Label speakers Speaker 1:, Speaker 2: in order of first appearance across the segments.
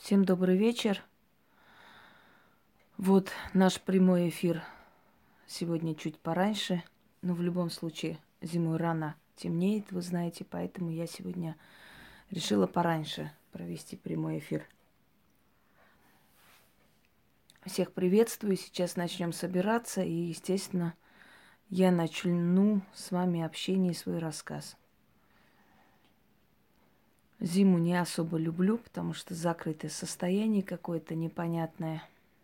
Speaker 1: Всем добрый вечер. Вот наш прямой эфир сегодня чуть пораньше, но в любом случае зимой рано темнеет, вы знаете, поэтому я сегодня решила пораньше провести прямой эфир. Всех приветствую, сейчас начнем собираться, и, естественно, я начну с вами общение и свой рассказ. Зиму не особо люблю, потому что закрытое состояние какое-то непонятное.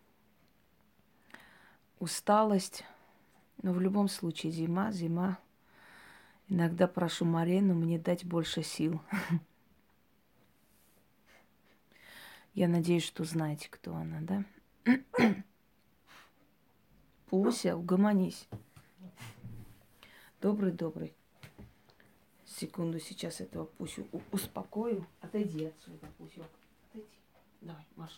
Speaker 1: Усталость. Но в любом случае зима. Иногда прошу Марину мне дать больше сил. Я надеюсь, что знаете, кто она, да? Пуся, угомонись. Добрый. Секунду, сейчас этого Пусю успокою. Отойди отсюда, Пусек. Отойди. Давай, Маш.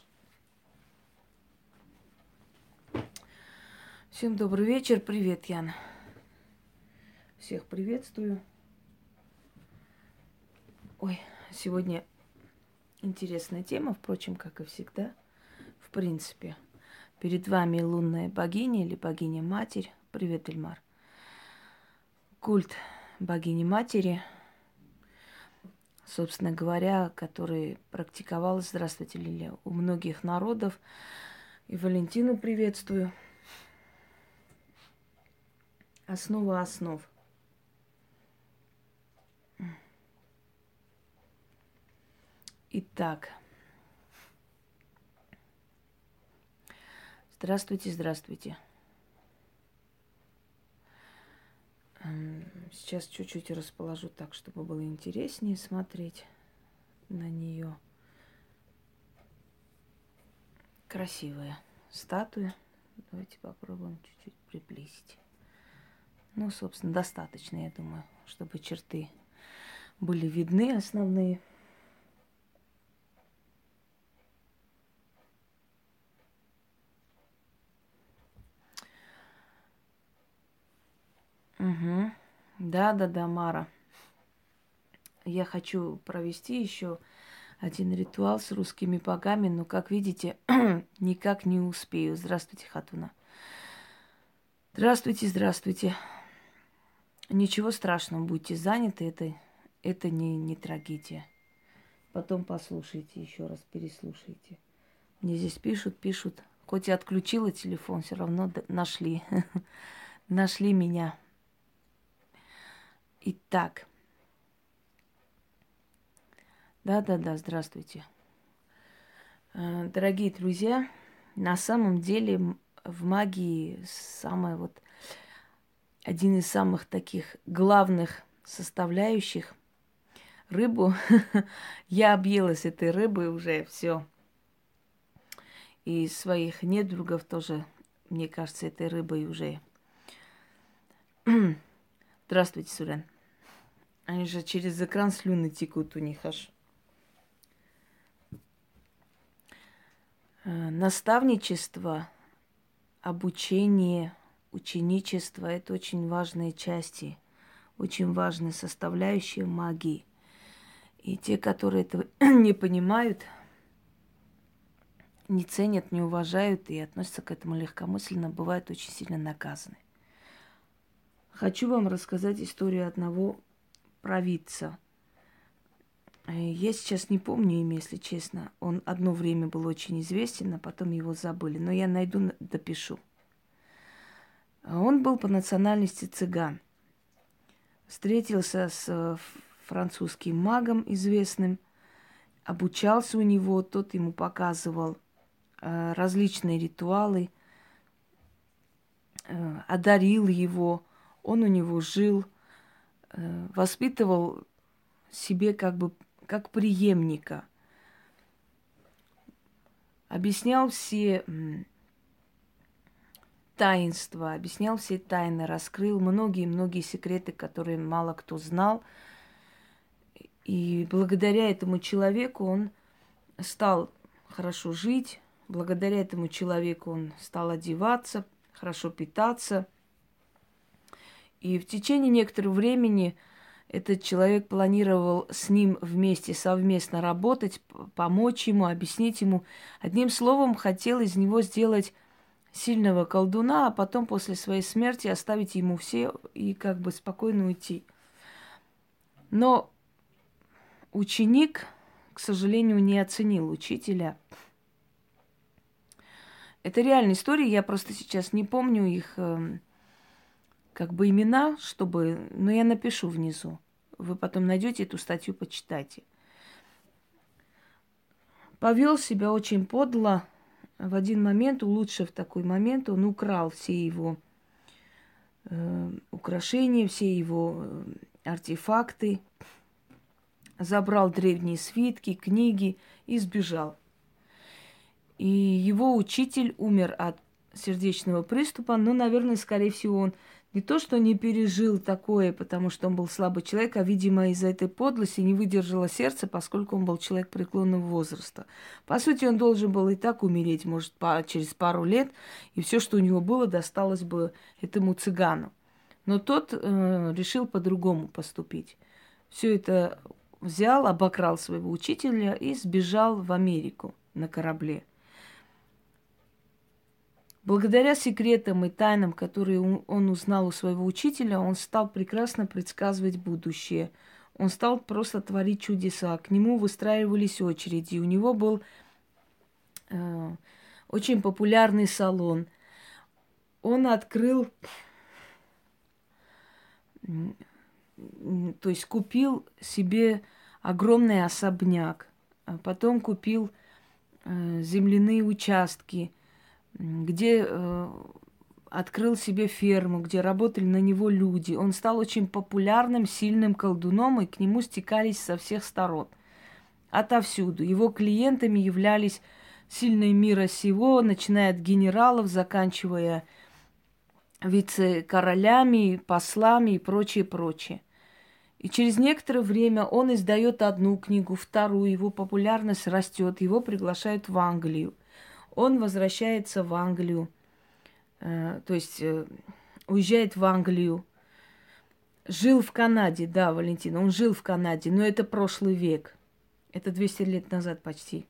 Speaker 1: Всем добрый вечер. Привет, Яна. Всех приветствую. Ой, сегодня интересная тема, впрочем, как и всегда. В принципе, перед вами лунная богиня или богиня-матерь. Привет, Эльмар. Культ богини-матери, собственно говоря, который практиковалась, здравствуйте, Лилия, у многих народов. И Валентину приветствую. Основа основ. Итак, здравствуйте. Сейчас чуть-чуть расположу так, чтобы было интереснее смотреть на нее. Красивая статуя. Давайте попробуем чуть-чуть приблизить. Ну, собственно, достаточно, я думаю, чтобы черты были видны основные. Угу. Да, Мара. Я хочу провести еще один ритуал с русскими богами, но, как видите, никак не успею. Здравствуйте, Хатуна. Здравствуйте. Ничего страшного, будьте заняты, это не трагедия. Потом послушайте еще раз, переслушайте. Мне здесь пишут. Хоть и отключила телефон, все равно нашли. Нашли меня. Итак. Да, здравствуйте. Дорогие друзья, на самом деле в магии один из самых таких главных составляющих рыбу. Я объелась этой рыбой уже все. И своих недругов тоже, мне кажется, этой рыбой уже. Здравствуйте, Сурен. Они же через экран слюны текут у них аж. Наставничество, обучение, ученичество – это очень важные части, очень важные составляющие магии. И те, которые этого не понимают, не ценят, не уважают и относятся к этому легкомысленно, бывают очень сильно наказаны. Хочу вам рассказать историю одного провидца. Я сейчас не помню имя, если честно. Он одно время был очень известен, а потом его забыли. Но я найду, допишу. Он был по национальности цыган. Встретился с французским магом известным, обучался у него, тот ему показывал различные ритуалы, одарил его, он у него жил, воспитывал себе как преемника, объяснял все таинства, объяснял все тайны, раскрыл многие секреты, которые мало кто знал. И благодаря этому человеку он стал хорошо жить, благодаря этому человеку он стал одеваться, хорошо питаться. И в течение некоторого времени Этот человек планировал с ним вместе, совместно работать, помочь ему, объяснить ему. Одним словом, хотел из него сделать сильного колдуна, а потом после своей смерти оставить ему все и как бы спокойно уйти. Но ученик, к сожалению, не оценил учителя. Это реальная история, я просто сейчас не помню их как бы имена, чтобы... Но я напишу внизу. Вы потом найдете эту статью, почитайте. Повел себя очень подло. В один момент, улучшив такой момент, он украл все его украшения, все его артефакты, забрал древние свитки, книги и сбежал. И его учитель умер от сердечного приступа, но, наверное, скорее всего, он не то, что не пережил такое, потому что он был слабый человек, а, видимо, из-за этой подлости не выдержало сердце, поскольку он был человек преклонного возраста. По сути, он должен был и так умереть, может, через пару лет, и все, что у него было, досталось бы этому цыгану. Но тот решил по-другому поступить. Все это взял, обокрал своего учителя и сбежал в Америку на корабле. Благодаря секретам и тайнам, которые он узнал у своего учителя, он стал прекрасно предсказывать будущее. Он стал просто творить чудеса. К нему выстраивались очереди. У него был очень популярный салон. Он открыл, то есть купил себе огромный особняк. Потом купил земляные участки, где открыл себе ферму, где работали на него люди. Он стал очень популярным, сильным колдуном, и к нему стекались со всех сторон, отовсюду. Его клиентами являлись сильные мира сего, начиная от генералов, заканчивая вице-королями, послами и прочее, прочее. И через некоторое время он издает одну книгу, вторую, его популярность растет, его приглашают в Англию. Он возвращается в Англию, то есть уезжает в Англию. Жил в Канаде, да, Валентина, он жил в Канаде, но это прошлый век. Это 200 лет назад почти.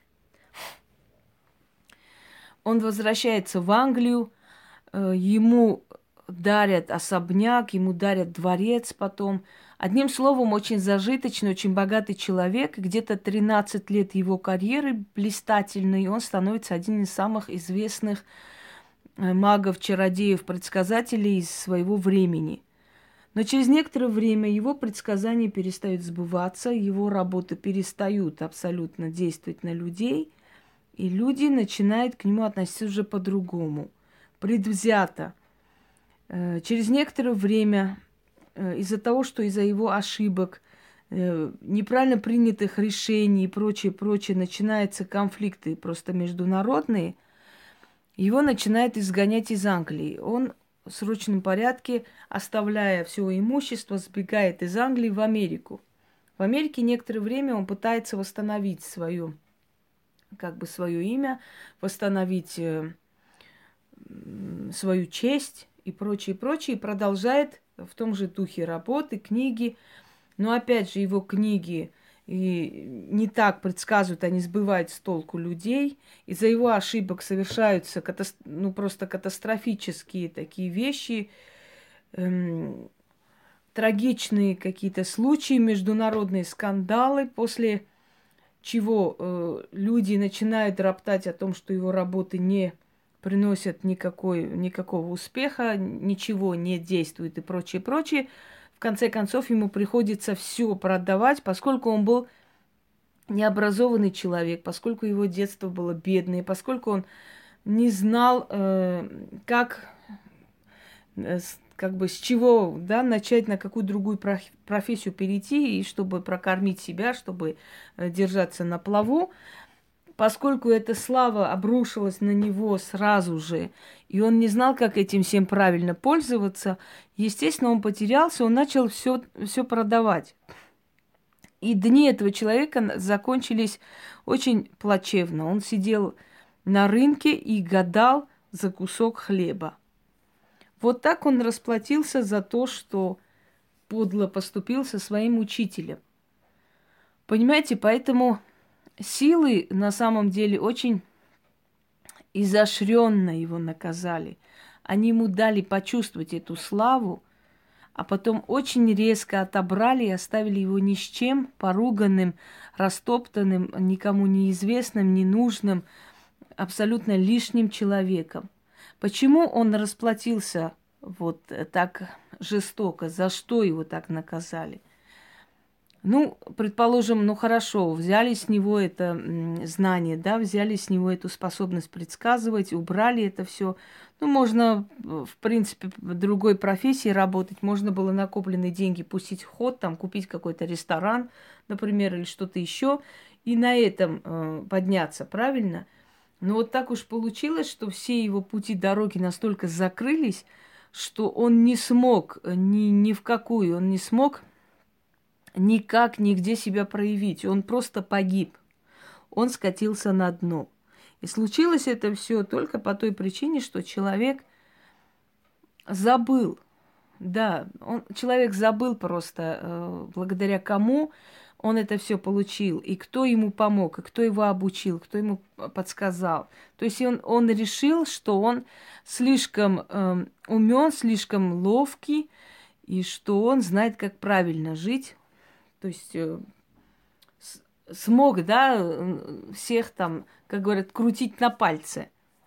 Speaker 1: Он возвращается в Англию, ему дарят особняк, ему дарят дворец потом. Одним словом, очень зажиточный, очень богатый человек. Где-то 13 лет его карьеры блистательной, и он становится одним из самых известных магов, чародеев, предсказателей из своего времени. Но через некоторое время его предсказания перестают сбываться, его работы перестают абсолютно действовать на людей, и люди начинают к нему относиться уже по-другому, предвзято. Через некоторое время, из-за того, что из-за его ошибок, неправильно принятых решений и прочее, прочее, начинаются конфликты просто международные, его начинают изгонять из Англии. Он в срочном порядке, оставляя все имущество, сбегает из Англии в Америку. В Америке некоторое время он пытается восстановить свое имя, восстановить свою честь и прочее, прочее, и продолжает в том же духе работы, книги. Но опять же, его книги и не так предсказывают, они сбывают с толку людей. Из-за его ошибок совершаются просто катастрофические такие вещи, трагичные какие-то случаи, международные скандалы, после чего люди начинают роптать о том, что его работы не приносят никакого успеха, ничего не действует и прочее, прочее. В конце концов, ему приходится все продавать, поскольку он был необразованный человек, поскольку его детство было бедное, поскольку он не знал, с чего начать, на какую другую профессию перейти, и чтобы прокормить себя, чтобы держаться на плаву. Поскольку эта слава обрушилась на него сразу же, и он не знал, как этим всем правильно пользоваться, естественно, он потерялся, он начал все продавать. И дни этого человека закончились очень плачевно. Он сидел на рынке и гадал за кусок хлеба. Вот так он расплатился за то, что подло поступил со своим учителем. Понимаете, поэтому силы на самом деле очень изощренно его наказали. Они ему дали почувствовать эту славу, а потом очень резко отобрали и оставили его ни с чем, поруганным, растоптанным, никому неизвестным, ненужным, абсолютно лишним человеком. Почему он расплатился вот так жестоко? За что его так наказали? Ну, предположим, ну хорошо, взяли с него это знание, да, взяли с него эту способность предсказывать, убрали это все. Ну, можно, в принципе, в другой профессии работать, можно было накопленные деньги пустить в ход, там, купить какой-то ресторан, например, или что-то еще, и на этом подняться, правильно? Но вот так уж получилось, что все его пути дороги настолько закрылись, что он не смог ни в какую, он не смог никак, нигде себя проявить. Он просто погиб. Он скатился на дно. И случилось это все только по той причине, что человек забыл. Да, человек забыл просто, благодаря кому он это все получил, и кто ему помог, и кто его обучил, кто ему подсказал. То есть он решил, что он слишком умен, слишком ловкий, и что он знает, как правильно жить. То есть смог, да, всех там, как говорят, крутить на пальце.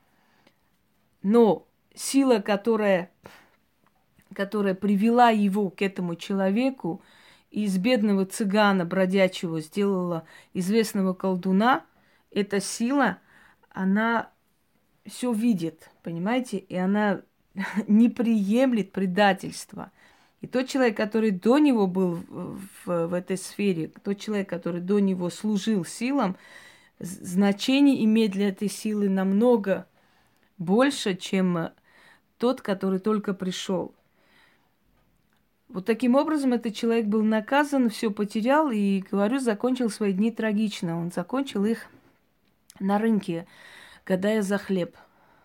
Speaker 1: Но сила, которая привела его к этому человеку, и из бедного цыгана бродячего сделала известного колдуна, эта сила, она все видит, понимаете, и она не приемлет предательства. И тот человек, который до него был в этой сфере, тот человек, который до него служил силам, значение имеет для этой силы намного больше, чем тот, который только пришел. Вот таким образом этот человек был наказан, все потерял и, говорю, закончил свои дни трагично. Он закончил их на рынке, гадая за хлеб.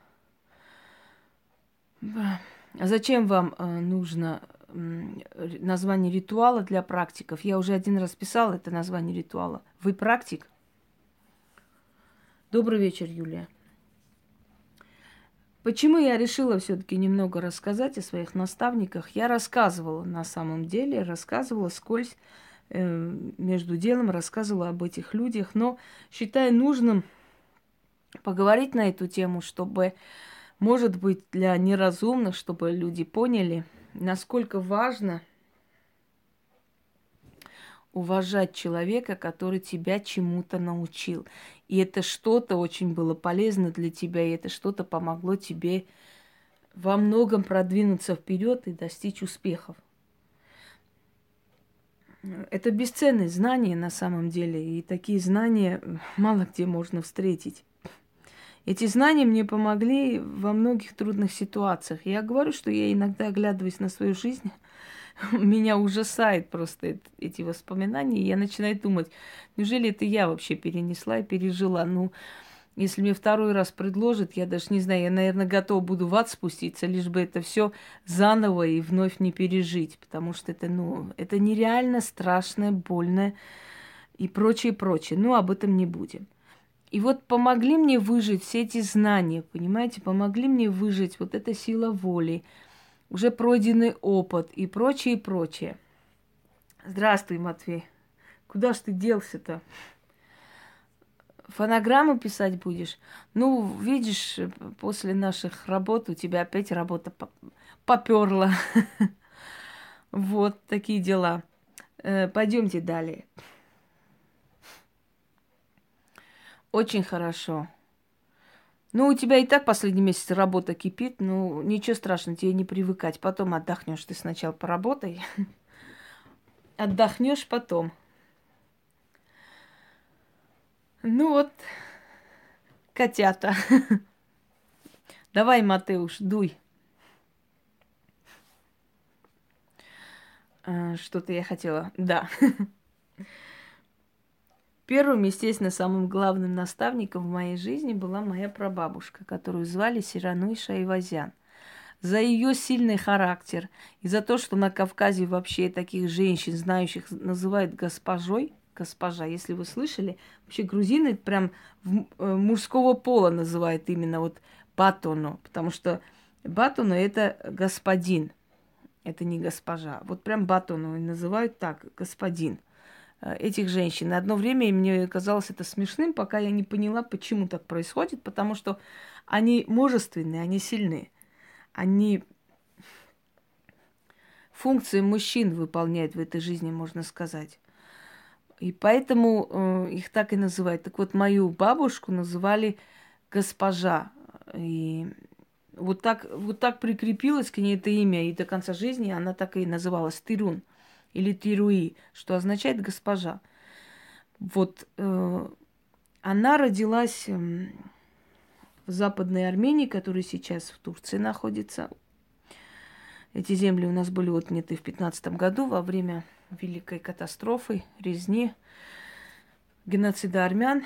Speaker 1: А зачем вам нужно название ритуала для практиков? Я уже один раз писала это название ритуала. Вы практик? Добрый вечер, Юлия. Почему я решила все-таки немного рассказать о своих наставниках? Я рассказывала на самом деле, рассказывала скользь, между делом рассказывала об этих людях, но считаю нужным поговорить на эту тему, чтобы, может быть, для неразумных, чтобы люди поняли, насколько важно уважать человека, который тебя чему-то научил. И это что-то очень было полезно для тебя, и это что-то помогло тебе во многом продвинуться вперед и достичь успехов. Это бесценные знания на самом деле, и такие знания мало где можно встретить. Эти знания мне помогли во многих трудных ситуациях. Я говорю, что я иногда, оглядываясь на свою жизнь, меня ужасает просто эти воспоминания. И я начинаю думать, неужели это я вообще перенесла и пережила? Ну, если мне второй раз предложат, я даже не знаю, я, наверное, готова буду в ад спуститься, лишь бы это все заново и вновь не пережить. Потому что это, это нереально страшно, больно и прочее, прочее. Но об этом не будем. И вот помогли мне выжить все эти знания, понимаете, помогли мне выжить вот эта сила воли, уже пройденный опыт и прочее, и прочее. Здравствуй, Матвей. Куда ж ты делся-то? Фонограмму писать будешь? Ну, видишь, после наших работ у тебя опять работа поперла. Вот такие дела. Пойдемте далее. Очень хорошо. Ну, у тебя и так последний месяц работа кипит, ну, ничего страшного, тебе не привыкать. Потом отдохнешь, ты сначала поработай. Отдохнешь потом. Ну вот, котята. Давай, Матеуш, дуй. Что-то я хотела. Да. Первым, естественно, самым главным наставником в моей жизни была моя прабабушка, которую звали Сирануй Шайвазян. за ее сильный характер и за то, что на Кавказе вообще таких женщин, знающих, называют госпожой. Госпожа, если вы слышали, вообще грузины прям мужского пола называют именно вот батону, потому что батону это господин, это не госпожа. Вот прям батону называют так, господин этих женщин. И одно время мне казалось это смешным, пока я не поняла, почему так происходит, потому что они мужественные, они сильные. Они функции мужчин выполняют в этой жизни, можно сказать. И поэтому их так и называют. Так вот, мою бабушку называли госпожа. И вот так прикрепилось к ней это имя, и до конца жизни она так и называлась Тирун или Тируи, что означает госпожа. Вот она родилась в Западной Армении, которая сейчас в Турции находится. Эти земли у нас были отняты в 15 году во время великой катастрофы, резни, геноцида армян.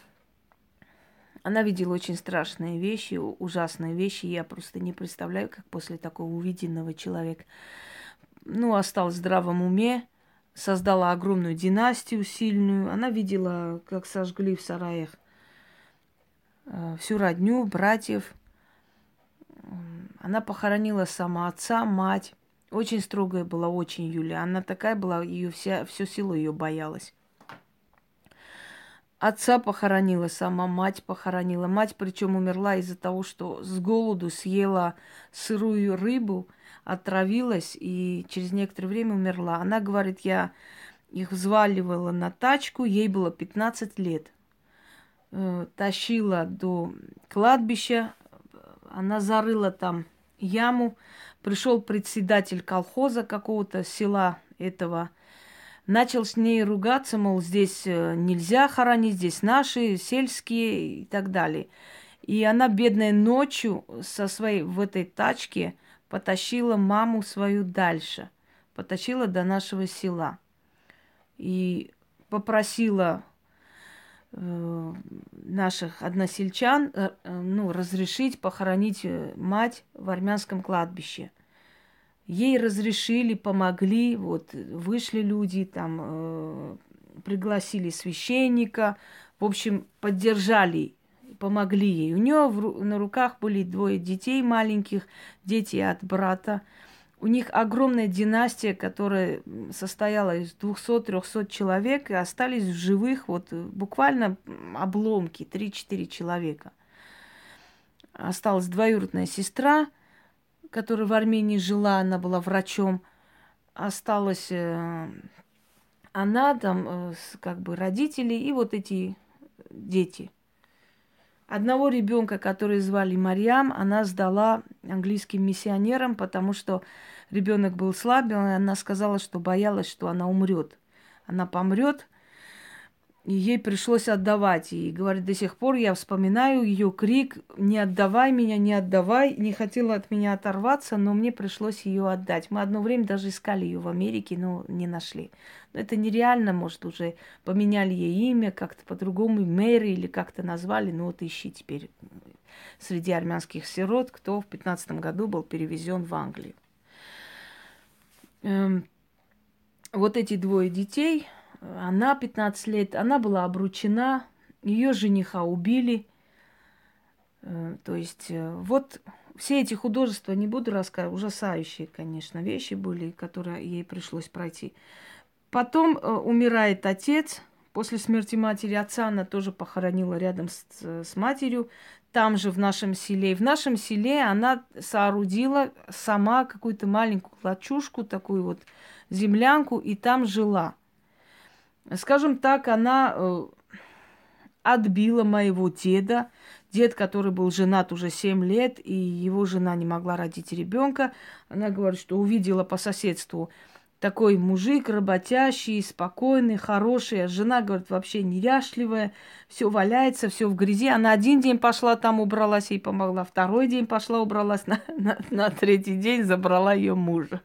Speaker 1: Она видела очень страшные вещи, ужасные вещи. Я просто не представляю, как после такого увиденного человек, осталась в здравом уме, создала огромную династию сильную. Она видела, как сожгли в сараях всю родню, братьев. Она похоронила сама отца, мать. Очень строгая была, очень Юля. Она такая была, все село ее боялось. Отца похоронила сама, мать похоронила. Мать, причем умерла из-за того, что с голоду съела сырую рыбу, отравилась и через некоторое время умерла. Она говорит, я их взваливала на тачку, ей было 15 лет. Тащила до кладбища, она зарыла там яму. Пришел председатель колхоза какого-то села этого, начал с ней ругаться, мол, здесь нельзя хоронить, здесь наши, сельские и так далее. И она, бедная, ночью в этой тачке потащила маму свою дальше, потащила до нашего села. И попросила наших односельчан разрешить похоронить мать в армянском кладбище. Ей разрешили, помогли, вышли люди, пригласили священника, в общем, поддержали, помогли ей. У нее на руках были 2 детей маленьких, дети от брата. У них огромная династия, которая состояла из 200-300 человек, и остались в живых буквально обломки, 3-4 человека. Осталась двоюродная сестра, которая в Армении жила, она была врачом. Осталась она, родители и эти дети. Одного ребенка, который звали Марьям, она сдала английским миссионерам, потому что ребенок был слабый, и она сказала, что боялась, что она умрет. Она помрет, и ей пришлось отдавать. И говорит, до сих пор я вспоминаю ее крик: «Не отдавай меня, не отдавай!» Не хотела от меня оторваться, но мне пришлось ее отдать. Мы одно время даже искали ее в Америке, но не нашли. Но это нереально, может, уже поменяли ей имя, как-то по-другому, Мэри или как-то назвали. Ищи теперь среди армянских сирот, кто в 15 году был перевезен в Англию. Эти 2 детей, она 15 лет, она была обручена, ее жениха убили. Все эти художества, не буду рассказывать, ужасающие, конечно, вещи были, которые ей пришлось пройти. Потом умирает отец. После смерти матери отца она тоже похоронила рядом с матерью, там же в нашем селе. И в нашем селе она соорудила сама какую-то маленькую лачушку, такую землянку, и там жила. Скажем так, она отбила моего деда. Дед, который был женат уже 7 лет, и его жена не могла родить ребенка. Она говорит, что увидела по соседству такой мужик, работящий, спокойный, хороший. А жена, говорит, вообще неряшливая, все валяется, все в грязи. Она 1 день пошла там, убралась, ей помогла. 2 день пошла, убралась. На 3-й день забрала ее мужа.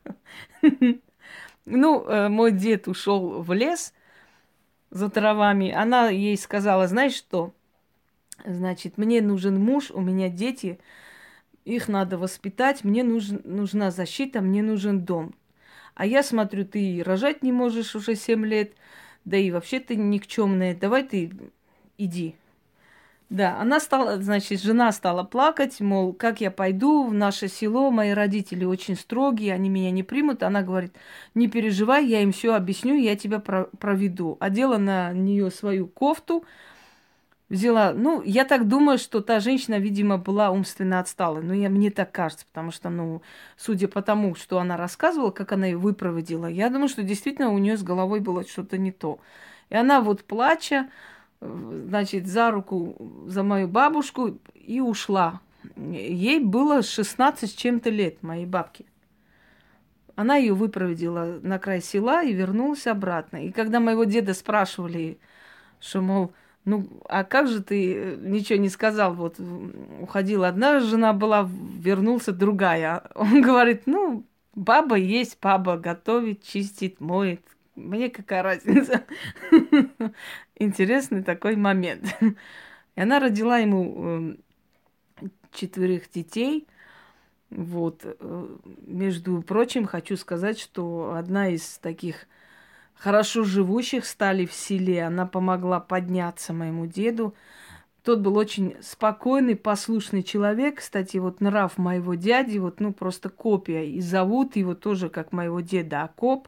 Speaker 1: Мой дед ушел в лес за травами. Она ей сказала, знаешь что? Значит, мне нужен муж, у меня дети их надо воспитать, мне нужна защита, мне нужен дом. А я смотрю, ты и рожать не можешь уже 7 лет, да и вообще ты никчемная, давай ты иди. Да, она стала, значит, жена стала плакать, мол, как я пойду в наше село, мои родители очень строгие, они меня не примут. Она говорит, не переживай, я им все объясню, я тебя проведу. Одела на нее свою кофту, взяла. Ну, я так думаю, что та женщина, видимо, была умственно отсталой. Ну, мне так кажется, потому что, ну, судя по тому, что она рассказывала, как она ее выпроводила, я думаю, что действительно у нее с головой было что-то не то. И она вот плача, значит, за руку за мою бабушку и ушла. Ей было 16 с чем-то лет, моей бабке. Она ее выпроводила на край села и вернулась обратно. И когда моего деда спрашивали, что, мол, ну, а как же ты ничего не сказал? Вот уходила одна жена была, вернулся другая. Он говорит, ну, баба есть баба, готовит, чистит, моет. Мне какая разница? Интересный такой момент. И она родила ему 4 детей. Вот. Между прочим, хочу сказать, что одна из таких хорошо живущих стали в селе, она помогла подняться моему деду. Тот был очень спокойный, послушный человек. Кстати, вот нрав моего дяди, вот, ну, просто копия. И зовут его тоже, как моего деда, Акоп.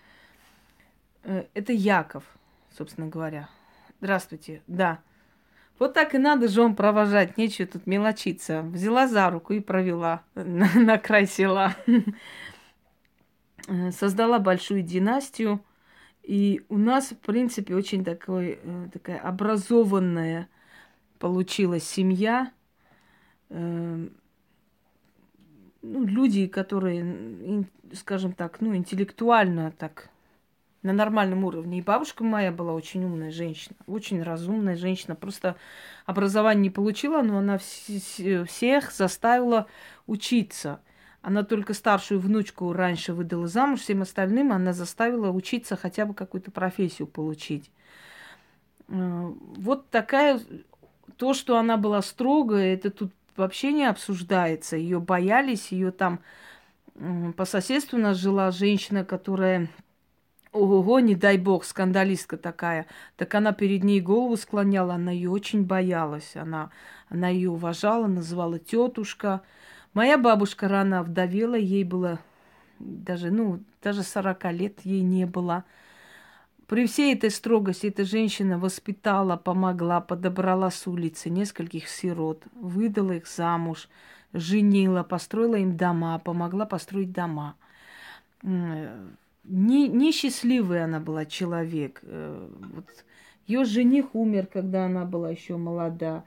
Speaker 1: Это Яков, собственно говоря. Здравствуйте, да. Вот так и надо жен провожать, нечего тут мелочиться. Взяла за руку и провела на край села. Создала большую династию. И у нас, в принципе, очень такая образованная получилась семья. Ну, люди, которые, скажем так, ну, интеллектуально так на нормальном уровне. И бабушка моя была очень умная женщина, очень разумная женщина. Просто образование не получила, но она всех заставила учиться. Она только старшую внучку раньше выдала замуж, всем остальным она заставила учиться хотя бы какую-то профессию получить. Вот такая... То, что она была строгая, это тут вообще не обсуждается. Ее боялись, ее там по соседству у нас жила женщина, которая, ого-го, не дай бог, скандалистка такая. Так она перед ней голову склоняла, она ее очень боялась. Она ее уважала, называла тетушка. Моя бабушка рано овдовела, ей было даже 40 лет ей не было. При всей этой строгости эта женщина воспитала, помогла, подобрала с улицы нескольких сирот, выдала их замуж, женила, построила им дома, помогла построить дома. Несчастливая она была человек. Вот. Ее жених умер, когда она была еще молода.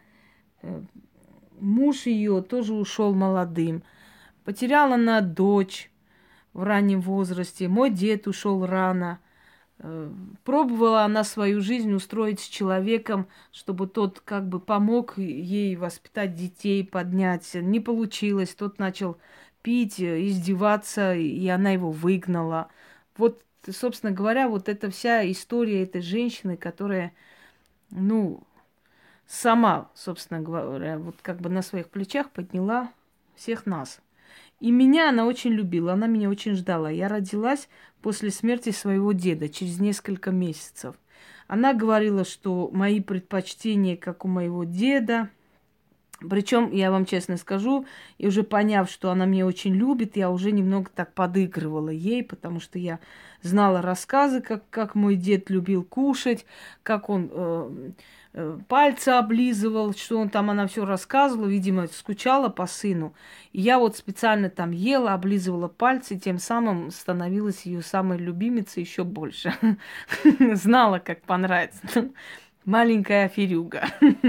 Speaker 1: Муж ее тоже ушел молодым. Потеряла она дочь в раннем возрасте. Мой дед ушел рано. Пробовала она свою жизнь устроить с человеком, чтобы тот как бы помог ей воспитать детей, поднять. Не получилось. Тот начал пить, издеваться, и она его выгнала. Вот, собственно говоря, вот эта вся история этой женщины, которая, ну, сама, собственно говоря, вот как бы на своих плечах подняла всех нас. И меня она очень любила, она меня очень ждала. Я родилась после смерти своего деда, через несколько месяцев. Она говорила, что мои предпочтения, как у моего деда. Причем, я вам честно скажу, и уже поняв, что она меня очень любит, я уже немного так подыгрывала ей, потому что я знала рассказы, как мой дед любил кушать, как он пальцы облизывал, что он там, она все рассказывала, видимо, скучала по сыну. И я вот специально там ела, облизывала пальцы, и тем самым становилась ее самой любимицей еще больше. Знала, как понравится. Маленькая аферюга.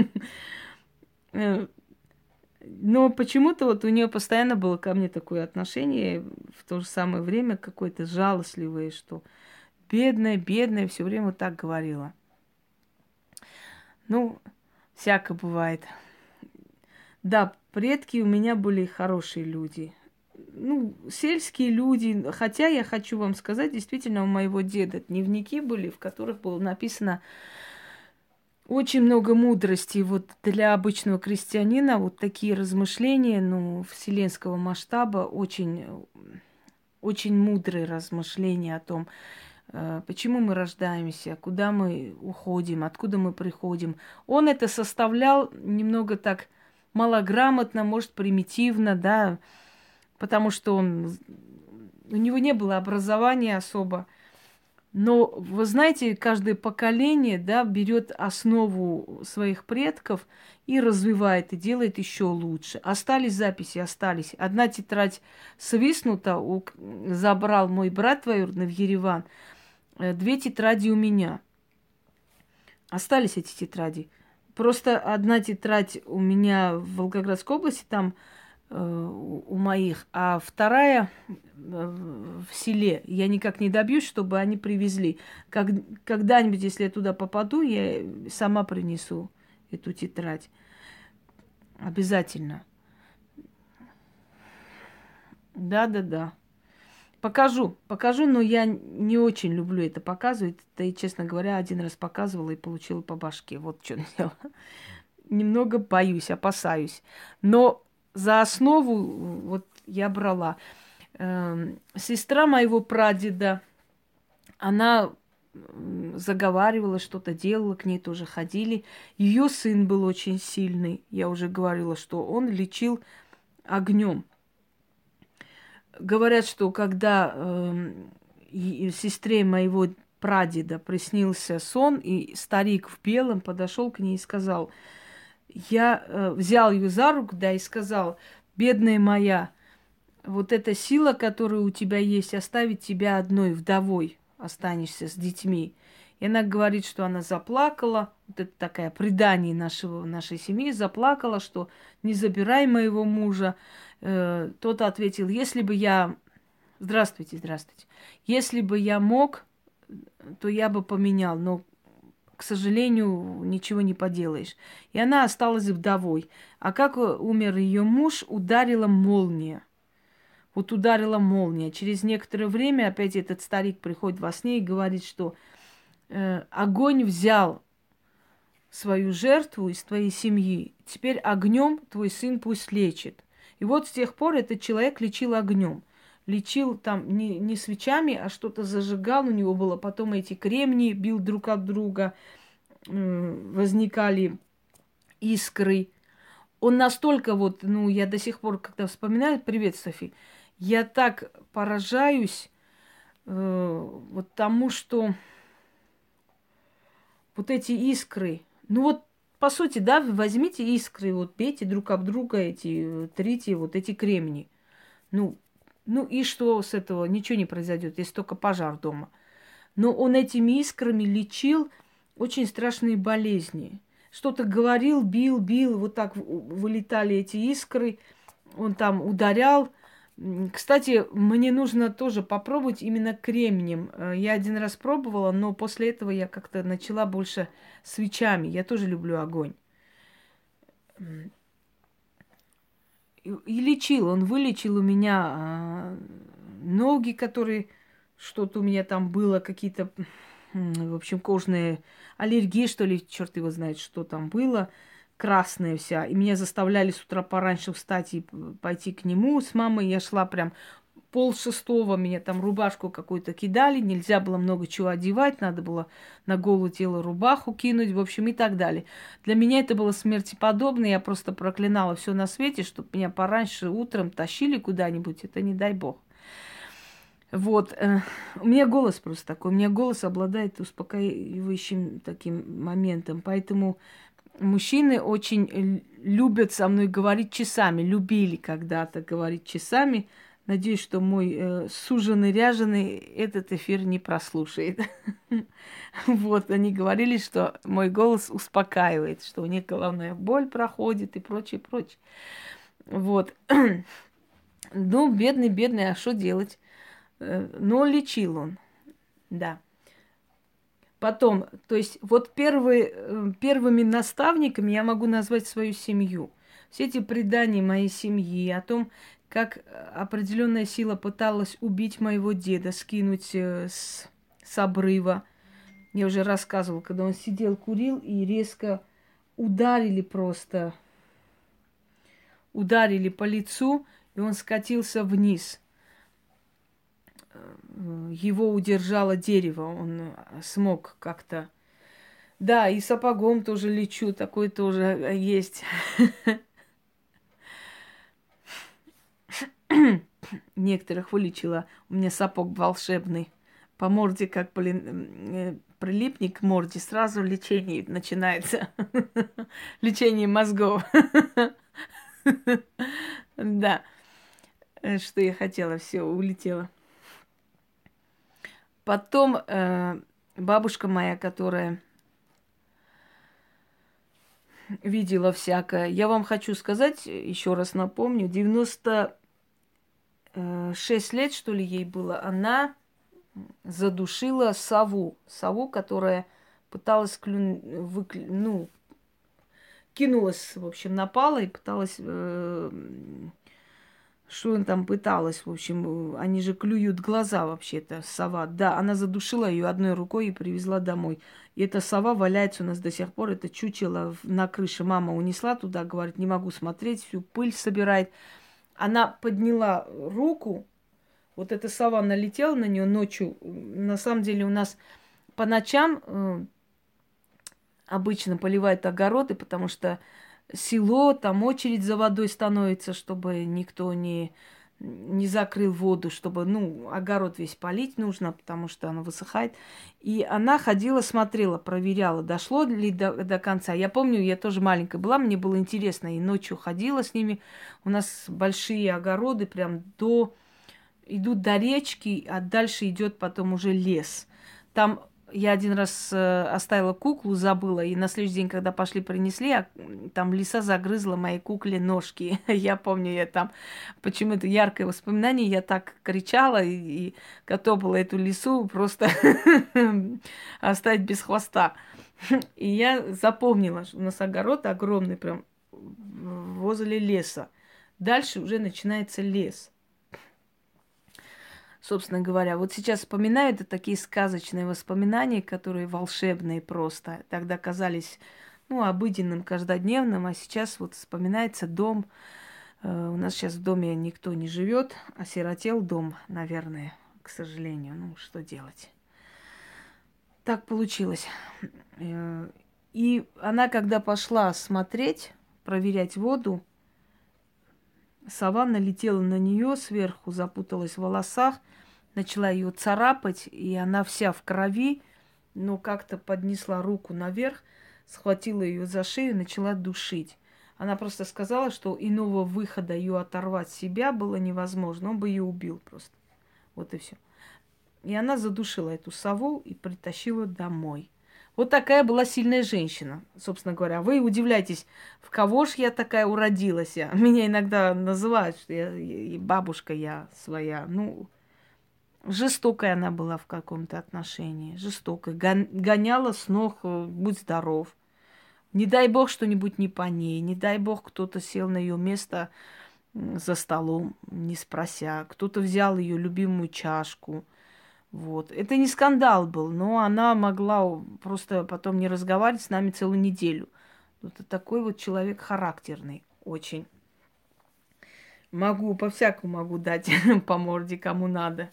Speaker 1: Но почему-то вот у нее постоянно было ко мне такое отношение, в то же самое время какое-то жалостливое, что бедная, бедная, все время вот так говорила. Ну, всяко бывает. Да, предки у меня были хорошие люди. Ну, сельские люди. Хотя я хочу вам сказать, действительно, у моего деда дневники были, в которых было написано Очень много мудрости вот для обычного крестьянина. Вот такие размышления, ну, вселенского масштаба, очень мудрые размышления о том, почему мы рождаемся, куда мы уходим, откуда мы приходим. Он это составлял немного так малограмотно, может, примитивно, да, потому что у него не было образования особо. Но, вы знаете, каждое поколение, да, берет основу своих предков и развивает, и делает еще лучше. Остались записи, остались. Одна тетрадь свистнута, забрал мой брат двоюродный в Ереван, две тетради у меня. Остались эти тетради. Просто одна тетрадь у меня в Волгоградской области, там у моих, а вторая в селе. Я никак не добьюсь, чтобы они привезли. Когда-нибудь, если я туда попаду, я сама принесу эту тетрадь. Обязательно. Да. Покажу, но я не очень люблю это показывать. Да и, честно говоря, один раз показывала и получила по башке. Вот что дело. Немного боюсь, опасаюсь. Но за основу вот я брала. Сестра моего прадеда, она заговаривала, что-то делала, к ней тоже ходили. Ее сын был очень сильный. Я уже говорила, что он лечил огнем. Говорят, что когда сестре моего прадеда приснился сон, и старик в белом подошел к ней и сказал, я взял ее за руку, да, и сказал, бедная моя, вот эта сила, которая у тебя есть, оставить тебя одной вдовой, останешься с детьми. И она говорит, что она заплакала, вот это такое предание нашей семьи, заплакала, что не забирай моего мужа. Тот ответил, если бы я... Здравствуйте. Если бы я мог, то я бы поменял, но, к сожалению, ничего не поделаешь. И она осталась вдовой. А как умер ее муж, ударила молния. Вот ударила молния. Через некоторое время опять этот старик приходит во сне и говорит, что огонь взял свою жертву из твоей семьи. Теперь огнем твой сын пусть лечит. И вот с тех пор этот человек лечил огнем. Лечил там не свечами, а что-то зажигал. У него было потом эти кремнии, бил друг от друга. Возникали искры. Он настолько вот, ну, я до сих пор, когда вспоминаю, привет, Софи, я так поражаюсь вот тому, что вот эти искры, ну вот, по сути, да, возьмите искры, вот бейте друг об друга эти, трите вот эти кремни. Ну и что с этого? Ничего не произойдет, если только пожар дома. Но он этими искрами лечил очень страшные болезни. Что-то говорил, бил, вот так вылетали эти искры. Он там ударял. Кстати, мне нужно тоже попробовать именно кремнием. Я один раз пробовала, но после этого я как-то начала больше свечами. Я тоже люблю огонь. И лечил, он вылечил у меня ноги, которые что-то у меня там было, какие-то, в общем, кожные аллергии, что ли, черт его знает, что там было, красная вся. И меня заставляли с утра пораньше встать и пойти к нему с мамой. Я шла прям 5:30, меня там рубашку какую-то кидали, нельзя было много чего одевать, надо было на голое тело рубаху кинуть, в общем, и так далее. Для меня это было смертеподобно, я просто проклинала все на свете, чтобы меня пораньше утром тащили куда-нибудь, это не дай бог. Вот, у меня голос просто такой, у меня голос обладает успокаивающим таким моментом, поэтому мужчины очень любят со мной говорить часами, любили когда-то говорить часами. Надеюсь, что мой суженый, ряженый этот эфир не прослушает. Вот, они говорили, что мой голос успокаивает, что у них головная боль проходит и прочее. Вот. Ну, бедный, а что делать? Но лечил он, да. Потом, то есть вот первыми наставниками я могу назвать свою семью. Все эти предания моей семьи о том, как определенная сила пыталась убить моего деда, скинуть с обрыва. Я уже рассказывала, когда он сидел, курил, и резко ударили просто. Ударили по лицу, и он скатился вниз. Его удержало дерево, он смог как-то. Да, и сапогом тоже лечу, такой тоже есть. Некоторых вылечила. У меня сапог волшебный. По морде, как, прилипни к морде, сразу лечение начинается. Лечение мозгов. Да. Что я хотела, все, улетела. Потом бабушка моя, которая видела всякое. Я вам хочу сказать, еще раз напомню, 96 лет, что ли, ей было, она задушила сову. Сову, которая пыталась кинулась, в общем, напала и пыталась... что он там пыталась, в общем, они же клюют глаза вообще-то, сова. Да, она задушила ее одной рукой и привезла домой. И эта сова валяется у нас до сих пор, это чучело на крыше. Мама унесла туда, говорит, не могу смотреть, всю пыль собирает. Она подняла руку, вот эта сова налетела на нее ночью. На самом деле у нас по ночам обычно поливают огороды, потому что село, там очередь за водой становится, чтобы никто не закрыл воду, чтобы, огород весь полить нужно, потому что оно высыхает. И она ходила, смотрела, проверяла, дошло ли до конца. Я помню, я тоже маленькая была, мне было интересно, и ночью ходила с ними. У нас большие огороды, прям идут до речки, а дальше идет потом уже лес. Там я один раз оставила куклу, забыла, и на следующий день, когда пошли, принесли, там лиса загрызла моей кукле ножки. Я помню, я там, почему-то яркое воспоминание, я так кричала и готова эту лису просто оставить без хвоста. И я запомнила, что у нас огород огромный, прям возле леса. Дальше уже начинается лес. Собственно говоря, вот сейчас вспоминаю, это такие сказочные воспоминания, которые волшебные просто. Тогда казались, обыденным, каждодневным, а сейчас вот вспоминается дом. У нас сейчас в доме никто не живет, осиротел дом, наверное, к сожалению. Что делать? Так получилось. И она, когда пошла смотреть, проверять воду, сова налетела на нее сверху, запуталась в волосах, начала ее царапать, и она вся в крови, но как-то поднесла руку наверх, схватила ее за шею и начала душить. Она просто сказала, что иного выхода ее оторвать от себя было невозможно, он бы ее убил просто. Вот и все. И она задушила эту сову и притащила домой. Вот такая была сильная женщина, собственно говоря. Вы удивляетесь, в кого ж я такая уродилась? Меня иногда называют, что я бабушка я своя. Жестокая она была в каком-то отношении. Жестокая. Гоняла с ног, будь здоров. Не дай бог что-нибудь не по ней. Не дай бог кто-то сел на ее место за столом, не спрося. Кто-то взял ее любимую чашку. Вот. Это не скандал был, но она могла просто потом не разговаривать с нами целую неделю. Это такой вот человек характерный очень. По-всякому могу дать по морде, кому надо.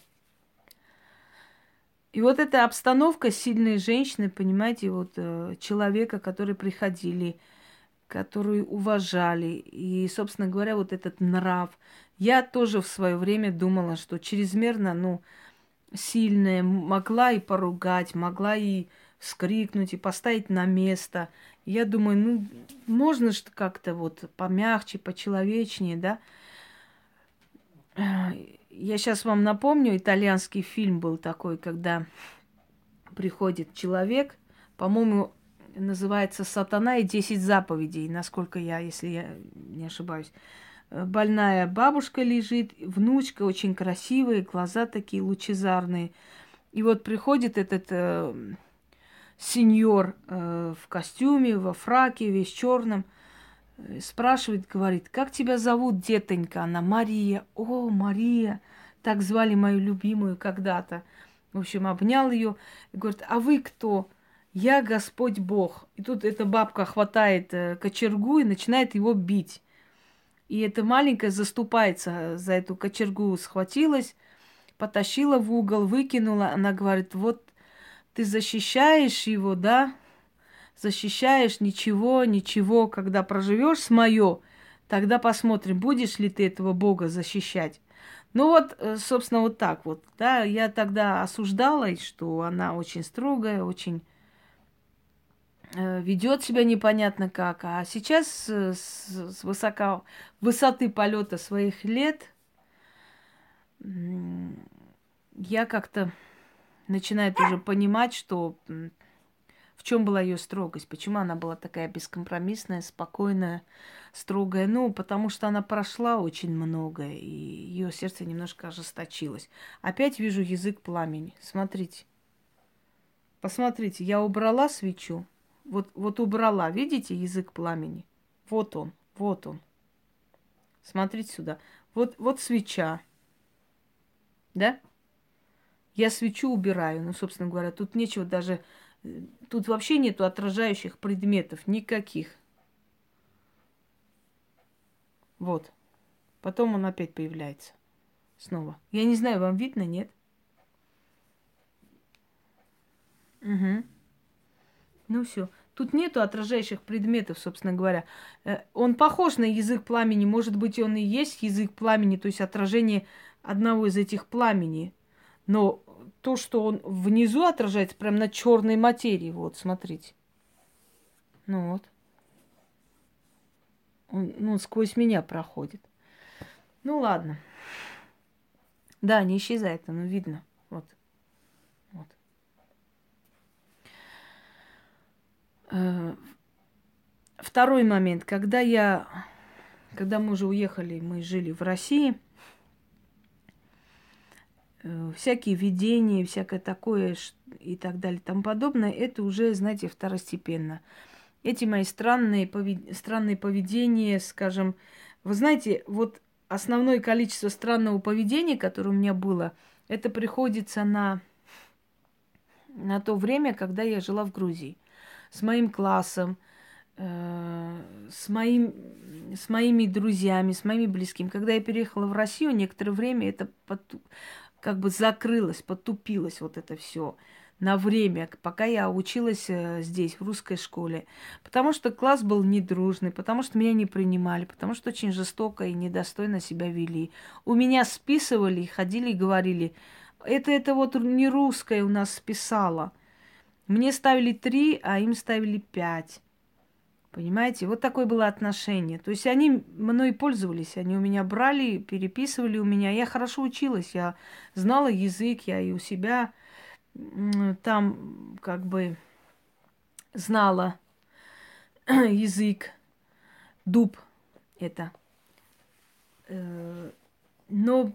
Speaker 1: И вот эта обстановка сильной женщины, понимаете, вот человека, которые приходили, которые уважали. И, собственно говоря, вот этот нрав. Я тоже в свое время думала, что чрезмерно, сильная, могла и поругать, могла и вскрикнуть, и поставить на место. Я думаю, можно же как-то вот помягче, почеловечнее, да? Я сейчас вам напомню, итальянский фильм был такой, когда приходит человек, по-моему, называется «Сатана и 10 заповедей», насколько если я не ошибаюсь. Больная бабушка лежит, внучка очень красивая, глаза такие лучезарные. И вот приходит этот сеньор в костюме, во фраке, весь черном, спрашивает, говорит, как тебя зовут, детонька? Она Мария. О, Мария, так звали мою любимую когда-то. В общем, обнял ее и говорит: а вы кто? Я Господь Бог. И тут эта бабка хватает кочергу и начинает его бить. И эта маленькая заступается за эту кочергу, схватилась, потащила в угол, выкинула. Она говорит: вот ты защищаешь его, да? Защищаешь, ничего, ничего. Когда проживешь с моё, тогда посмотрим, будешь ли ты этого Бога защищать. Ну вот, собственно, вот так вот. Да, я тогда осуждала, что она очень строгая, очень ведет себя непонятно как. А сейчас с высоты полета своих лет я как-то начинаю уже понимать, что в чем была ее строгость, почему она была такая бескомпромиссная, спокойная, строгая. Ну, потому что она прошла очень многое, и ее сердце немножко ожесточилось. Опять вижу язык пламени. Смотрите. Посмотрите, я убрала свечу. Вот убрала. Видите язык пламени? Вот он, вот он. Смотрите сюда. Вот свеча. Да? Я свечу убираю. Ну, собственно говоря, тут нечего даже... Тут вообще нету отражающих предметов. Никаких. Вот. Потом он опять появляется. Снова. Я не знаю, вам видно, нет? Угу. Ну все. Тут нету отражающих предметов, собственно говоря. Он похож на язык пламени. Может быть, он и есть язык пламени, то есть отражение одного из этих пламени. Но то, что он внизу отражается, прям на черной материи. Вот, смотрите. Ну вот. Он, ну, сквозь меня проходит. Ну ладно. Да, не исчезает, оно видно. Вот. Вот. Второй момент. Когда мы уже уехали, мы жили в России, всякие видения, всякое такое и так далее и тому подобное, это уже, знаете, второстепенно. Эти мои странные поведения, скажем, вы знаете, вот основное количество странного поведения, которое у меня было, это приходится на то время, когда я жила в Грузии. С моим классом, с моими друзьями, с моими близкими. Когда я переехала в Россию, некоторое время это как бы закрылось, потупилось вот это все на время, пока я училась здесь, в русской школе. Потому что класс был недружный, потому что меня не принимали, потому что очень жестоко и недостойно себя вели. У меня списывали, ходили и говорили: это вот не русская у нас списала. Мне ставили 3, а им ставили 5. Понимаете? Вот такое было отношение. То есть они мной пользовались, они у меня брали, переписывали у меня. Я хорошо училась, я знала язык, я и у себя там как бы знала язык, дуб это. Но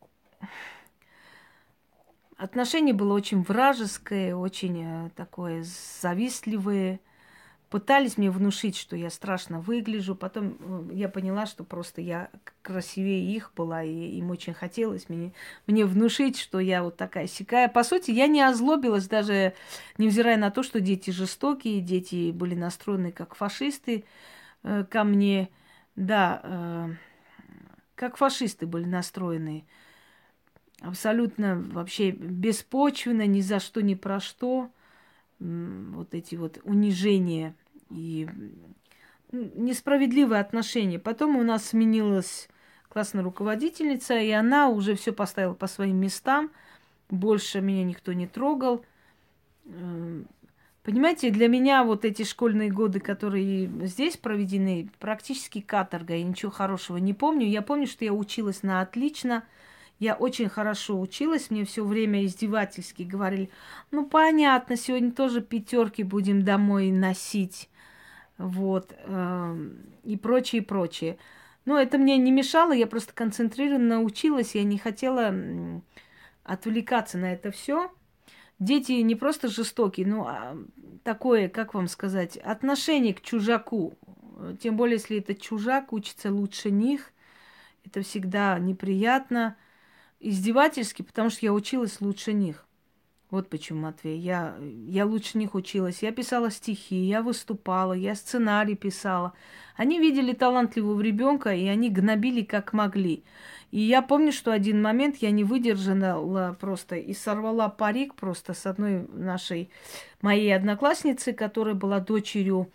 Speaker 1: отношение было очень вражеское, очень такое завистливое. Пытались мне внушить, что я страшно выгляжу. Потом я поняла, что просто я красивее их была, и им очень хотелось мне внушить, что я вот такая сякая. По сути, я не озлобилась, даже невзирая на то, что дети жестокие, дети были настроены как фашисты ко мне. Да, как фашисты были настроены. Абсолютно вообще беспочвенно, ни за что, ни про что. Вот эти вот унижения и несправедливое отношение. Потом у нас сменилась классная руководительница, и она уже все поставила по своим местам. Больше меня никто не трогал. Понимаете, для меня вот эти школьные годы, которые здесь проведены, практически каторга. Я ничего хорошего не помню. Я помню, что я училась на отлично. Я очень хорошо училась, мне все время издевательски говорили: ну понятно, сегодня тоже 5 будем домой носить, вот, и прочее, прочее. Но это мне не мешало, я просто концентрированно училась, я не хотела отвлекаться на это все. Дети не просто жестокие, но такое, как вам сказать, отношение к чужаку. Тем более, если этот чужак учится лучше них, это всегда неприятно. Издевательски, потому что я училась лучше них. Вот почему, Матвей. Я лучше них училась. Я писала стихи, я выступала, я сценарий писала. Они видели талантливого ребенка, и они гнобили как могли. И я помню, что один момент я не выдержала просто и сорвала парик просто с одной моей одноклассницы, которая была дочерью,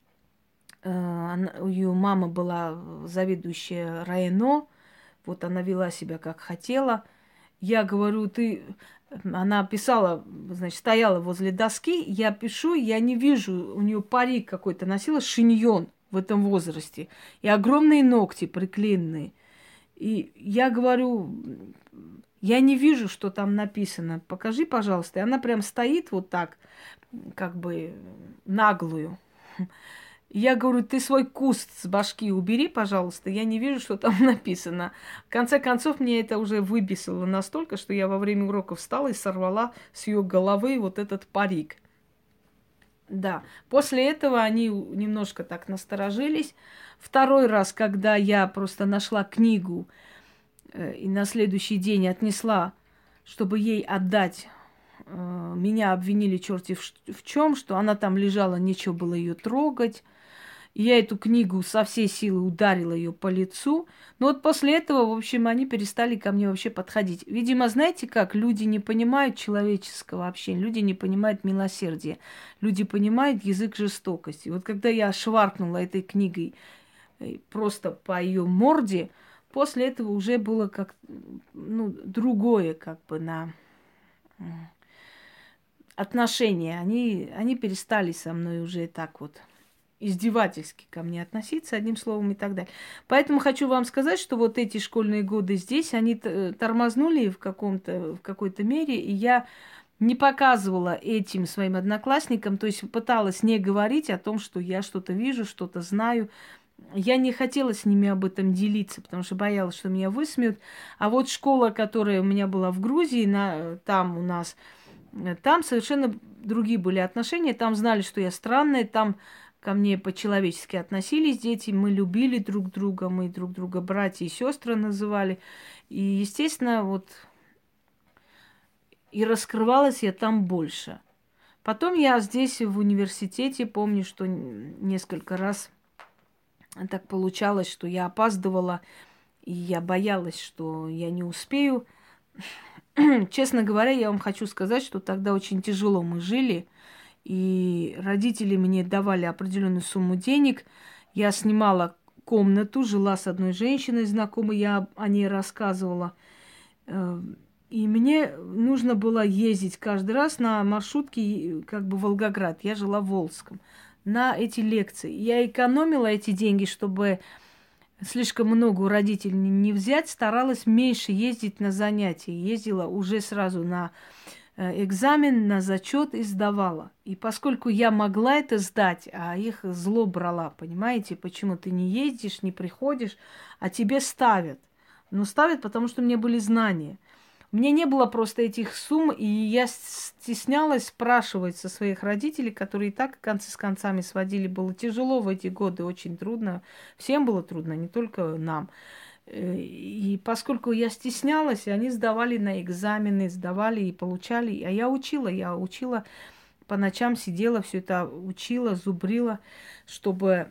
Speaker 1: ее мама была заведующая районо, вот она вела себя как хотела. Я говорю, Она писала, значит, стояла возле доски, я пишу, я не вижу, у нее парик какой-то носила, шиньон в этом возрасте, и огромные ногти приклеенные. И я говорю, я не вижу, что там написано, покажи, пожалуйста. И она прям стоит вот так, как бы наглую. Я говорю, ты свой куст с башки убери, пожалуйста, я не вижу, что там написано. В конце концов, мне это уже выбесило настолько, что я во время урока встала и сорвала с ее головы вот этот парик. Да, после этого они немножко так насторожились. Второй раз, когда я просто нашла книгу и на следующий день отнесла, чтобы ей отдать, меня обвинили черти в чем, что она там лежала, нечего было ее трогать. Я эту книгу со всей силы ударила ее по лицу. Но вот после этого, в общем, они перестали ко мне вообще подходить. Видимо, знаете как? Люди не понимают человеческого общения, люди не понимают милосердия, люди понимают язык жестокости. Вот когда я шваркнула этой книгой просто по ее морде, после этого уже было как, другое как бы на отношения. Они перестали со мной уже так вот издевательски ко мне относиться, одним словом, и так далее. Поэтому хочу вам сказать, что вот эти школьные годы здесь, они тормознули в какой-то мере, и я не показывала этим своим одноклассникам, то есть пыталась не говорить о том, что я что-то вижу, что-то знаю. Я не хотела с ними об этом делиться, потому что боялась, что меня высмеют. А вот школа, которая у меня была в Грузии, там у нас, там совершенно другие были отношения, там знали, что я странная, там ко мне по-человечески относились дети, мы любили друг друга, мы друг друга братья и сестры называли. И, естественно, вот и раскрывалась я там больше. Потом я здесь, в университете, помню, что несколько раз так получалось, что я опаздывала, и я боялась, что я не успею. Честно говоря, я вам хочу сказать, что тогда очень тяжело мы жили, и родители мне давали определенную сумму денег. Я снимала комнату, жила с одной женщиной знакомой, я о ней рассказывала. И мне нужно было ездить каждый раз на маршрутке, как бы в Волгоград. Я жила в Волжском. На эти лекции. Я экономила эти деньги, чтобы слишком много у родителей не взять, старалась меньше ездить на занятия. Ездила уже сразу на экзамен, на зачет и сдавала. И поскольку я могла это сдать, а их зло брала, понимаете, почему ты не ездишь, не приходишь, а тебе ставят. Ну, ставят, потому что у меня были знания. У меня не было просто этих сумм, и я стеснялась спрашивать со своих родителей, которые и так концы с концами сводили. Было тяжело в эти годы, очень трудно. Всем было трудно, не только нам. И поскольку я стеснялась, они сдавали на экзамены, сдавали и получали. А я учила по ночам, сидела, все это учила, зубрила, чтобы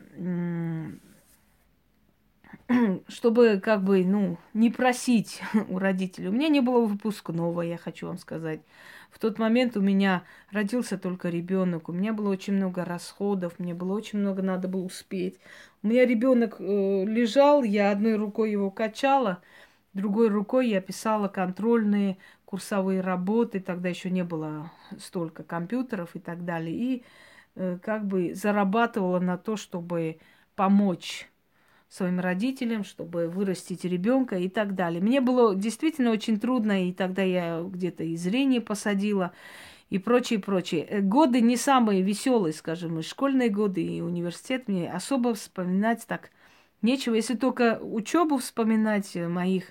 Speaker 1: как бы, не просить у родителей. У меня не было выпускного, я хочу вам сказать. В тот момент у меня родился только ребенок, у меня было очень много расходов, мне было очень много надо было успеть. У меня ребенок лежал, я одной рукой его качала, другой рукой я писала контрольные курсовые работы, тогда еще не было столько компьютеров и так далее. И как бы зарабатывала на то, чтобы помочь своим родителям, чтобы вырастить ребенка и так далее. Мне было действительно очень трудно, и тогда я где-то и зрение посадила, и прочее, прочее. Годы не самые веселые, скажем, и школьные годы, и университет мне особо вспоминать так нечего, если только учебу вспоминать, моих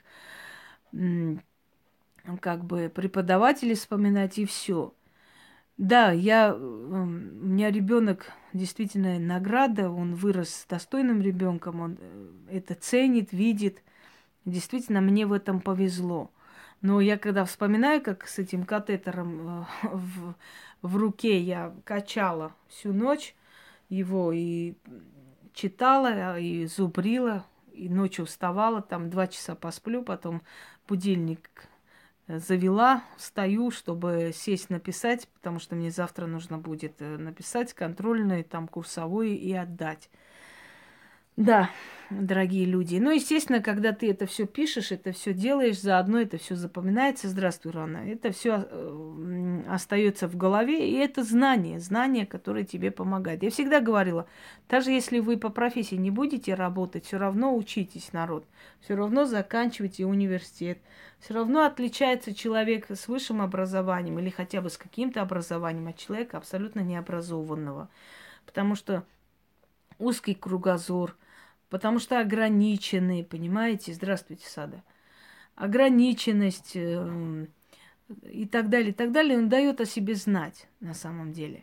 Speaker 1: как бы преподавателей вспоминать, и все. Да, у меня ребенок действительно награда, он вырос достойным ребенком, он это ценит, видит. Действительно, мне в этом повезло. Но я когда вспоминаю, как с этим катетером в руке я качала всю ночь его и читала, и зубрила, и ночью вставала, там 2 часа посплю, потом будильник завела, встаю, чтобы сесть написать, потому что мне завтра нужно будет написать контрольные, там курсовую и отдать. Да, дорогие люди. Ну, естественно, когда ты это все пишешь, это все делаешь, заодно это все запоминается. Здравствуй, Рана. Это все остается в голове, и это знание, которое тебе помогает. Я всегда говорила, даже если вы по профессии не будете работать, все равно учитесь, народ. Все равно заканчивайте университет. Все равно отличается человек с высшим образованием или хотя бы с каким-то образованием от человека абсолютно необразованного. Потому что узкий кругозор, потому что ограниченные, понимаете? Здравствуйте, Сада. Ограниченность и так далее, он дает о себе знать на самом деле.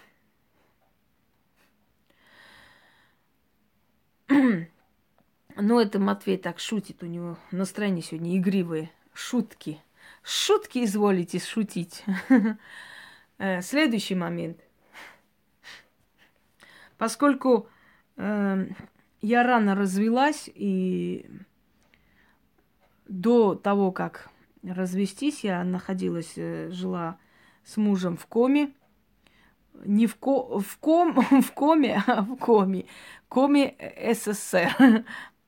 Speaker 1: Ну, это Матвей так шутит, у него настроение сегодня игривые. Шутки. Шутки изволите шутить. Следующий момент. Поскольку я рано развелась, и до того, как развестись, я находилась, жила с мужем в коме. Не в коме, а в коме. Коме СССР.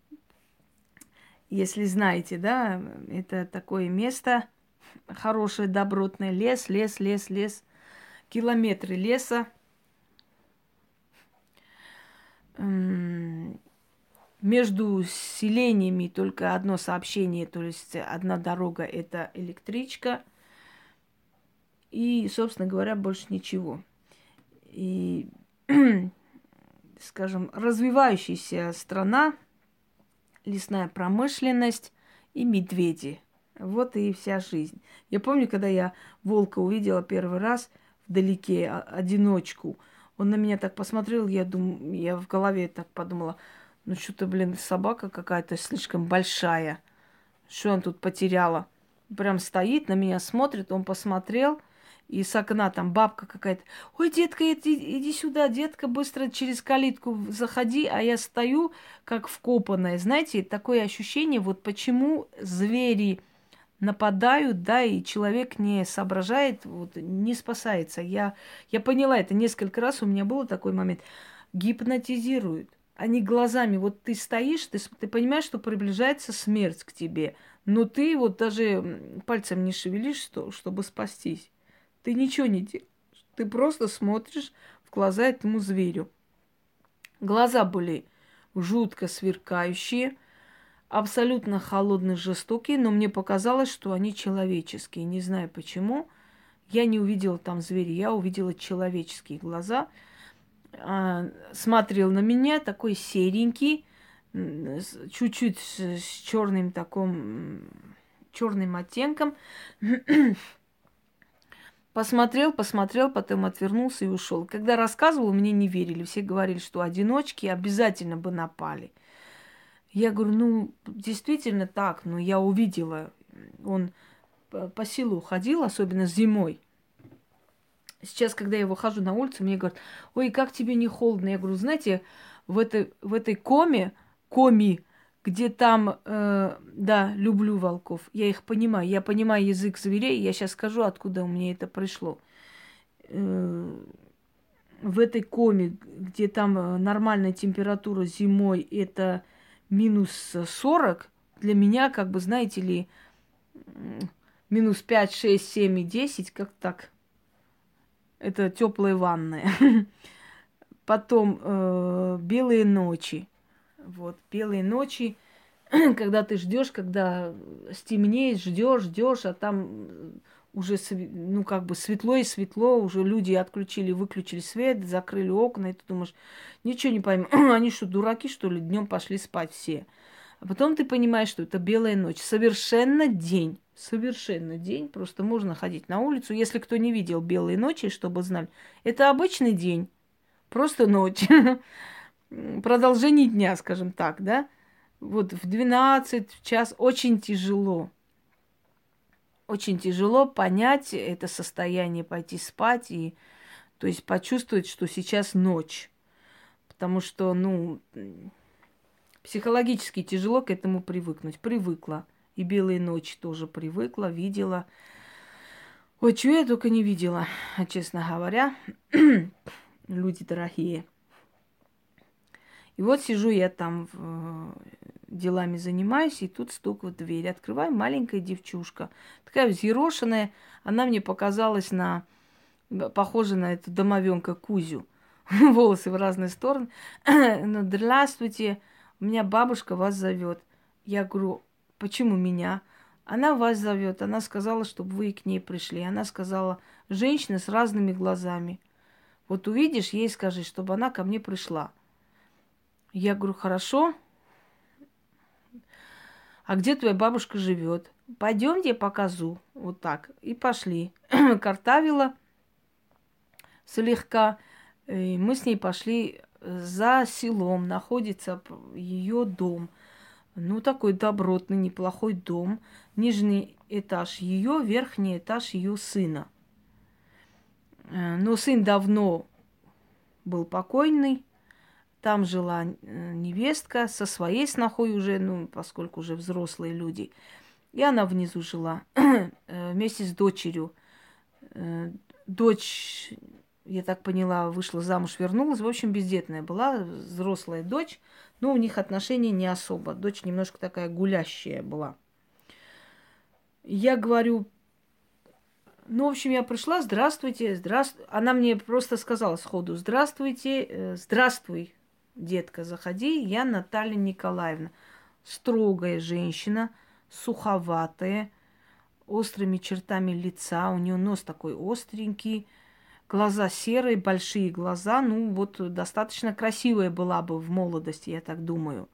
Speaker 1: Если знаете, да, это такое место хорошее, добротное. Лес. Километры леса. Между селениями только одно сообщение, то есть одна дорога – это электричка. И, собственно говоря, больше ничего. И, скажем, развивающаяся страна, лесная промышленность и медведи. Вот и вся жизнь. Я помню, когда я волка увидела первый раз вдалеке, одиночку, он на меня так посмотрел, я в голове так подумала, ну что-то, блин, собака какая-то слишком большая. Что он тут потеряла? Прям стоит, на меня смотрит, он посмотрел, и с окна там бабка какая-то. Ой, детка, иди сюда, детка, быстро через калитку заходи, а я стою как вкопанная. Знаете, такое ощущение, вот почему звери нападают, да, и человек не соображает, вот, не спасается. Я поняла это несколько раз, у меня был такой момент. Гипнотизируют. Они глазами, вот ты стоишь, ты понимаешь, что приближается смерть к тебе, но ты вот даже пальцем не шевелишь, чтобы спастись. Ты ничего не делаешь. Ты просто смотришь в глаза этому зверю. Глаза были жутко сверкающие, абсолютно холодные, жестокие, но мне показалось, что они человеческие. Не знаю почему. Я не увидела там зверя, я увидела человеческие глаза. Смотрел на меня, такой серенький, чуть-чуть с черным черным оттенком. Посмотрел, потом отвернулся и ушел. Когда рассказывал, мне не верили. Все говорили, что одиночки обязательно бы напали. Я говорю, ну, действительно так, но я увидела. Он по селу ходил, особенно зимой. Сейчас, когда я выхожу на улицу, мне говорят, ой, как тебе не холодно? Я говорю, знаете, в этой коми, где там, да, люблю волков, я их понимаю, я понимаю язык зверей, я сейчас скажу, откуда у меня это пришло. В этой коме, где там нормальная температура зимой, это минус 40, для меня, как бы, знаете ли, минус 5, 6, 7 и 10, как так. Это теплая ванная. Потом белые ночи. Вот, белые ночи, когда ты ждешь, когда стемнеет, ждешь, а там уже, ну, как бы светло и светло, уже люди отключили, выключили свет, закрыли окна, и ты думаешь, ничего не пойму, они что, дураки, что ли, днем пошли спать все. А потом ты понимаешь, что это белая ночь, совершенно день, просто можно ходить на улицу. Если кто не видел белые ночи, чтобы знали, это обычный день, просто ночь. Продолжение дня, скажем так, да? Вот в 12, в час очень тяжело. очень тяжело понять это состояние, пойти спать и, то есть, почувствовать, что сейчас ночь. Потому что, ну, психологически тяжело к этому привыкнуть. Привыкла. И белые ночи тоже привыкла, видела. Ой, чего я только не видела, честно говоря. Люди дорогие. И вот сижу я там, делами занимаюсь, и тут стук в дверь. Открываю, маленькая девчушка. Такая взъерошенная. Она мне показалась похожа на эту домовенка Кузю. Волосы в разные стороны. Ну, здравствуйте, у меня бабушка вас зовет. Я говорю, почему меня? Она вас зовет. Она сказала, чтобы вы к ней пришли. Она сказала, женщина с разными глазами. Вот увидишь, ей скажи, чтобы она ко мне пришла. Я говорю, хорошо. А где твоя бабушка живет? Пойдемте, я покажу. Вот так. И пошли. Картавила слегка. И мы с ней пошли за селом. Находится ее дом. Ну, такой добротный, неплохой дом. Нижний этаж ее, верхний этаж ее сына. Но сын давно был покойный. Там жила невестка со своей снохой уже, ну, поскольку уже взрослые люди. И она внизу жила вместе с дочерью. Дочь, я так поняла, вышла замуж, вернулась. В общем, бездетная была, взрослая дочь. Но у них отношения не особо. Дочь немножко такая гулящая была. Я говорю, ну, в общем, я пришла, здравствуйте, здравствуйте. Она мне просто сказала сходу, здравствуйте, здравствуй, детка, заходи. Я Наталья Николаевна. Строгая женщина, суховатая, острыми чертами лица. У нее нос такой остренький, глаза серые, большие глаза. Ну, вот достаточно красивая была бы в молодости, я так думаю.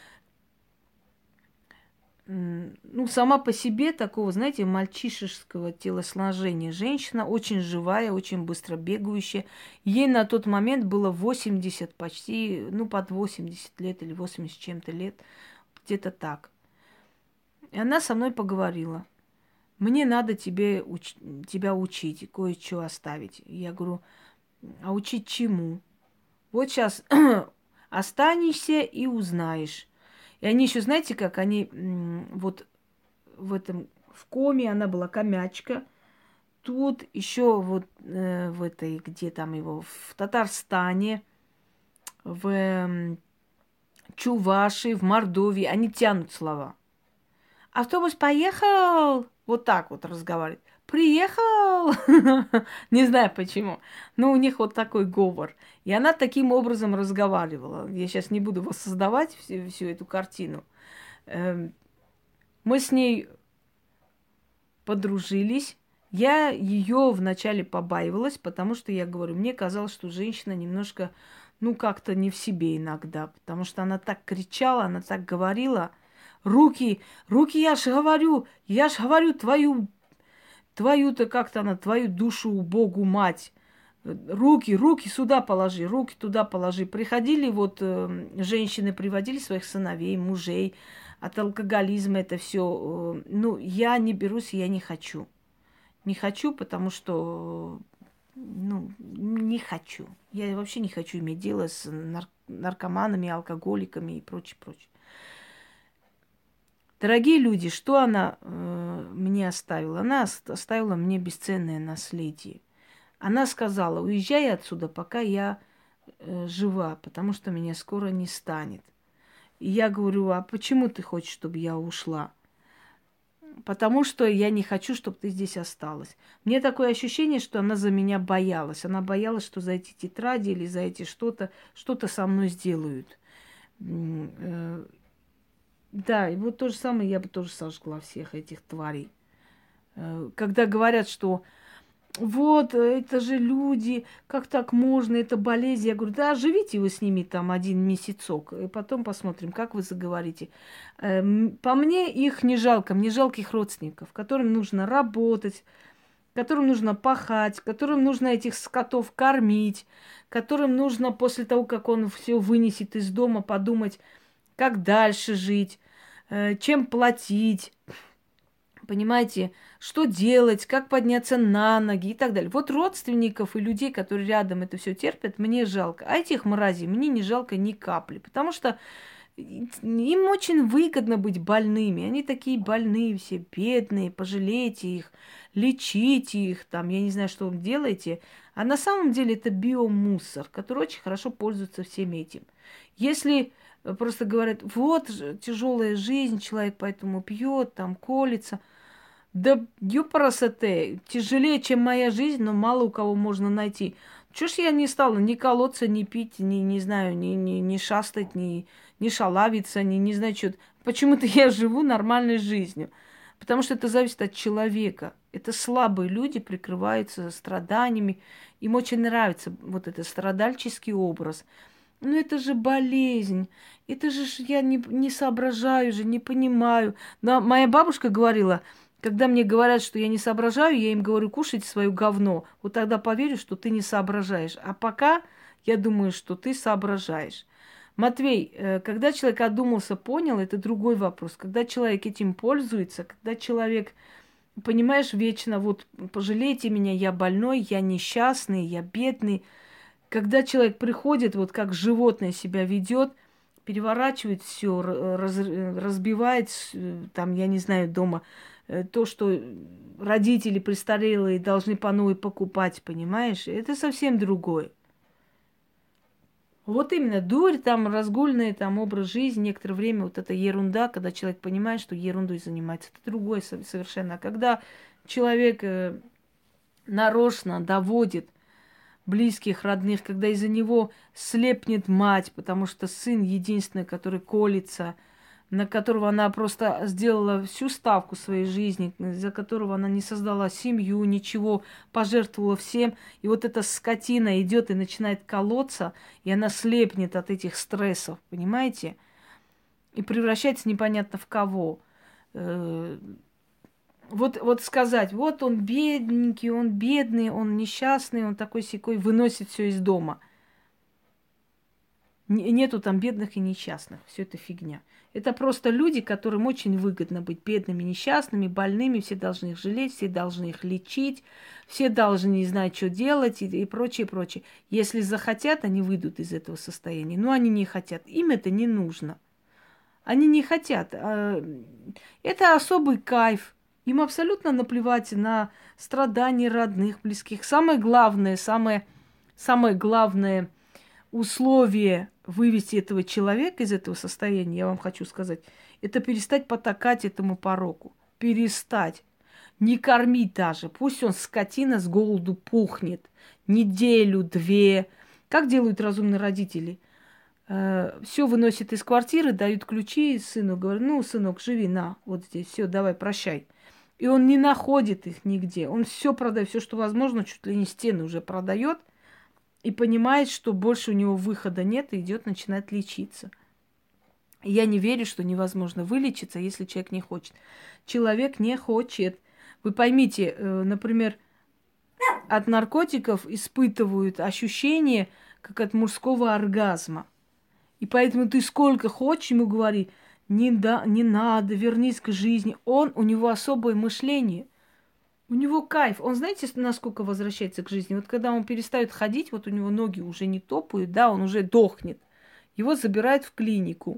Speaker 1: Ну, сама по себе такого, знаете, мальчишеского телосложения. Женщина очень живая, очень быстро бегающая. Ей на тот момент было 80 почти, ну, под 80 лет или 80 чем-то лет, где-то так. И она со мной поговорила. Мне надо тебя учить, кое-что оставить. Я говорю, а учить чему? Вот сейчас останешься и узнаешь. И они еще, знаете, как они вот в коме она была комячка. Тут еще вот в этой, где там его, в Татарстане, в Чувашии, в Мордовии, они тянут слова. Автобус поехал! Вот так вот разговаривает. Приехал! Не знаю почему. Но у них вот такой говор. И она таким образом разговаривала. Я сейчас не буду воссоздавать всю эту картину. Мы с ней подружились. Я ее вначале побаивалась, потому что, я говорю, мне казалось, что женщина немножко, ну, как-то не в себе иногда. Потому что она так кричала, она так говорила. Руки, я ж говорю, твою-то как-то она, твою душу Богу мать. Руки сюда положи, руки туда положи. Приходили вот женщины, приводили своих сыновей, мужей. От алкоголизма это все. Ну, я не берусь, я не хочу. Не хочу, потому что, ну, не хочу. Я вообще не хочу иметь дело с наркоманами, алкоголиками и прочее, прочее. Дорогие люди, что она мне оставила? Она оставила мне бесценное наследие. Она сказала, уезжай отсюда, пока я жива, потому что меня скоро не станет. И я говорю, а почему ты хочешь, чтобы я ушла? Потому что я не хочу, чтобы ты здесь осталась. Мне такое ощущение, что она за меня боялась. Она боялась, что за эти тетради или за эти что-то со мной сделают. Да, и вот то же самое я бы тоже сожгла всех этих тварей. Когда говорят, что вот, это же люди, как так можно, это болезнь. Я говорю, да, живите вы с ними там один месяцок, и потом посмотрим, как вы заговорите. По мне их не жалко, мне жалко их родственников, которым нужно работать, которым нужно пахать, которым нужно этих скотов кормить, которым нужно после того, как он все вынесет из дома, подумать, как дальше жить, чем платить. Понимаете, что делать, как подняться на ноги и так далее. Вот родственников и людей, которые рядом это все терпят, мне жалко. А этих мразей мне не жалко ни капли, потому что им очень выгодно быть больными. Они такие больные все, бедные, пожалейте их, лечите их, там, я не знаю, что вы делаете. А на самом деле это биомусор, который очень хорошо пользуется всем этим. Если просто говорят, вот тяжелая жизнь, человек поэтому пьет, там колется. Да ёпарасоте, тяжелее, чем моя жизнь, но мало у кого можно найти. Чё ж я не стала ни колоться, ни пить, ни, не знаю, ни шастать, ни шалавиться, не знаю, что. Почему-то я живу нормальной жизнью. Потому что это зависит от человека. Это слабые люди прикрываются страданиями. Им очень нравится вот этот страдальческий образ. Но это же болезнь. Это же я не соображаю же, не понимаю. Но моя бабушка говорила, когда мне говорят, что я не соображаю, я им говорю, кушайте свое говно. Вот тогда поверю, что ты не соображаешь. А пока я думаю, что ты соображаешь. Матвей, когда человек одумался, понял, это другой вопрос. Когда человек этим пользуется, когда человек, понимаешь, вечно, вот пожалейте меня, я больной, я несчастный, я бедный. Когда человек приходит, вот как животное себя ведет, переворачивает все, разбивает, там, я не знаю, дома то, что родители престарелые должны по новой покупать, понимаешь? Это совсем другое. Вот именно дурь, там, разгульный там, образ жизни, некоторое время вот эта ерунда, когда человек понимает, что ерундой занимается, это другое совершенно. А когда человек нарочно доводит близких, родных, когда из-за него слепнет мать, потому что сын единственный, который колется, на которого она просто сделала всю ставку своей жизни, за которого она не создала семью, ничего, пожертвовала всем. И вот эта скотина идет и начинает колоться, и она слепнет от этих стрессов, понимаете? И превращается непонятно в кого. Вот сказать, вот он бедненький, он бедный, он несчастный, он такой-сякой, выносит все из дома. Нету там бедных и несчастных. Все это фигня. Это просто люди, которым очень выгодно быть бедными, несчастными, больными. Все должны их жалеть, все должны их лечить, все должны не знать, что делать и прочее, прочее. Если захотят, они выйдут из этого состояния. Но они не хотят. Им это не нужно. Они не хотят. Это особый кайф. Им абсолютно наплевать на страдания родных, близких. Самое главное условие вывести этого человека из этого состояния, я вам хочу сказать, это перестать потакать этому пороку. Перестать. Не кормить даже. Пусть он, скотина, с голоду пухнет. Неделю, две. Как делают разумные родители? Все выносят из квартиры, дают ключи сыну, говорят, ну, сынок, живи, на, вот здесь, все, давай, прощай. И он не находит их нигде. Он все продает, все, что возможно, чуть ли не стены уже продает, и понимает, что больше у него выхода нет, и идет, начинает лечиться. И я не верю, что невозможно вылечиться, если человек не хочет. Человек не хочет. Вы поймите, например, от наркотиков испытывают ощущение, как от мужского оргазма. И поэтому ты сколько хочешь ему говори, не надо, вернись к жизни. У него особое мышление. У него кайф. Он, знаете, насколько возвращается к жизни? Вот когда он перестает ходить, вот у него ноги уже не топают, да, он уже дохнет. Его забирают в клинику.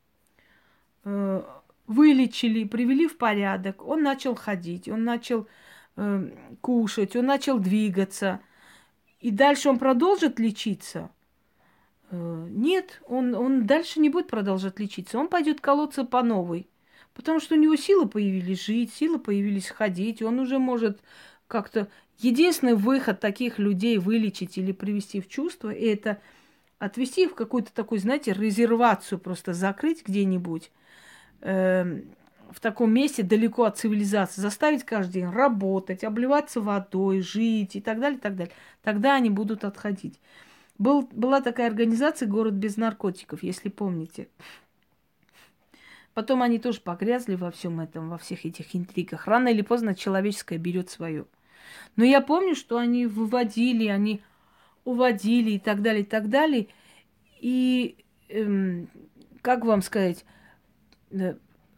Speaker 1: Вылечили, привели в порядок. Он начал ходить, он начал кушать, он начал двигаться. И дальше он продолжит лечиться? Нет, он дальше не будет продолжать лечиться. Он пойдет колоться по новой. Потому что у него силы появились жить, силы появились ходить. Он уже может как-то... Единственный выход таких людей вылечить или привести в чувство, это отвести их в какую-то такую, знаете, резервацию, просто закрыть где-нибудь, в таком месте далеко от цивилизации, заставить каждый день работать, обливаться водой, жить и так далее, и так далее. Тогда они будут отходить. Была такая организация «Город без наркотиков», если помните. Потом они тоже погрязли во всем этом, во всех этих интригах. Рано или поздно человеческое берет свое. Но я помню, что они выводили, они уводили и так далее, и так далее. И, как вам сказать,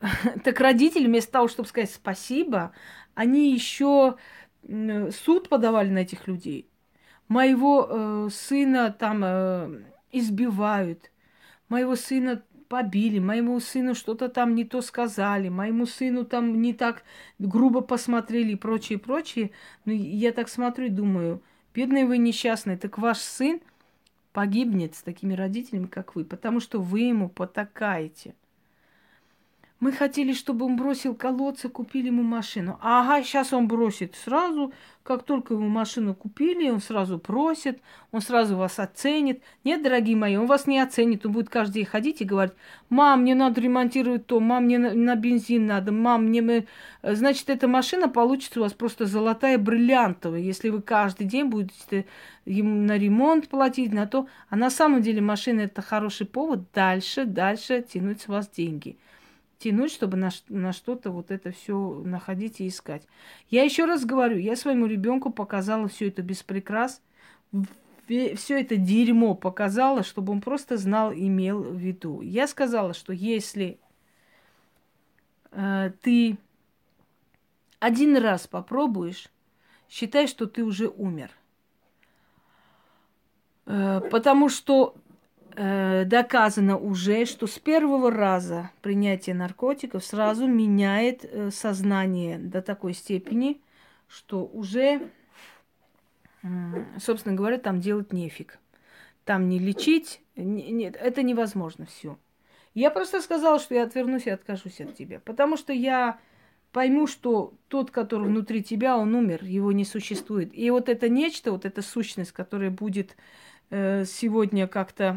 Speaker 1: Так родители вместо того, чтобы сказать спасибо, они еще суд подавали на этих людей. Моего сына там избивают, моего сына побили, моему сыну что-то там не то сказали, моему сыну там не так грубо посмотрели и прочее, прочее. Ну, я так смотрю и думаю, бедные вы несчастные, так ваш сын погибнет с такими родителями, как вы, потому что вы ему потакаете. Мы хотели, чтобы он бросил колодцы, купили ему машину. Ага, сейчас он бросит сразу. Как только ему машину купили, он сразу просит, он сразу вас оценит. Нет, дорогие мои, он вас не оценит. Он будет каждый день ходить и говорить: мам, мне надо ремонтировать то, мам, мне на бензин надо, мам, мне... Значит, эта машина получится у вас просто золотая, бриллиантовая, если вы каждый день будете ему на ремонт платить, на то. А на самом деле машина – это хороший повод дальше тянуть с вас деньги. Тянуть, чтобы на что-то вот это все находить и искать. Я еще раз говорю, я своему ребенку показала все это без прикрас, все это дерьмо показала, чтобы он просто знал, имел в виду. Я сказала, что если ты один раз попробуешь, считай, что ты уже умер. Потому что доказано уже, что с первого раза принятие наркотиков сразу меняет сознание до такой степени, что уже, собственно говоря, там делать нефиг. Там не лечить, нет, это невозможно все. Я просто сказала, что я отвернусь и откажусь от тебя, потому что я пойму, что тот, который внутри тебя, он умер, его не существует. И вот это нечто, вот эта сущность, которая будет сегодня как-то...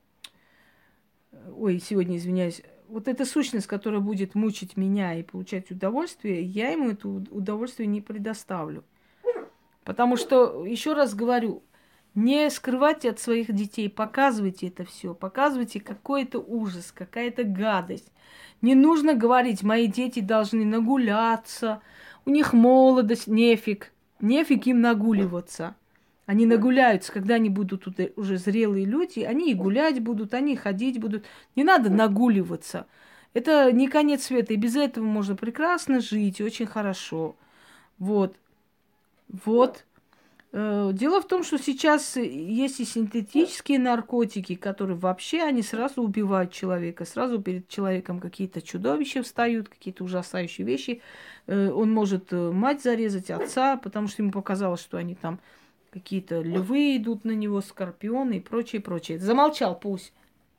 Speaker 1: Ой, сегодня, извиняюсь. Вот эта сущность, которая будет мучить меня и получать удовольствие, я ему это удовольствие не предоставлю. Потому что, еще раз говорю, не скрывайте от своих детей, показывайте это все, показывайте какой-то ужас, какая-то гадость. Не нужно говорить, мои дети должны нагуляться, у них молодость, нефиг им нагуливаться. Они нагуляются, когда они будут уже зрелые люди, они и гулять будут, они и ходить будут. Не надо нагуливаться. Это не конец света, и без этого можно прекрасно жить, очень хорошо. Вот. Дело в том, что сейчас есть и синтетические наркотики, которые вообще, они сразу убивают человека, сразу перед человеком какие-то чудовища встают, какие-то ужасающие вещи. Он может мать зарезать, отца, потому что ему показалось, что они там... Какие-то львы идут на него, скорпионы и прочее, прочее. Замолчал, пусть.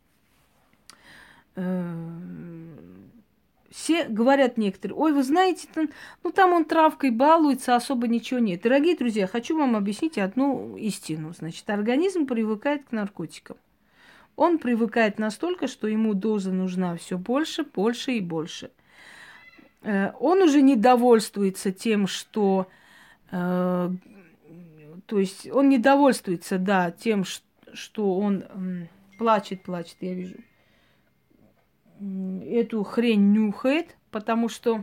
Speaker 1: Все говорят некоторые: ой, вы знаете, там он травкой балуется, особо ничего нет. Дорогие друзья, хочу вам объяснить одну истину. Значит, организм привыкает к наркотикам. Он привыкает настолько, что ему доза нужна все больше, больше и больше. Он уже не довольствуется тем, что... То есть он не довольствуется, да, тем, что он плачет, я вижу. Эту хрень нюхает, потому что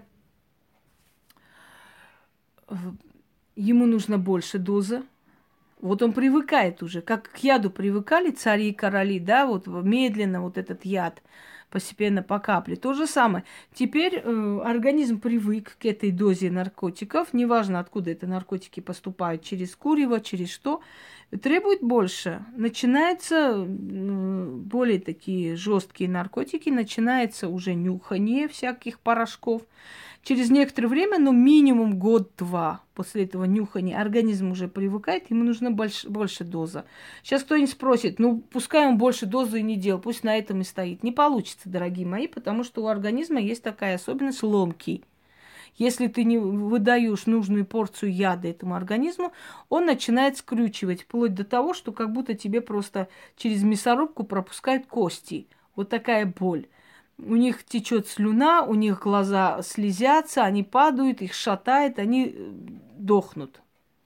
Speaker 1: ему нужно больше дозы. Вот он привыкает уже, как к яду привыкали цари и короли, да, вот медленно вот этот яд постепенно по капле. То же самое. Теперь организм привык к этой дозе наркотиков, неважно, откуда это наркотики поступают, через курево, через что, требует больше. Начинаются более такие жесткие наркотики, начинается уже нюхание всяких порошков. Через некоторое время, ну, минимум год-два после этого нюхания, организм уже привыкает, ему нужна больше доза. Сейчас кто-нибудь спросит, ну, пускай он больше дозы и не делал, пусть на этом и стоит. Не получится, дорогие мои, потому что у организма есть такая особенность — ломкий. Если ты не выдаешь нужную порцию яда этому организму, он начинает скручивать, вплоть до того, что как будто тебе просто через мясорубку пропускают кости. Вот такая боль. У них течет слюна, у них глаза слезятся, они падают, их шатает, они дохнут.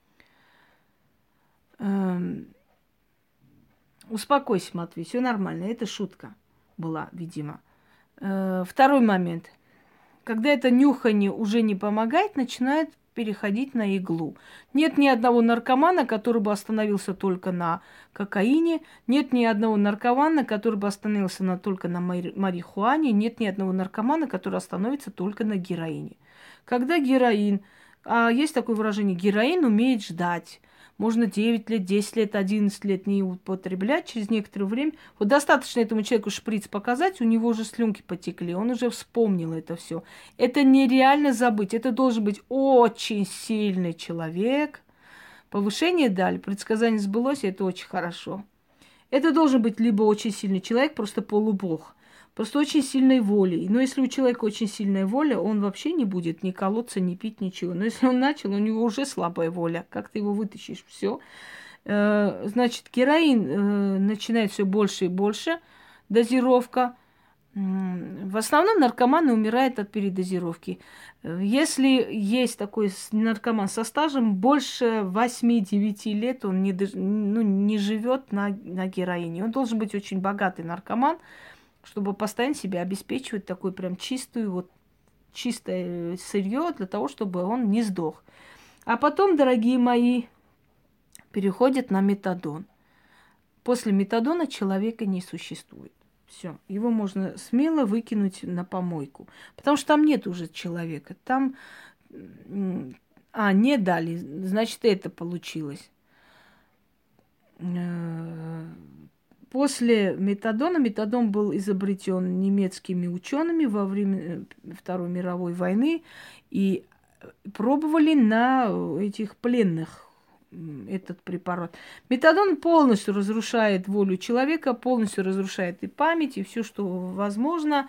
Speaker 1: Успокойся, Матвей, все нормально. Это шутка была, видимо. Второй момент. Когда это нюхание уже не помогает, начинает переходить на иглу. Нет ни одного наркомана, который бы остановился только на кокаине. Нет ни одного наркомана, который бы остановился только на марихуане. Нет ни одного наркомана, который остановится только на героине. Когда героин, есть такое выражение, героин умеет ждать. Можно 9 лет, 10 лет, 11 лет не употреблять, через некоторое время. Вот достаточно этому человеку шприц показать, у него уже слюнки потекли, он уже вспомнил это все. Это нереально забыть, это должен быть очень сильный человек. Повышение дали, предсказание сбылось, это очень хорошо. Это должен быть либо очень сильный человек, просто полубог, просто очень сильной волей. Но если у человека очень сильная воля, он вообще не будет ни колоться, ни пить, ничего. Но если он начал, у него уже слабая воля. Как ты его вытащишь? Все. Значит, героин начинает все больше и больше. Дозировка. В основном наркоманы умирают от передозировки. Если есть такой наркоман со стажем, больше 8-9 лет он не живет на героине. Он должен быть очень богатый наркоман, чтобы постоянно себя обеспечивать такой прям чистое сырье для того, чтобы он не сдох. А потом, дорогие мои, переходят на метадон. После метадона человека не существует. Все, его можно смело выкинуть на помойку, потому что там нет уже человека. Там, не дали, значит, это получилось. После метадона, метадон был изобретен немецкими учеными во время Второй мировой войны и пробовали на этих пленных этот препарат. Метадон полностью разрушает волю человека, полностью разрушает и память, и все, что возможно.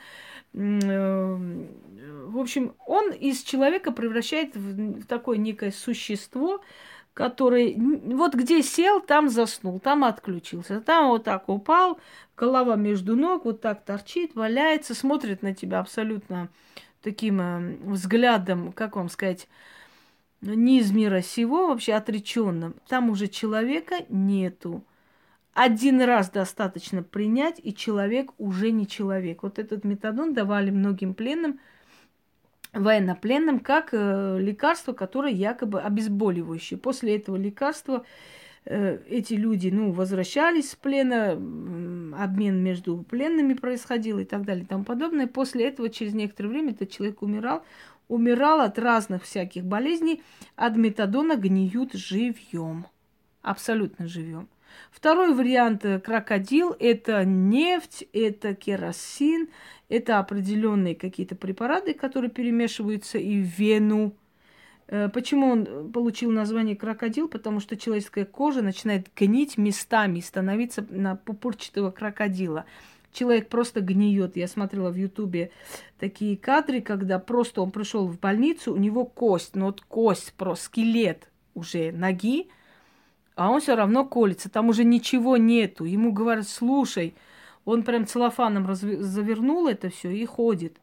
Speaker 1: В общем, он из человека превращает в такое некое существо, который вот где сел, там заснул, там отключился, там вот так упал, голова между ног, вот так торчит, валяется, смотрит на тебя абсолютно таким взглядом, как вам сказать, не из мира сего, вообще отреченным. Там уже человека нету. Один раз достаточно принять, и человек уже не человек. Вот этот метадон давали многим пленным, военнопленным, как лекарство, которое якобы обезболивающее. После этого лекарства эти люди, возвращались с плена, обмен между пленными происходил и так далее и тому подобное. После этого, через некоторое время, этот человек умирал от разных всяких болезней, от метадона гниют живьем. Абсолютно живьем. Второй вариант крокодил – это нефть, это керосин, это определенные какие-то препараты, которые перемешиваются и в вену. Почему он получил название крокодил? Потому что человеческая кожа начинает гнить местами, становиться на пупырчатого крокодила. Человек просто гниет. Я смотрела в Ютубе такие кадры, когда просто он пришел в больницу, у него кость, кость, просто скелет уже ноги, а он все равно колется, там уже ничего нету. Ему говорят, слушай, он прям целлофаном завернул это все и ходит.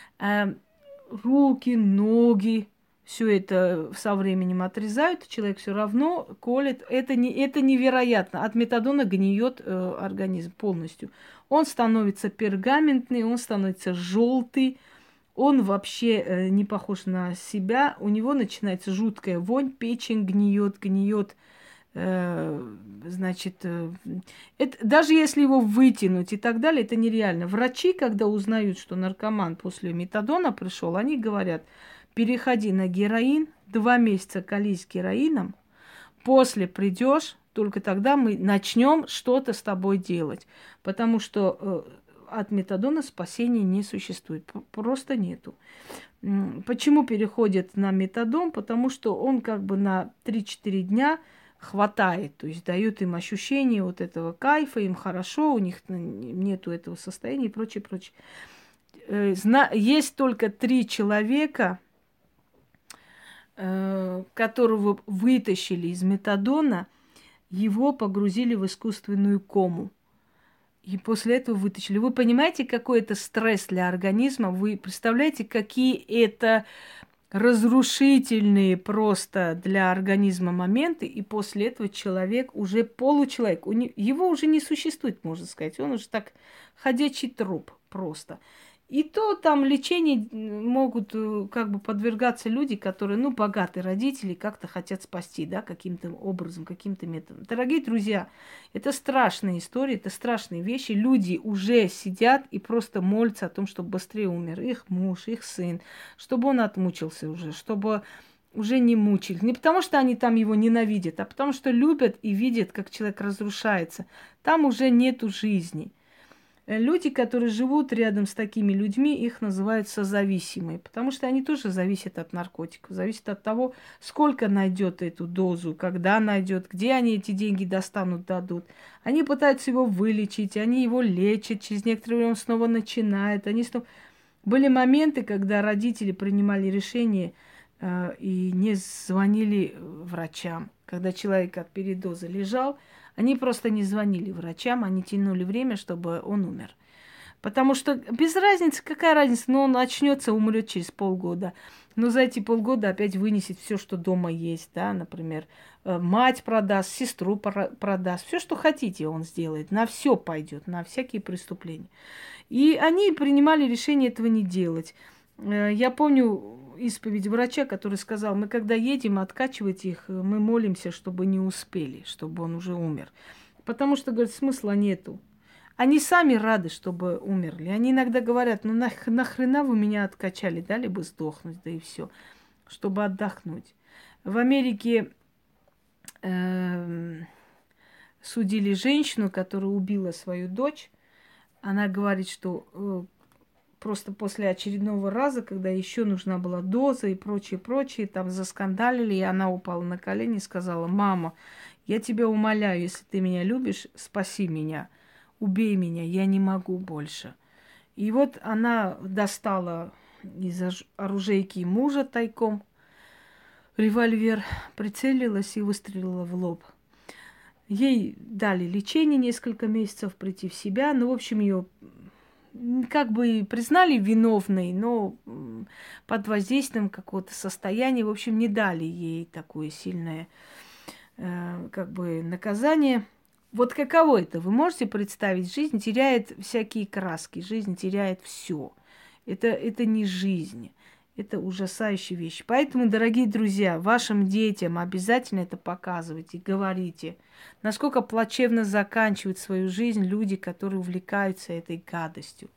Speaker 1: Руки, ноги, все это со временем отрезают, человек все равно колет. Это невероятно. От метадона гниет организм полностью. Он становится пергаментный, он становится желтый, он вообще не похож на себя. У него начинается жуткая вонь, печень гниет. Даже если его вытянуть и так далее, это нереально. Врачи, когда узнают, что наркоман после метадона пришел, они говорят, переходи на героин, 2 месяца колись героином, после придешь, только тогда мы начнем что-то с тобой делать. Потому что от метадона спасения не существует. Просто нету. Почему переходят на метадон? Потому что он как бы на 3-4 дня хватает, то есть дает им ощущение вот этого кайфа, им хорошо, у них нету этого состояния и прочее. Есть только 3 человека, которого вытащили из метадона, его погрузили в искусственную кому. И после этого вытащили. Вы понимаете, какой это стресс для организма? Вы представляете, какие это разрушительные просто для организма моменты, и после этого человек уже получеловек. Его уже не существует, можно сказать. Он уже так ходячий труп просто. И то там лечение могут как бы подвергаться люди, которые, ну, богатые родители, как-то хотят спасти, да, каким-то образом, каким-то методом. Дорогие друзья, это страшная история, это страшные вещи. Люди уже сидят и просто молятся о том, чтобы быстрее умер их муж, их сын, чтобы он отмучился уже, чтобы уже не мучили. Не потому, что они там его ненавидят, а потому, что любят и видят, как человек разрушается. Там уже нету жизни. Люди, которые живут рядом с такими людьми, их называют созависимые, потому что они тоже зависят от наркотиков, зависят от того, сколько найдет эту дозу, когда найдет, где они эти деньги достанут, дадут. Они пытаются его вылечить, они его лечат, через некоторое время он снова начинает. Были моменты, когда родители принимали решение и не звонили врачам. Когда человек от передоза лежал, они просто не звонили врачам, они тянули время, чтобы он умер. Потому что без разницы, какая разница, но он очнется, умрет через полгода. Но за эти полгода опять вынесет все, что дома есть, да, например, мать продаст, сестру продаст, все, что хотите, он сделает, на все пойдет, на всякие преступления. И они принимали решение этого не делать. Я помню исповедь врача, который сказал, мы когда едем откачивать их, мы молимся, чтобы не успели, чтобы он уже умер. Потому что, говорит, смысла нету. Они сами рады, чтобы умерли. Они иногда говорят, ну нахрена вы меня откачали, дали бы сдохнуть, да и все, чтобы отдохнуть. В Америке судили женщину, которая убила свою дочь. Она говорит, что просто после очередного раза, когда еще нужна была доза и прочее, там заскандалили, и она упала на колени и сказала, мама, я тебя умоляю, если ты меня любишь, спаси меня, убей меня, я не могу больше. И вот она достала из оружейки мужа тайком револьвер, прицелилась и выстрелила в лоб. Ей дали лечение несколько месяцев, прийти в себя, ну, в общем, ее как бы признали виновной, но под воздействием какого-то состояния, в общем, не дали ей такое сильное как бы наказание. Вот каково это? Вы можете представить? Жизнь теряет всякие краски, жизнь теряет все. Это не жизнь. Это ужасающая вещь. Поэтому, дорогие друзья, вашим детям обязательно это показывайте, говорите, насколько плачевно заканчивают свою жизнь люди, которые увлекаются этой гадостью.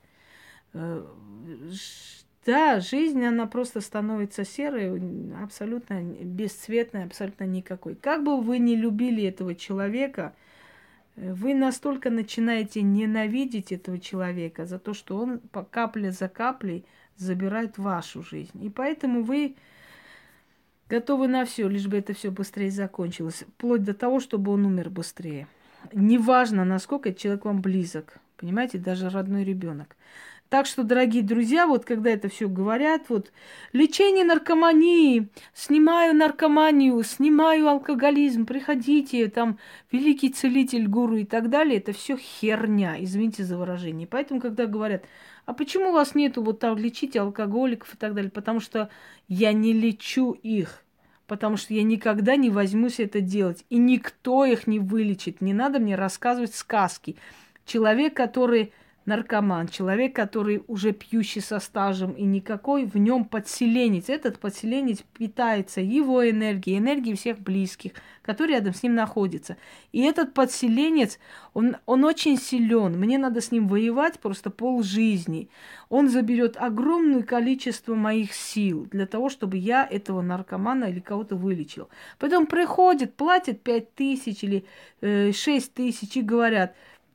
Speaker 1: Да, жизнь, она просто становится серой, абсолютно бесцветной, абсолютно никакой. Как бы вы ни любили этого человека, вы настолько начинаете ненавидеть этого человека за то, что он капля за каплей забирает вашу жизнь. И поэтому вы готовы на все, лишь бы это все быстрее закончилось, вплоть до того, чтобы он умер быстрее. Неважно, насколько этот человек вам близок, понимаете, даже родной ребенок. Так что, дорогие друзья, вот когда это все говорят, вот лечение наркомании, снимаю наркоманию, снимаю алкоголизм, приходите, там великий целитель, гуру и так далее, это все херня, извините за выражение. Поэтому, когда говорят, а почему у вас нету вот там лечите алкоголиков и так далее, потому что я не лечу их, потому что я никогда не возьмусь это делать, и никто их не вылечит. Не надо мне рассказывать сказки. Человек, который наркоман, человек, который уже пьющий со стажем и никакой, в нем подселенец. Этот подселенец питается его энергией, энергией всех близких, которые рядом с ним находятся. И этот подселенец, он очень силен. Мне надо с ним воевать просто полжизни. Он заберет огромное количество моих сил для того, чтобы я этого наркомана или кого-то вылечил. Потом приходят, платят 5000 или 6000 и говорят,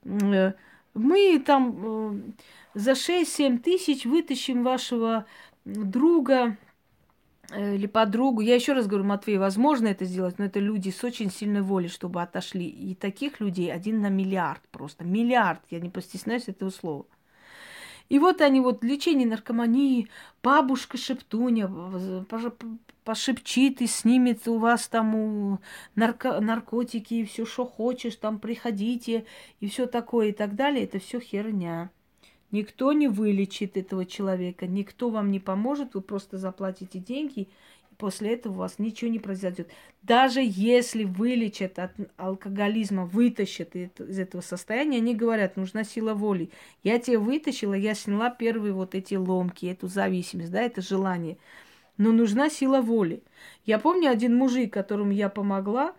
Speaker 1: мы там за 6-7 тысяч вытащим вашего друга или подругу. Я еще раз говорю, Матвей, возможно это сделать, но это люди с очень сильной волей, чтобы отошли. И таких людей 1 на миллиард просто. Миллиард, я не постесняюсь этого слова. И вот они, вот лечение наркомании, бабушка Шептуня пошепчит и снимет у вас там наркотики, и все, что хочешь, там приходите, и все такое, и так далее. Это все херня. Никто не вылечит этого человека, никто вам не поможет, вы просто заплатите деньги и после этого у вас ничего не произойдет. Даже если вылечат от алкоголизма, вытащат из этого состояния, они говорят, нужна сила воли. Я тебя вытащила, я сняла первые вот эти ломки, эту зависимость, да, это желание. Но нужна сила воли. Я помню один мужик, которому я помогла,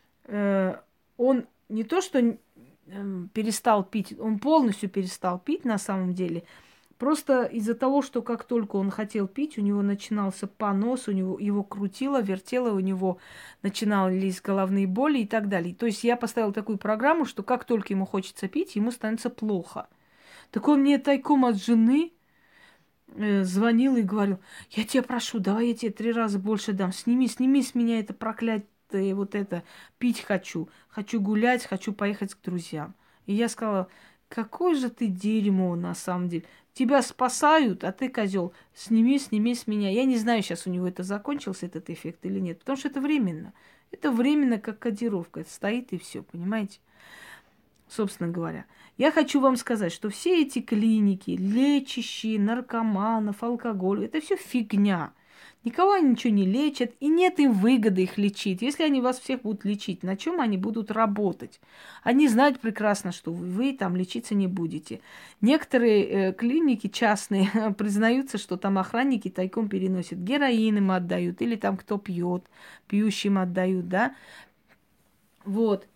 Speaker 1: он не то что перестал пить, он полностью перестал пить на самом деле. Просто из-за того, что как только он хотел пить, у него начинался понос, у него его крутило, вертело, у него начинались головные боли и так далее. То есть я поставила такую программу, что как только ему хочется пить, ему становится плохо. Так он мне тайком от жены звонил и говорил: я тебя прошу, давай я тебе 3 раза больше дам, сними с меня это проклятое, вот это, пить хочу, хочу гулять, хочу поехать к друзьям. И я сказала: какой же ты дерьмо на самом деле. Тебя спасают, а ты, козел, сними с меня. Я не знаю, сейчас у него это закончился, этот эффект или нет, потому что это временно. Это временно, как кодировка. Это стоит и все, понимаете? Собственно говоря. Я хочу вам сказать, что все эти клиники, лечащие наркоманов, алкоголь, это все фигня. Никого они ничего не лечат, и нет им выгоды их лечить. Если они вас всех будут лечить, на чем они будут работать? Они знают прекрасно, что вы там лечиться не будете. Некоторые клиники частные признаются, что там охранники тайком переносят. Героин им отдают, или там кто пьет, пьющим отдают, да? Вот.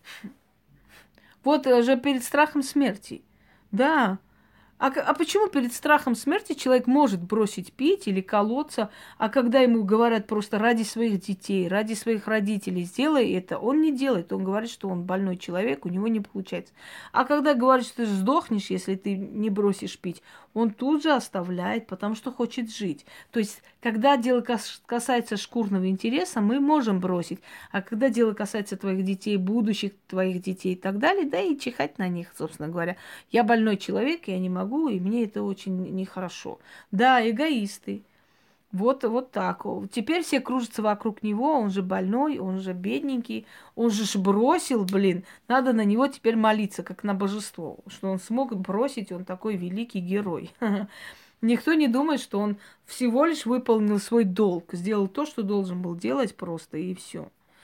Speaker 1: Вот же перед страхом смерти. Да. А почему перед страхом смерти человек может бросить пить или колоться, а когда ему говорят просто ради своих детей, ради своих родителей, сделай это, он не делает. Он говорит, что он больной человек, у него не получается. А когда говорит, что ты сдохнешь, если ты не бросишь пить, он тут же оставляет, потому что хочет жить. То есть, когда дело касается шкурного интереса, мы можем бросить. А когда дело касается твоих детей, будущих твоих детей и так далее, да и чихать на них, собственно говоря. Я больной человек, я не могу, и мне это очень нехорошо. Да, эгоисты. Вот так. Теперь все кружатся вокруг него, он же больной, он же бедненький, он же бросил, блин. Надо на него теперь молиться, как на божество, что он смог бросить, он такой великий герой. Никто не думает, что он всего лишь выполнил свой долг, сделал то, что должен был делать просто, и все.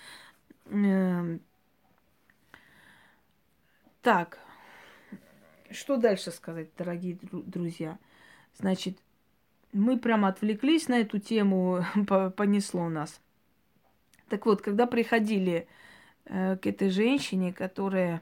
Speaker 1: Так, что дальше сказать, дорогие друзья? Значит, мы прямо отвлеклись на эту тему, понесло нас. Так вот, когда приходили к этой женщине, которая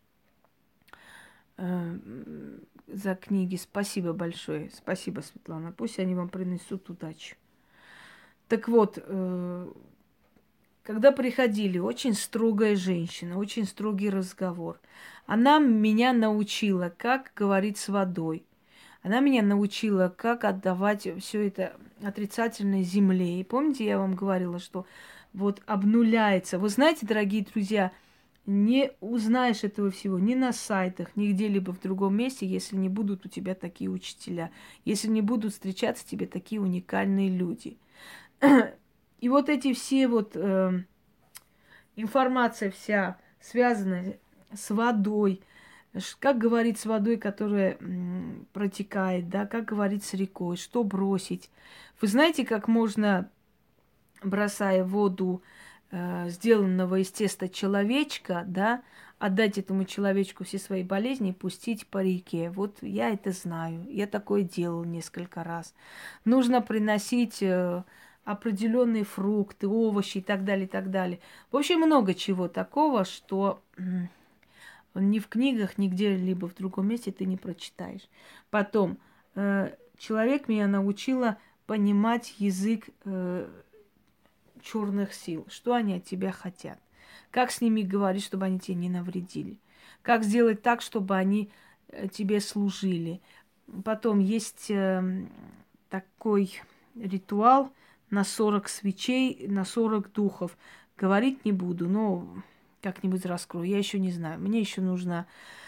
Speaker 1: за книги, спасибо большое, спасибо, Светлана, пусть они вам принесут удачу. Так вот, когда приходили, очень строгая женщина, очень строгий разговор. Она меня научила, как говорить с водой. Она меня научила, как отдавать все это отрицательной земле. И помните, я вам говорила, что вот обнуляется. Вы знаете, дорогие друзья, не узнаешь этого всего ни на сайтах, ни где-либо в другом месте, если не будут у тебя такие учителя, если не будут встречаться тебе такие уникальные люди. И вот эти все вот информация вся связанная с водой, как говорить с водой, которая протекает, да, как говорить с рекой, что бросить. Вы знаете, как можно, бросая воду сделанного из теста человечка, да, отдать этому человечку все свои болезни и пустить по реке. Вот я это знаю, я такое делал несколько раз. Нужно приносить определенные фрукты, овощи и так далее, и так далее. В общем, много чего такого, что ни в книгах, ни где-либо в другом месте ты не прочитаешь. Потом, человек меня научила понимать язык черных сил, что они от тебя хотят, как с ними говорить, чтобы они тебе не навредили, как сделать так, чтобы они тебе служили. Потом есть такой ритуал на 40 свечей, на 40 духов. Говорить не буду, но как-нибудь раскрою. Я еще не знаю. Мне еще нужно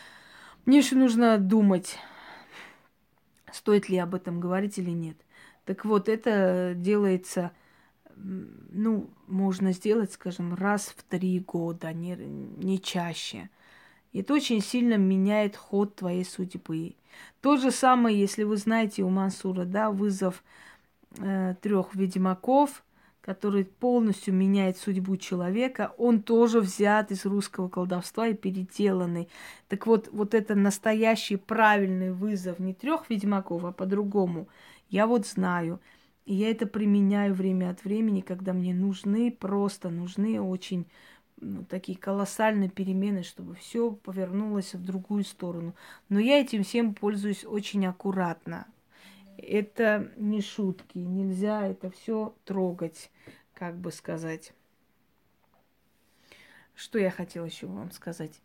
Speaker 1: думать, стоит ли об этом говорить или нет. Так вот, это делается, ну, можно сделать, скажем, раз в 3 года, не чаще. И это очень сильно меняет ход твоей судьбы. То же самое, если вы знаете у Мансура, да, вызов 3 ведьмаков, который полностью меняет судьбу человека, он тоже взят из русского колдовства и переделанный. Так вот, вот это настоящий правильный вызов не 3 ведьмаков, а по-другому. Я вот знаю. И я это применяю время от времени, когда мне нужны, просто нужны очень такие колоссальные перемены, чтобы все повернулось в другую сторону. Но я этим всем пользуюсь очень аккуратно. Это не шутки, нельзя это все трогать, как бы сказать. Что я хотела еще вам сказать?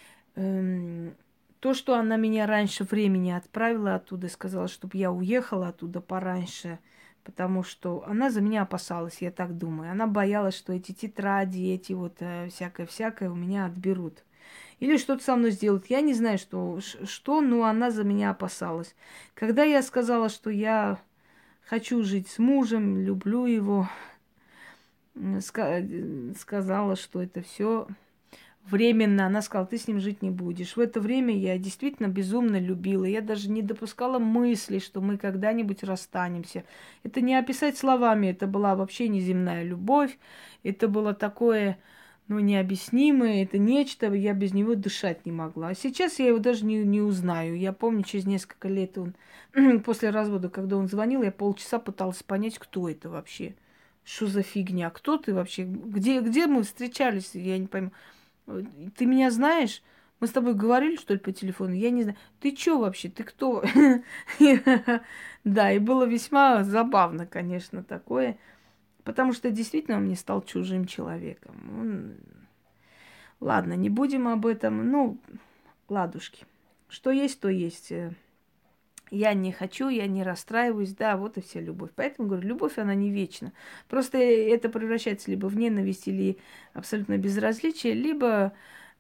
Speaker 1: То, что она меня раньше времени отправила оттуда и сказала, чтобы я уехала оттуда пораньше, потому что она за меня опасалась, я так думаю. Она боялась, что эти тетради, эти вот всякое-всякое у меня отберут. Или что-то со мной сделают. Я не знаю, что, но она за меня опасалась. Когда я сказала, что я хочу жить с мужем, люблю его, сказала, что это все временно. Она сказала, ты с ним жить не будешь. В это время я действительно безумно любила. Я даже не допускала мысли, что мы когда-нибудь расстанемся. Это не описать словами. Это была вообще неземная любовь. Это было такое, необъяснимое. Это нечто, я без него дышать не могла. А сейчас я его даже не узнаю. Я помню, через несколько лет он, после развода, когда он звонил, я полчаса пыталась понять, кто это вообще. Что за фигня? Кто ты вообще? Где мы встречались? Я не пойму. Ты меня знаешь? Мы с тобой говорили, что ли, по телефону? Я не знаю. Ты чё вообще? Ты кто? Да, и было весьма забавно, конечно, такое. Потому что действительно он мне стал чужим человеком. Ладно, не будем об этом. Ладушки. Что есть, то есть. Я не хочу, я не расстраиваюсь, да, вот и вся любовь. Поэтому, говорю, любовь, она не вечна. Просто это превращается либо в ненависть или абсолютно безразличие, либо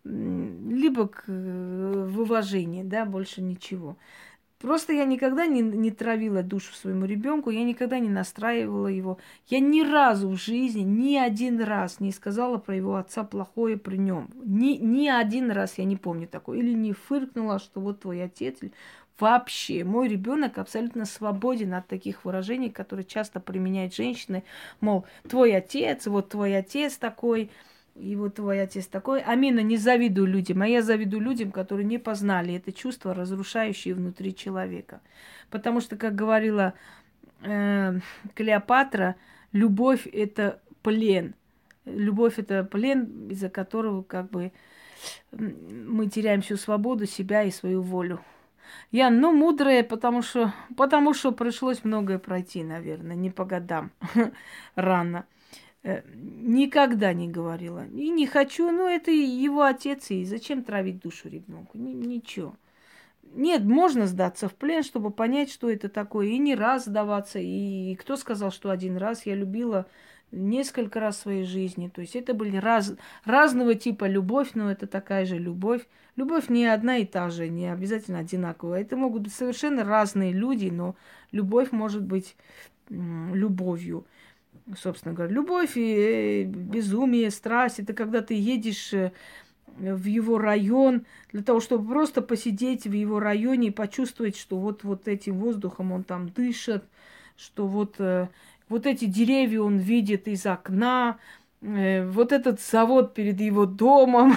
Speaker 1: в уважение, да, больше ничего. Просто я никогда не травила душу своему ребенку, я никогда не настраивала его. Я ни разу в жизни, ни один раз не сказала про его отца плохое при нем. Ни один раз я не помню такое. Или не фыркнула, что вот твой отец. Вообще, мой ребенок абсолютно свободен от таких выражений, которые часто применяют женщины. Мол, твой отец, вот твой отец такой, и вот твой отец такой. Амина, не завидую людям, а я завидую людям, которые не познали это чувство, разрушающее внутри человека. Потому что, как говорила Клеопатра, любовь – это плен. Любовь – это плен, из-за которого мы теряем всю свободу, себя и свою волю. Я, мудрая, потому что пришлось многое пройти, наверное, не по годам, рано. Никогда не говорила. И не хочу, это его отец, и зачем травить душу ребенку? Ничего. Нет, можно сдаться в плен, чтобы понять, что это такое, и не раз сдаваться. И кто сказал, что один раз? Я любила несколько раз в своей жизни. То есть это были разного типа любовь, но это такая же любовь. Любовь не одна и та же, не обязательно одинаковая. Это могут быть совершенно разные люди, но любовь может быть любовью. Собственно говоря, любовь и безумие, страсть – это когда ты едешь в его район для того, чтобы просто посидеть в его районе и почувствовать, что вот этим воздухом он там дышит, что вот эти деревья он видит из окна, вот этот завод перед его домом.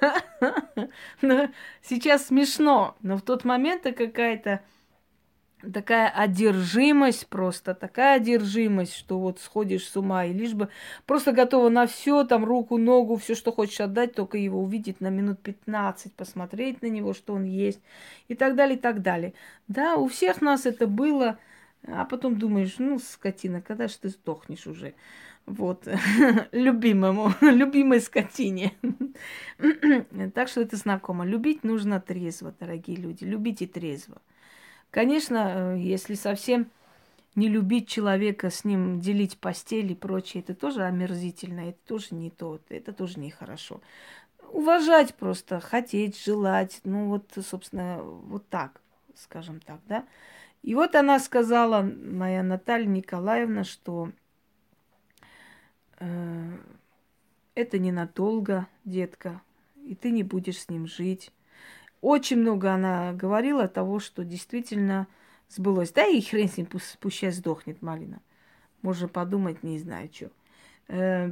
Speaker 1: Сейчас смешно, но в тот момент это какая-то такая одержимость просто, такая одержимость, что вот сходишь с ума, и лишь бы просто готова на все, там руку, ногу, все, что хочешь отдать, только его увидеть на минут 15, посмотреть на него, что он есть, и так далее, и так далее. Да, у всех нас это было, а потом думаешь, скотина, когда же ты сдохнешь уже? Вот, любимой скотине. Так что это знакомо. Любить нужно трезво, дорогие люди, любите трезво. Конечно, если совсем не любить человека, с ним делить постель и прочее, это тоже омерзительно, это тоже не то, это тоже нехорошо. Уважать просто, хотеть, желать, собственно, вот так, скажем так, да. И вот она сказала, моя Наталья Николаевна, что это ненадолго, детка, и ты не будешь с ним жить. Очень много она говорила того, что действительно сбылось. Да и хрен с ним, пусть сдохнет Малина. Можно подумать, не знаю что. Э,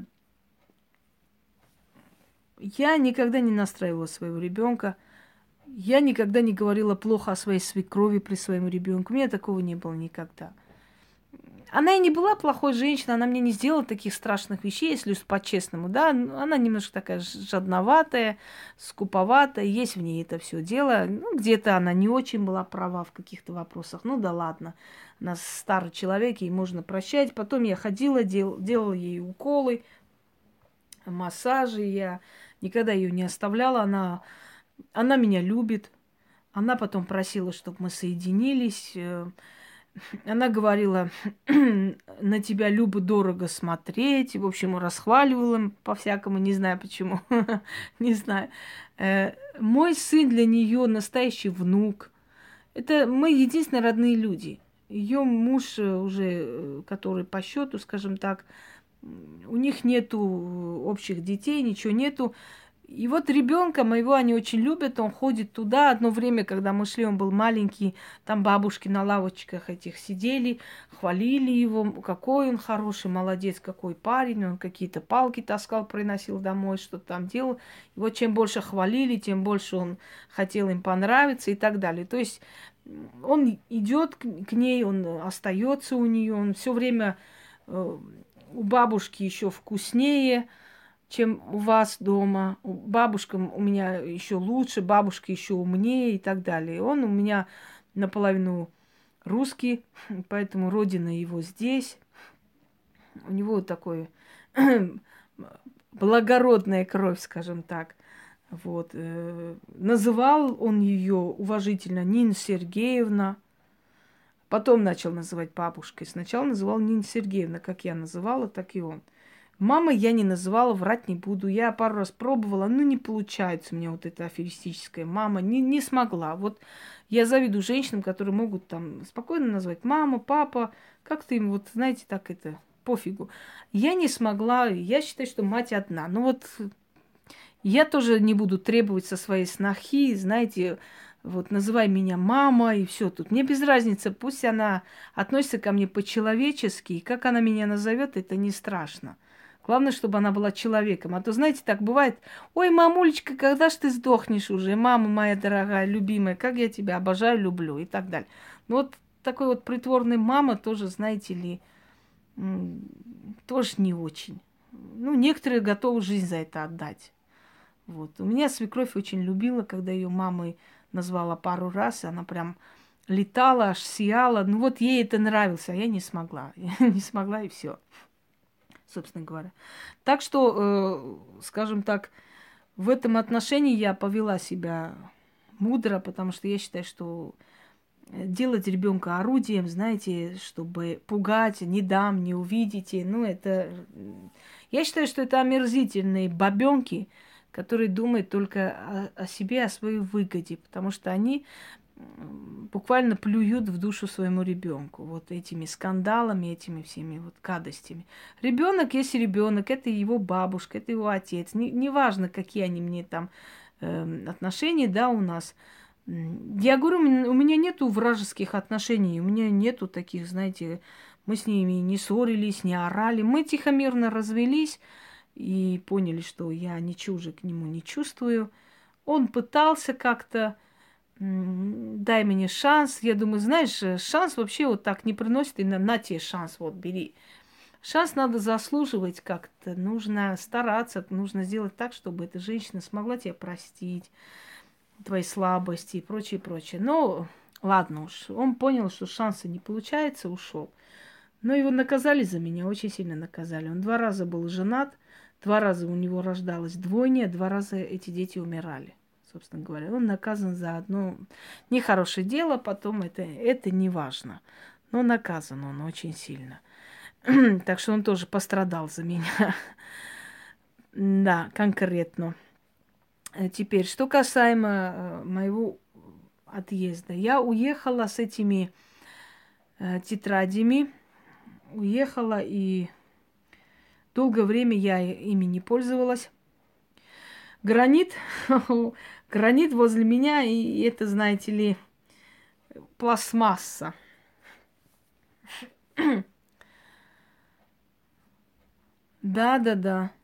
Speaker 1: Я никогда не настраивала своего ребенка. Я никогда не говорила плохо о своей свекрови при своем ребенке. У меня такого не было никогда. Она и не была плохой женщиной, она мне не сделала таких страшных вещей, если уж по-честному, да. Она немножко такая жадноватая, скуповатая, есть в ней это все дело. Ну, где-то она не очень была права в каких-то вопросах. Ну да ладно, она старый человек, ей можно прощать. Потом я ходила, делала ей уколы, массажи, я никогда ее не оставляла, она меня любит. Она потом просила, чтобы мы соединились. Она говорила, на тебя любо-дорого смотреть. В общем, расхваливала по-всякому, не знаю почему. Не знаю. Мой сын для нее настоящий внук. Это мы единственные родные люди. Ее муж уже, который по счету, скажем так, у них нету общих детей, ничего нету. И вот ребенка моего они очень любят, он ходит туда. Одно время, когда мы шли, он был маленький, там бабушки на лавочках этих сидели, хвалили его, какой он хороший, молодец, какой парень, он какие-то палки таскал, приносил домой, что-то там делал. И вот чем больше хвалили, тем больше он хотел им понравиться и так далее. То есть он идет к ней, он остается у нее, он все время у бабушки еще вкуснее, чем у вас дома. Бабушка у меня еще лучше, бабушка еще умнее и так далее. Он у меня наполовину русский, поэтому родина его здесь. У него такой благородная кровь, скажем так. Вот. Называл он ее уважительно Нина Сергеевна. Потом начал называть бабушкой. Сначала называл Нина Сергеевна, как я называла, так и он. Мамой я не называла, врать не буду. Я пару раз пробовала, но не получается у меня вот эта аферистическая мама. Не смогла. Вот я завидую женщинам, которые могут там спокойно назвать мама, папа. Как-то им вот, знаете, так это, пофигу. Я не смогла. Я считаю, что мать одна. Ну вот я тоже не буду требовать со своей снохи, знаете, вот называй меня мама и все тут. Мне без разницы, пусть она относится ко мне по-человечески, и как она меня назовет, это не страшно. Главное, чтобы она была человеком. А то, знаете, так бывает, ой, мамулечка, когда ж ты сдохнешь уже? Мама моя дорогая, любимая, как я тебя обожаю, люблю и так далее. Ну вот такой вот притворный мама тоже, знаете ли, тоже не очень. Ну, некоторые готовы жизнь за это отдать. Вот. У меня свекровь очень любила, когда ее мамой назвала пару раз, и она прям летала, аж сияла. Ну вот ей это нравилось, а я не смогла. Не смогла и все, собственно говоря. Так что, скажем так, в этом отношении я повела себя мудро, потому что я считаю, что делать ребенка орудием, знаете, чтобы пугать, не дам, не увидите, ну это... Я считаю, что это омерзительные бабёнки, которые думают только о себе, о своей выгоде, потому что они буквально плюют в душу своему ребенку вот этими скандалами, этими всеми вот гадостями. Ребенок есть ребенок, это его бабушка, это его отец. Неважно, какие они мне там отношения, да, у нас. Я говорю, у меня нету вражеских отношений, у меня нету таких, знаете, мы с ними не ссорились, не орали. Мы тихо-мирно развелись и поняли, что я ничего уже к нему не чувствую. Он пытался как-то, дай мне шанс. Я думаю, знаешь, шанс вообще вот так не приносит, и на тебе шанс, вот бери. Шанс надо заслуживать как-то, нужно стараться, нужно сделать так, чтобы эта женщина смогла тебя простить, твои слабости и прочее, прочее. Но ладно уж, он понял, что шанса не получается, ушел. Но его наказали за меня, очень сильно наказали. Он 2 раза был женат, 2 раза у него рождалась двойня, 2 раза эти дети умирали, собственно говоря. Он наказан за одно нехорошее дело, потом это не важно. Но наказан он очень сильно. Так что он тоже пострадал за меня. Да, конкретно. Теперь, что касаемо моего отъезда. Я уехала с этими тетрадями. Уехала, и долгое время я ими не пользовалась. Гранит, гранит возле меня, и это, знаете ли, пластмасса. Да, да, да.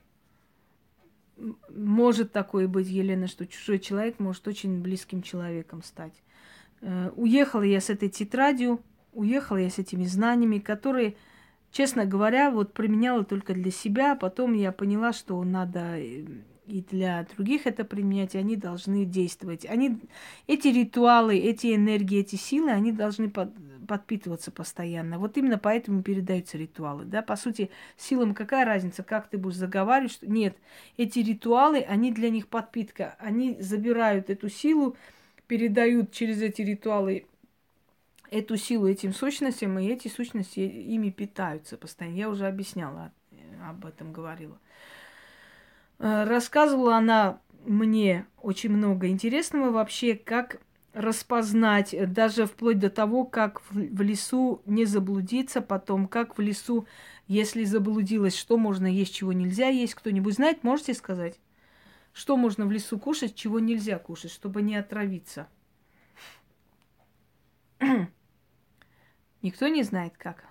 Speaker 1: Может такое быть, Елена, что чужой человек может очень близким человеком стать. Уехала я с этой тетрадью, уехала я с этими знаниями, которые, честно говоря, вот применяла только для себя, а потом я поняла, что надо и для других это применять, и они должны действовать. Эти ритуалы, эти энергии, эти силы, они должны подпитываться постоянно. Вот именно поэтому передаются ритуалы. Да? По сути, силам какая разница, как ты будешь заговаривать? Что... Нет, эти ритуалы, они для них подпитка. Они забирают эту силу, передают через эти ритуалы эту силу этим сущностям, и эти сущности ими питаются постоянно. Я уже объясняла, об этом говорила. Рассказывала она мне очень много интересного вообще, как распознать, даже вплоть до того, как в лесу не заблудиться, потом, как в лесу, если заблудилась, что можно есть, чего нельзя есть. Кто-нибудь знает, можете сказать? Что можно в лесу кушать, чего нельзя кушать, чтобы не отравиться? Никто не знает, как.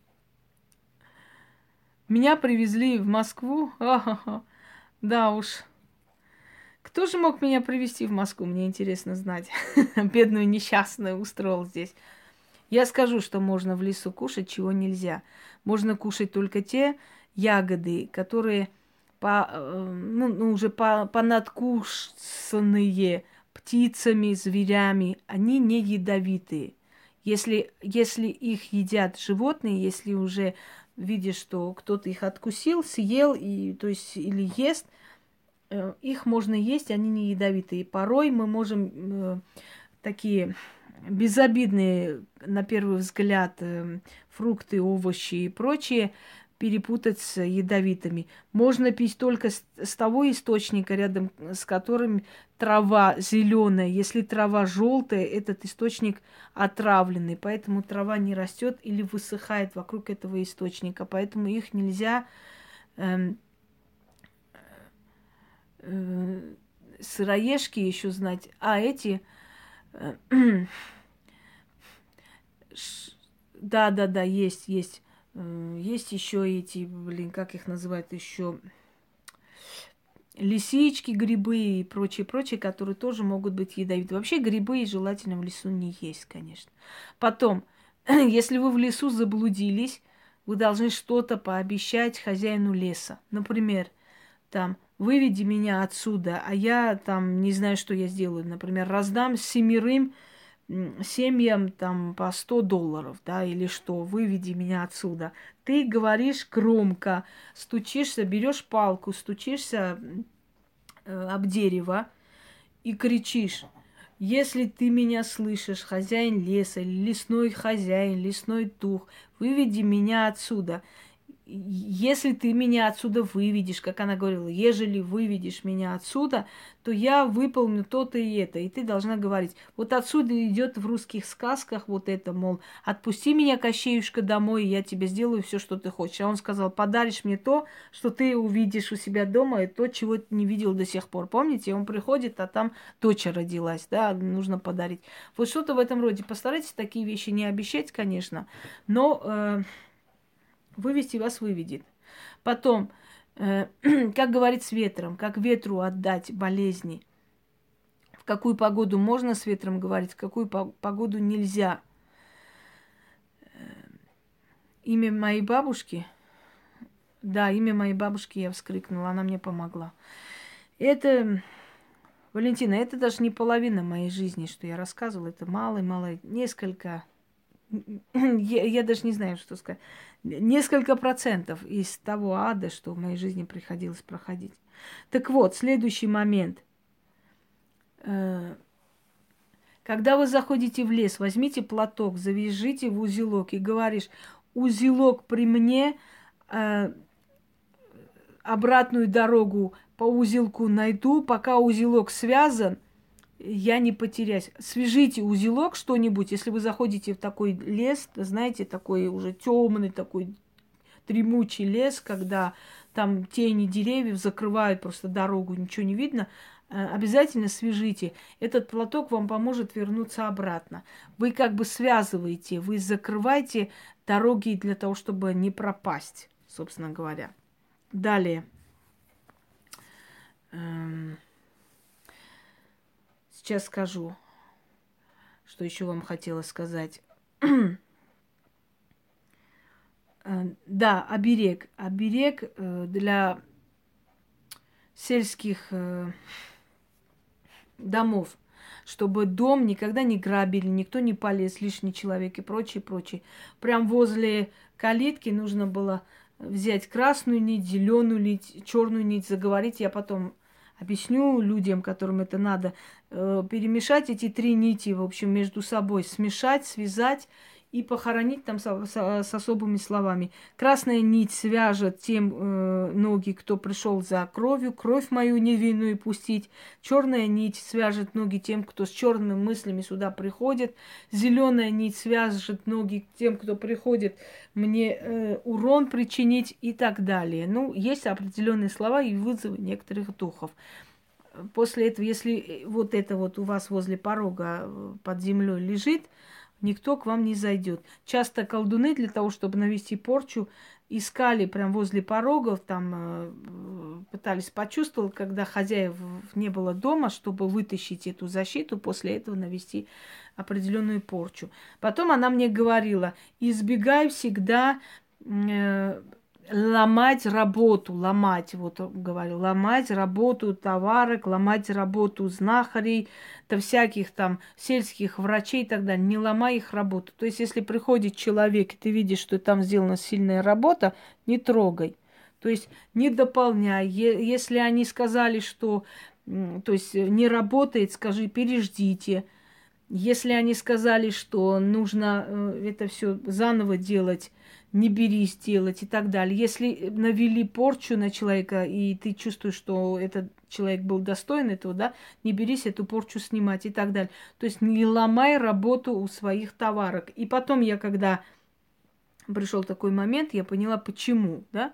Speaker 1: Меня привезли в Москву. Ха-ха-ха. Да уж. Кто же мог меня привезти в Москву, мне интересно знать. Бедную несчастную устроил здесь. Я скажу, что можно в лесу кушать, чего нельзя. Можно кушать только те ягоды, которые уже понадкушенные птицами, зверями. Они не ядовитые. Если их едят животные, если уже видишь, что кто-то их откусил, съел, то есть или ест, их можно есть, они не ядовитые. Порой мы можем такие безобидные, на первый взгляд, фрукты, овощи и прочее перепутать с ядовитыми. Можно пить только с того источника, рядом с которым трава зеленая. Если трава желтая, этот источник отравленный, поэтому трава не растет или высыхает вокруг этого источника, поэтому их нельзя сыроежки еще знать, а эти да, есть. Есть еще эти, как их называют еще, лисички, грибы и прочее, которые тоже могут быть ядовиты. Вообще грибы желательно в лесу не есть, конечно. Потом, если вы в лесу заблудились, вы должны что-то пообещать хозяину леса. Например, там, выведи меня отсюда, а я там не знаю, что я сделаю. Например, раздам 7 семьям там по $100, да, или что, выведи меня отсюда. Ты говоришь громко, стучишься, берешь палку, стучишься об дерево и кричишь: если ты меня слышишь, хозяин леса, лесной хозяин, лесной дух, выведи меня отсюда. Если ты меня отсюда выведешь, как она говорила, ежели выведешь меня отсюда, то я выполню то-то и это. И ты должна говорить. Вот отсюда идет в русских сказках вот это, мол, отпусти меня, Кощеюшка, домой, и я тебе сделаю все, что ты хочешь. А он сказал: подаришь мне то, что ты увидишь у себя дома, и то, чего ты не видел до сих пор. Помните, он приходит, а там дочь родилась, да, нужно подарить. Вот что-то в этом роде. Постарайтесь такие вещи не обещать, конечно, но вывести вас выведет. Потом, как говорить с ветром, как ветру отдать болезни. В какую погоду можно с ветром говорить, в какую погоду нельзя. Имя моей бабушки, да, имя моей бабушки я вскрикнула, она мне помогла. Это, Валентина, это даже не половина моей жизни, что я рассказывала, это мало, несколько, я даже не знаю, что сказать. Несколько процентов из того ада, что в моей жизни приходилось проходить. Так вот, следующий момент. Когда вы заходите в лес, возьмите платок, завяжите в узелок и говоришь: узелок при мне, обратную дорогу по узелку найду, пока узелок связан, я не потеряюсь. Свяжите узелок что-нибудь, если вы заходите в такой лес, знаете, такой уже темный, такой дремучий лес, когда там тени деревьев закрывают просто дорогу, ничего не видно, обязательно свяжите. Этот платок вам поможет вернуться обратно. Вы как бы связываете, вы закрываете дороги для того, чтобы не пропасть, собственно говоря. Далее. Сейчас скажу, что еще вам хотела сказать. Да, оберег. Оберег для сельских домов, чтобы дом никогда не грабили, никто не полез, лишний человек и прочее, прочее. Прям возле калитки нужно было взять красную нить, зеленую нить, черную нить, заговорить. Я потом объясню людям, которым это надо, перемешать эти три нити, в общем, между собой, смешать, связать и похоронить там с особыми словами. Красная нить свяжет тем ноги, кто пришел за кровью, кровь мою невинную пустить. Черная нить свяжет ноги тем, кто с черными мыслями сюда приходит. Зеленая нить свяжет ноги тем, кто приходит мне урон причинить и так далее. Ну, есть определенные слова и вызовы некоторых духов. После этого, если вот это вот у вас возле порога под землей лежит, никто к вам не зайдет. Часто колдуны для того, чтобы навести порчу, искали прям возле порогов, там пытались почувствовать, когда хозяев не было дома, чтобы вытащить эту защиту, после этого навести определенную порчу. Потом она мне говорила: избегай всегда ломать работу, вот говорю, ломать работу товарок, ломать работу знахарей, да всяких там сельских врачей и так далее. Не ломай их работу. То есть, если приходит человек, и ты видишь, что там сделана сильная работа, не трогай. То есть, не дополняй. Если они сказали, что то есть, не работает, скажи, переждите. Если они сказали, что нужно это все заново делать, не берись делать и так далее. Если навели порчу на человека, и ты чувствуешь, что этот человек был достоин этого, да, не берись эту порчу снимать и так далее. То есть не ломай работу у своих товарок. И потом я, когда пришел такой момент, я поняла, почему, да.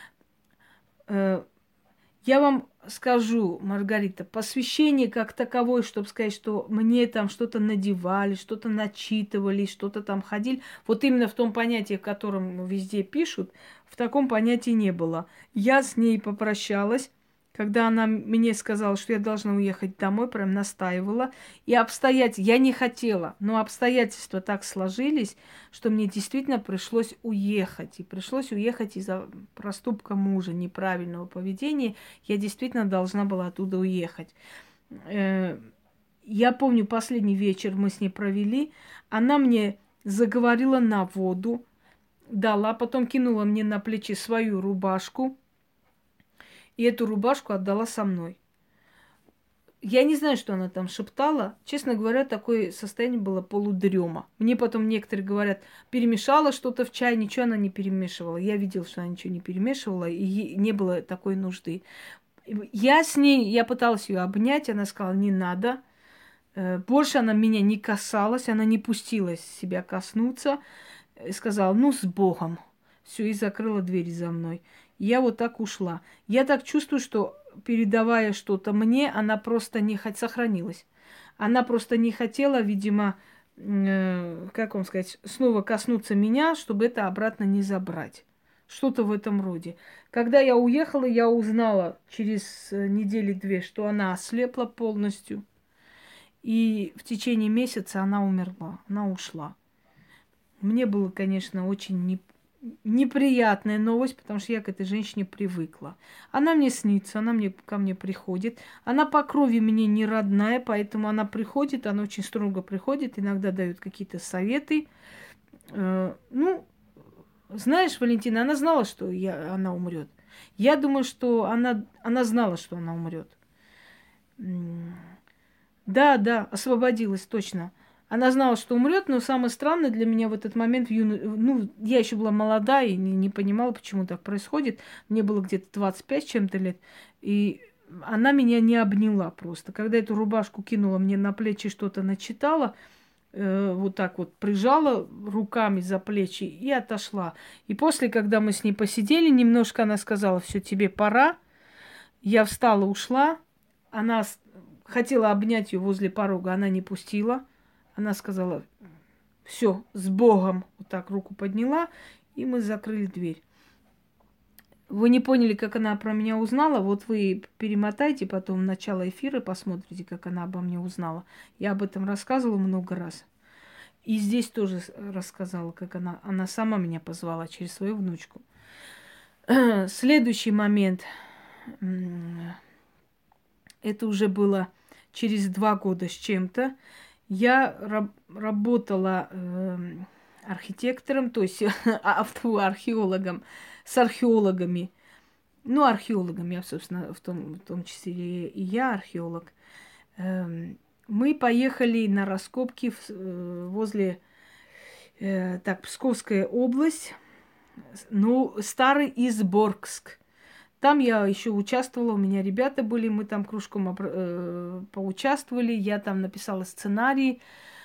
Speaker 1: Я вам скажу, Маргарита, посвящение как таковое, чтобы сказать, что мне там что-то надевали, что-то начитывали, что-то там ходили, вот именно в том понятии, в котором везде пишут, в таком понятии не было. Я с ней попрощалась, когда она мне сказала, что я должна уехать домой, прям настаивала. И обстоятельства, я не хотела, но обстоятельства так сложились, что мне действительно пришлось уехать. И пришлось уехать из-за проступка мужа, неправильного поведения. Я действительно должна была оттуда уехать. Я помню, последний вечер мы с ней провели. Она мне заговорила на воду, дала, потом кинула мне на плечи свою рубашку. И эту рубашку отдала со мной. Я не знаю, что она там шептала. Честно говоря, такое состояние было полудрема. Мне потом некоторые говорят, перемешала что-то в чай, ничего она не перемешивала. Я видела, что она ничего не перемешивала, и не было такой нужды. Я пыталась ее обнять, она сказала, не надо. Больше она меня не касалась, она не пустила себя коснуться. И сказала, ну, с Богом. Все, и закрыла дверь за мной. Я вот так ушла. Я так чувствую, что, передавая что-то мне, она просто не сохранилась. Она просто не хотела, видимо, как вам сказать, снова коснуться меня, чтобы это обратно не забрать. Что-то в этом роде. Когда я уехала, я узнала через недели две, что она ослепла полностью. И в течение месяца она умерла, она ушла. Мне было, конечно, очень неприятная новость, потому что я к этой женщине привыкла. Она мне снится, ко мне приходит. Она по крови мне не родная, поэтому она приходит, она очень строго приходит, иногда дает какие-то советы. Ну, знаешь, Валентина, она знала, что она умрет. Я думаю, что она знала, что она умрет. Да, освободилась, точно. Она знала, что умрет, но самое странное для меня в этот момент, ну, я еще была молода и не понимала, почему так происходит. Мне было где-то 25 с чем-то лет, и она меня не обняла просто. Когда эту рубашку кинула мне на плечи, что-то начитала, вот так вот прижала руками за плечи и отошла. И после, когда мы с ней посидели немножко, она сказала, все, тебе пора. Я встала, ушла. Она хотела обнять ее возле порога, она не пустила. Она сказала, все, с Богом. Вот так руку подняла, и мы закрыли дверь. Вы не поняли, как она про меня узнала? Вот вы перемотайте потом начало эфира, посмотрите, как она обо мне узнала. Я об этом рассказывала много раз. И здесь тоже рассказала, как она сама меня позвала через свою внучку. Следующий момент. Это уже было через 2 года с чем-то. Я работала архитектором, то есть археологом, с археологами. Ну, археологом я, собственно, в том числе и я археолог. Мы поехали на раскопки возле, так, Псковская область, ну, Старый Изборгск. Там я еще участвовала, у меня ребята были, мы там кружком поучаствовали, я там написала сценарий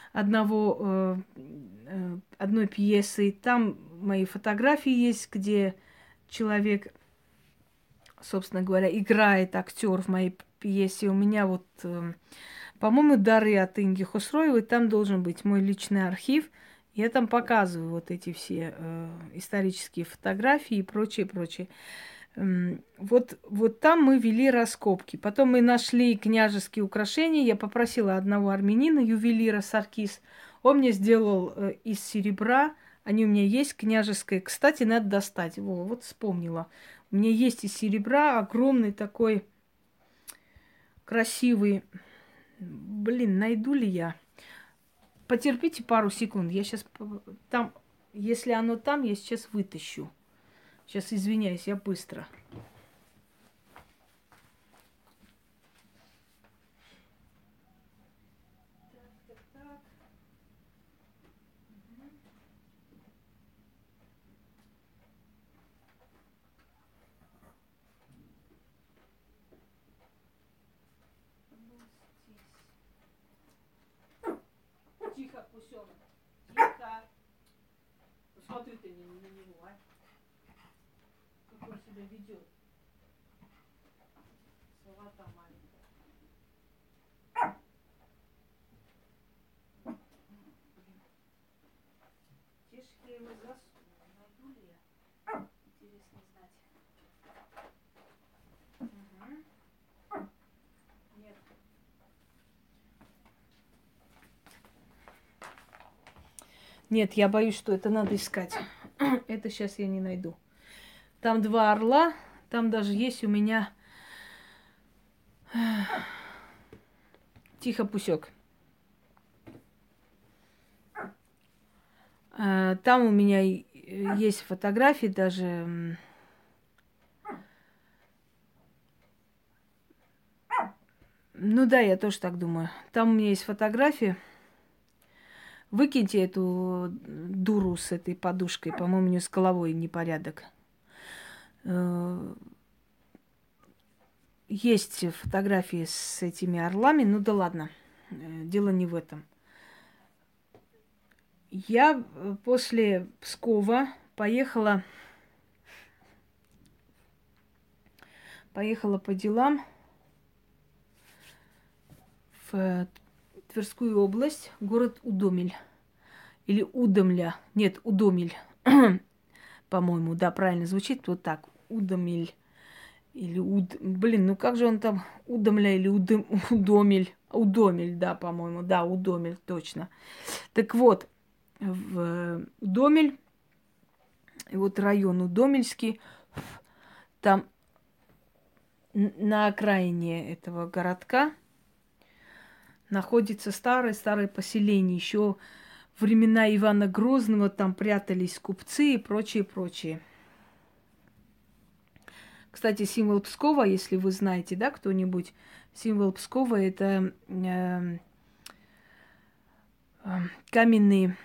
Speaker 1: одной пьесы. Там мои фотографии есть, где человек, собственно говоря, играет актер в моей пьесе. У меня вот, по-моему, дары от Инги Хусроевой, там должен быть мой личный архив. Я там показываю вот эти все исторические фотографии и прочее, прочее. Вот там мы вели раскопки. Потом мы нашли княжеские украшения. Я попросила одного армянина, ювелира Саркис. Он мне сделал из серебра. Они у меня есть, княжеское. Кстати, надо достать. Вот вспомнила. У меня есть из серебра огромный такой красивый. Блин, найду ли я? Потерпите пару секунд. Я сейчас там, если оно там, я сейчас вытащу. Сейчас извиняюсь, я быстро. Тихо, Пусёнок. Тихо. Посмотри ты на него, а? Как он себя ведет. Сволота маленькая. Тише, я его засуну. Найду ли я? Интересно знать. Угу. Нет. Нет, я боюсь, что это надо искать. Это сейчас я не найду. Там 2 орла. Там даже есть у меня... Тихо, Пусёк. Там у меня есть фотографии даже. Ну да, я тоже так думаю. Там у меня есть фотографии. Выкиньте эту дуру с этой подушкой. По-моему, у нее с головой непорядок. Есть фотографии с этими орлами. Ну да ладно. Дело не в этом. Я после Пскова поехала по делам в Тверскую область, город Удомель. Или Удомля. Нет, Удомель. По-моему, да, правильно звучит. Вот так. Удомель. Или Блин, ну как же он там? Удомля или Удомель? Удомель, да, по-моему. Да, Удомель, точно. Так вот, в Удомель, и вот район Удомельский, там на окраине этого городка находится старое-старое поселение. Еще времена Ивана Грозного там прятались купцы и прочее, прочее. Кстати, символ Пскова, если вы знаете, да, кто-нибудь, символ Пскова – это каменный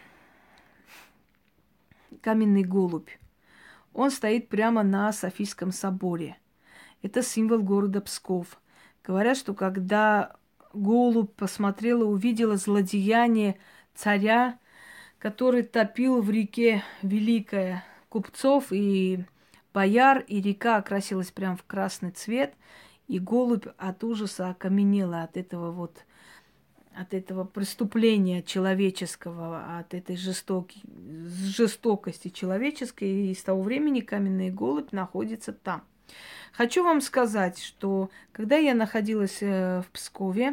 Speaker 1: голубь. Он стоит прямо на Софийском соборе. Это символ города Псков. Говорят, что когда голубь посмотрела, увидела злодеяние царя, который топил в реке Великая купцов и бояр, и река окрасилась прям в красный цвет, и голубь от ужаса окаменела от этого вот от этого преступления человеческого, от этой жестокости человеческой. И с того времени каменный голубь находится там. Хочу вам сказать, что когда я находилась в Пскове,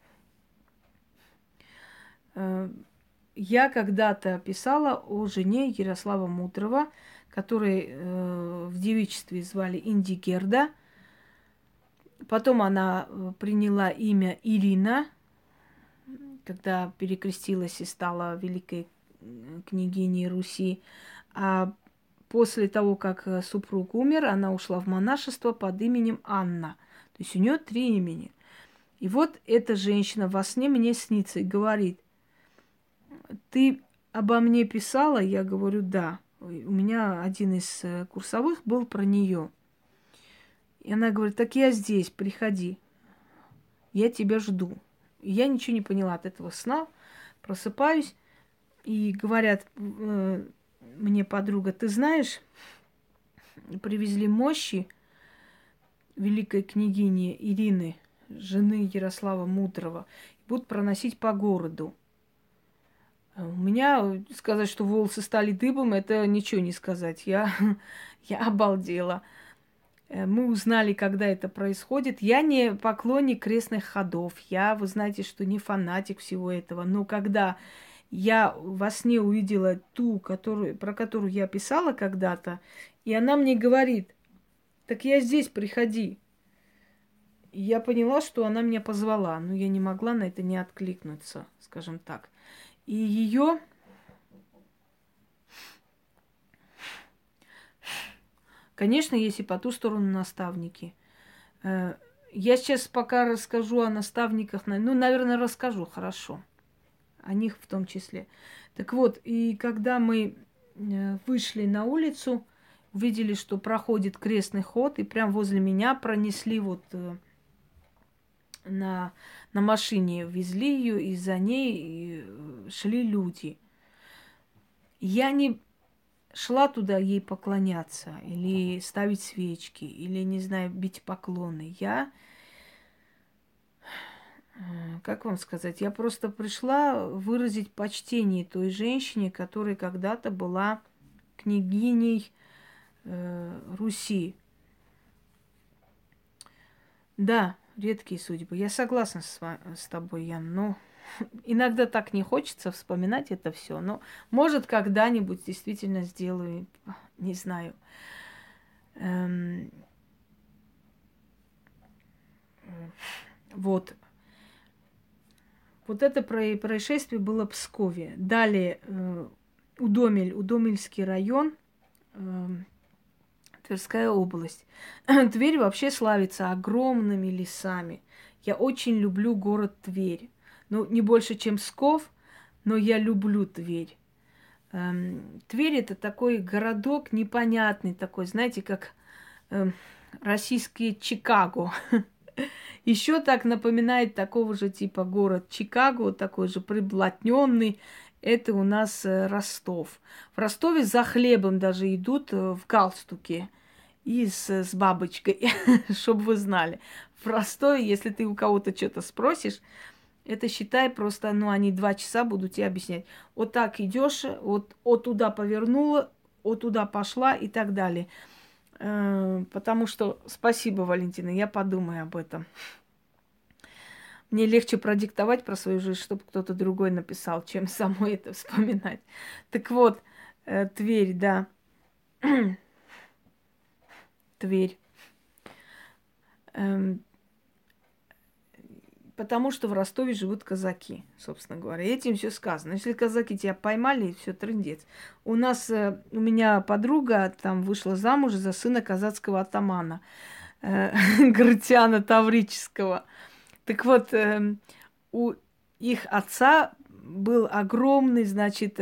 Speaker 1: я когда-то писала о жене Ярослава Мудрого, которой в девичестве звали Индигерда. Потом она приняла имя Ирина, когда перекрестилась и стала великой княгиней Руси. А после того, как супруг умер, она ушла в монашество под именем Анна. То есть у нее 3 имени. И вот эта женщина во сне мне снится и говорит: ты обо мне писала? Я говорю: да. У меня один из курсовых был про нее. И она говорит: так я здесь, приходи. Я тебя жду. И я ничего не поняла от этого сна. Просыпаюсь, и говорят мне подруга: ты знаешь, привезли мощи великой княгини Ирины, жены Ярослава Мудрого, будут проносить по городу. У меня сказать, что волосы стали дыбом, это ничего не сказать. Я обалдела. Мы узнали, когда это происходит. Я не поклонник крестных ходов. Я, вы знаете, что не фанатик всего этого. Но когда я во сне увидела ту, про которую я писала когда-то, и она мне говорит: так я здесь, приходи. И я поняла, что она меня позвала, но я не могла на это не откликнуться, скажем так. И ее конечно, есть и по ту сторону наставники. Я сейчас пока расскажу о наставниках, наверное, расскажу, хорошо. О них в том числе. Так вот, и когда мы вышли на улицу, увидели, что проходит крестный ход, и прям возле меня пронесли на машине, везли ее, и за ней шли люди. Я не шла туда ей поклоняться, или ставить свечки, или, не знаю, бить поклоны. Я, как вам сказать, я просто пришла выразить почтение той женщине, которая когда-то была княгиней Руси. Да, редкие судьбы. Я согласна с тобой, Ян, но иногда так не хочется вспоминать это все. Но, может, когда-нибудь действительно сделаю, не знаю. Вот. Вот это происшествие было в Пскове. Далее Удомельский район, Тверская область. Тверь вообще славится огромными лесами. Я очень люблю город Тверь. Ну, не больше, чем Псков, но я люблю Тверь. Тверь – это такой городок непонятный такой, знаете, как российский Чикаго. Еще так напоминает такого же типа город Чикаго, такой же приблотненный. Это у нас Ростов. В Ростове за хлебом даже идут в галстуке и с бабочкой, чтобы вы знали. В Ростове, если ты у кого-то что-то спросишь, это считай просто, они 2 часа будут тебе объяснять. Вот так идешь, вот туда повернула, вот туда пошла и так далее. Потому что, спасибо, Валентина, я подумаю об этом. Мне легче продиктовать про свою жизнь, чтобы кто-то другой написал, чем самой это вспоминать. Так вот, Тверь, да. Тверь. Потому что в Ростове живут казаки, собственно говоря. Этим все сказано. Если казаки тебя поймали, все трындец. У меня подруга там вышла замуж за сына казацкого атамана, Грытяна Таврического. Так вот, у их отца был огромный, значит,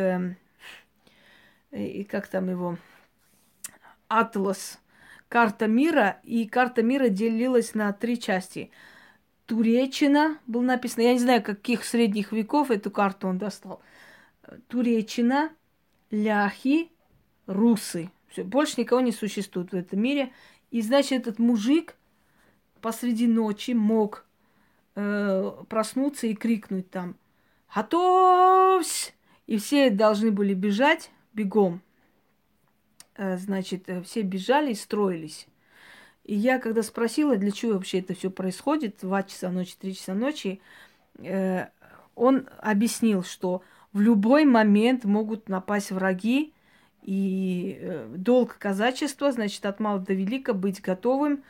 Speaker 1: и как там его, атлас, карта мира, и карта мира делилась на 3 части. Туреччина было написано, я не знаю, каких средних веков эту карту он достал. Туреччина, ляхи, русы. Всё, больше никого не существует в этом мире. И, значит, этот мужик посреди ночи мог проснуться и крикнуть там «Готовься!» И все должны были бежать бегом. Значит, все бежали и строились. И я, когда спросила, для чего вообще это все происходит, 2 часа ночи, 3 часа ночи, э, он объяснил, что в любой момент могут напасть враги, и долг казачества, значит, от мала до велика быть готовым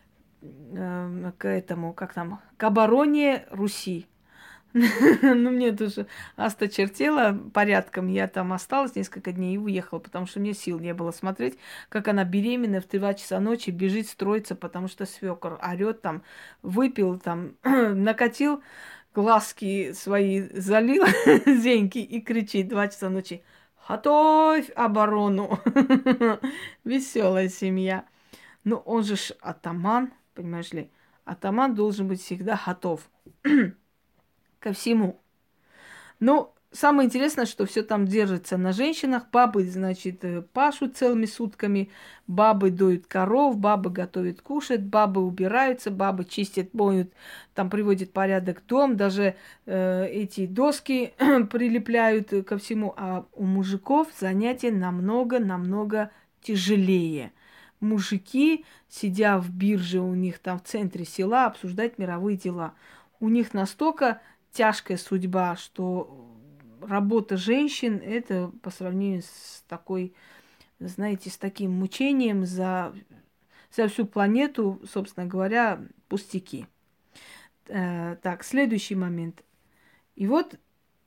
Speaker 1: к этому, как там, к обороне Руси. Ну, мне тоже осточертело порядком. Я там осталась несколько дней и уехала, потому что мне сил не было смотреть, как она беременная в 2 часа ночи бежит строиться, потому что свекор орёт там, выпил там, накатил, глазки свои залил зеньки и кричит 2 часа ночи: «Готовь оборону!» Веселая семья. Ну, он же ж атаман, понимаешь ли? Атаман должен быть всегда готов ко всему. Ну, самое интересное, что все там держится на женщинах. Бабы, значит, пашут целыми сутками, бабы доют коров, бабы готовят кушать, бабы убираются, бабы чистят, моют, там приводят в порядок дом, даже эти доски прилепляют ко всему. А у мужиков занятия намного тяжелее. Мужики, сидя в бирже у них там в центре села, обсуждать мировые дела. У них настолько тяжкая судьба, что работа женщин это по сравнению с такой, знаете, с таким мучением за всю планету, собственно говоря, пустяки. Так, следующий момент. И вот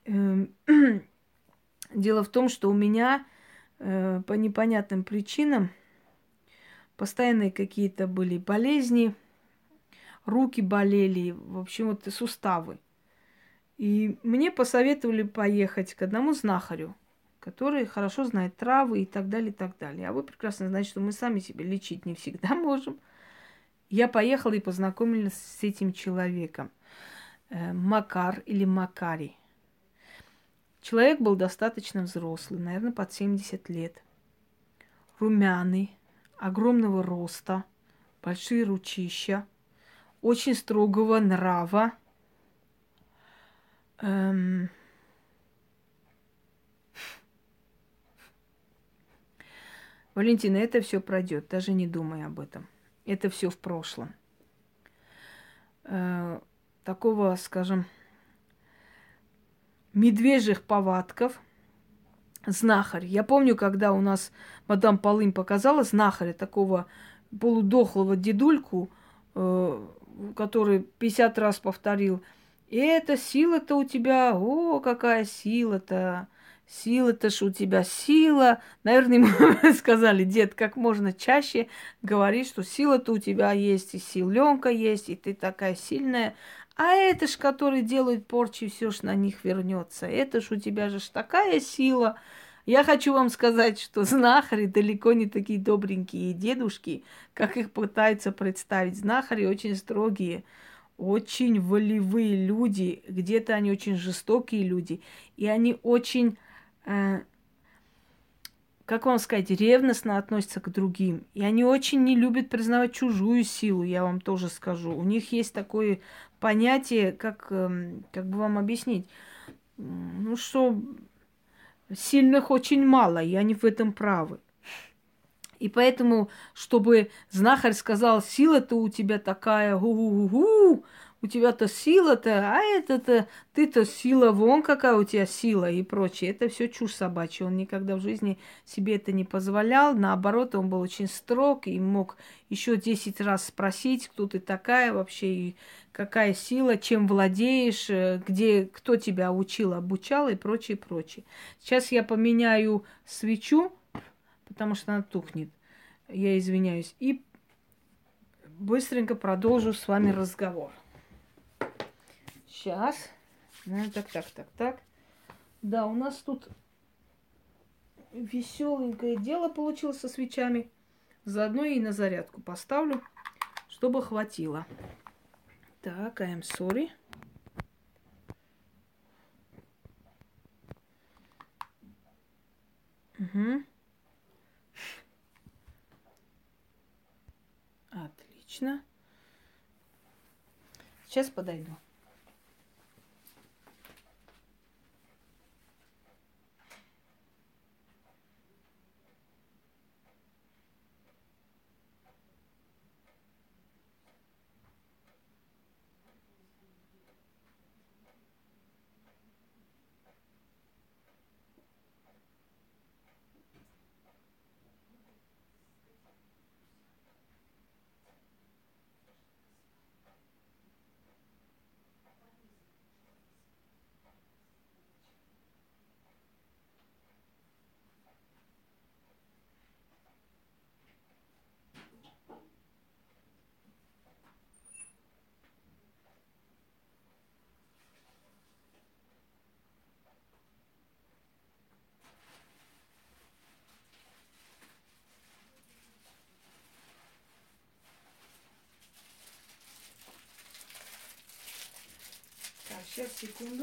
Speaker 1: дело в том, что у меня по непонятным причинам постоянные какие-то были болезни, руки болели, в общем, вот суставы. И мне посоветовали поехать к одному знахарю, который хорошо знает травы и так далее, и так далее. А вы прекрасно знаете, что мы сами себя лечить не всегда можем. Я поехала и познакомилась с этим человеком. Макар или Макари. Человек был достаточно взрослый, наверное, под 70 лет. Румяный, огромного роста, большие ручища, очень строгого нрава. Валентина, это все пройдет, даже не думай об этом. Это все в прошлом. Такого, скажем, медвежьих повадков знахарь. Я помню, когда у нас мадам Полынь показала знахаря, такого полудохлого дедульку, который 50 раз повторил: «И эта сила-то у тебя, о, какая сила-то! Сила-то ж у тебя сила!» Наверное, ему сказали: «Дед, как можно чаще говори, что сила-то у тебя есть, и силенка есть, и ты такая сильная. А это ж, который делает порчи, все ж на них вернется. Это ж у тебя же ж такая сила!» Я хочу вам сказать, что знахари далеко не такие добренькие дедушки, как их пытаются представить. Знахари очень строгие, очень волевые люди, где-то они очень жестокие люди, и они очень, как вам сказать, ревностно относятся к другим. И они очень не любят признавать чужую силу, я вам тоже скажу. У них есть такое понятие, как бы вам объяснить, ну что сильных очень мало, и они в этом правы. И поэтому, чтобы знахарь сказал: сила-то у тебя такая, гу-гу-гу, у тебя-то сила-то, а это-то, ты-то сила, вон какая у тебя сила и прочее. Это все чушь собачья. Он никогда в жизни себе это не позволял. Наоборот, он был очень строг и мог еще 10 раз спросить, кто ты такая вообще, и какая сила, чем владеешь, где, кто тебя учил, обучал и прочее, прочее. Сейчас я поменяю свечу, потому что она тухнет. Я извиняюсь. И быстренько продолжу с вами разговор. Сейчас. Так. Да, у нас тут веселенькое дело получилось со свечами. Заодно и на зарядку поставлю, чтобы хватило. Так, I am sorry. Угу. Отлично. Сейчас подойду. Сейчас, секунду.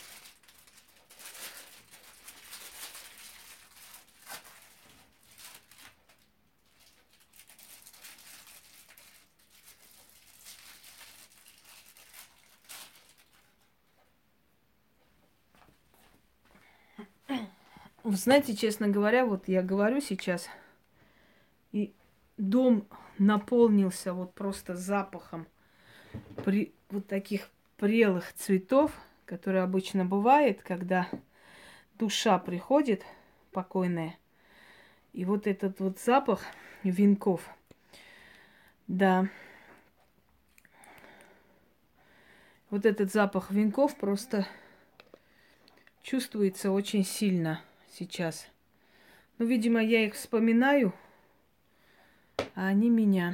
Speaker 1: Вы знаете, честно говоря, вот я говорю сейчас, и дом наполнился вот просто запахом вот таких прелых цветов, которые обычно бывает, когда душа приходит покойная. И вот этот вот запах венков, да, вот этот запах венков просто чувствуется очень сильно сейчас. Ну, видимо, я их вспоминаю, а они меня.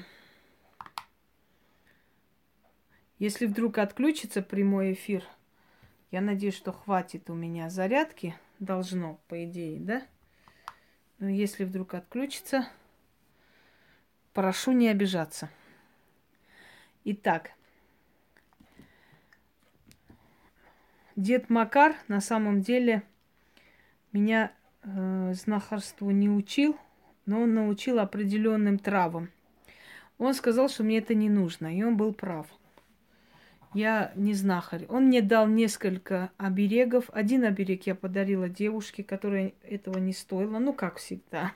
Speaker 1: Если вдруг отключится прямой эфир, я надеюсь, что хватит у меня зарядки. Должно, по идее, да? Но если вдруг отключится, прошу не обижаться. Итак, дед Макар на самом деле меня знахарству не учил, но он научил определенным травам. Он сказал, что мне это не нужно, и он был прав. Я не знахарь. Он мне дал несколько оберегов. Один оберег я подарила девушке, которая этого не стоила. Ну, как всегда.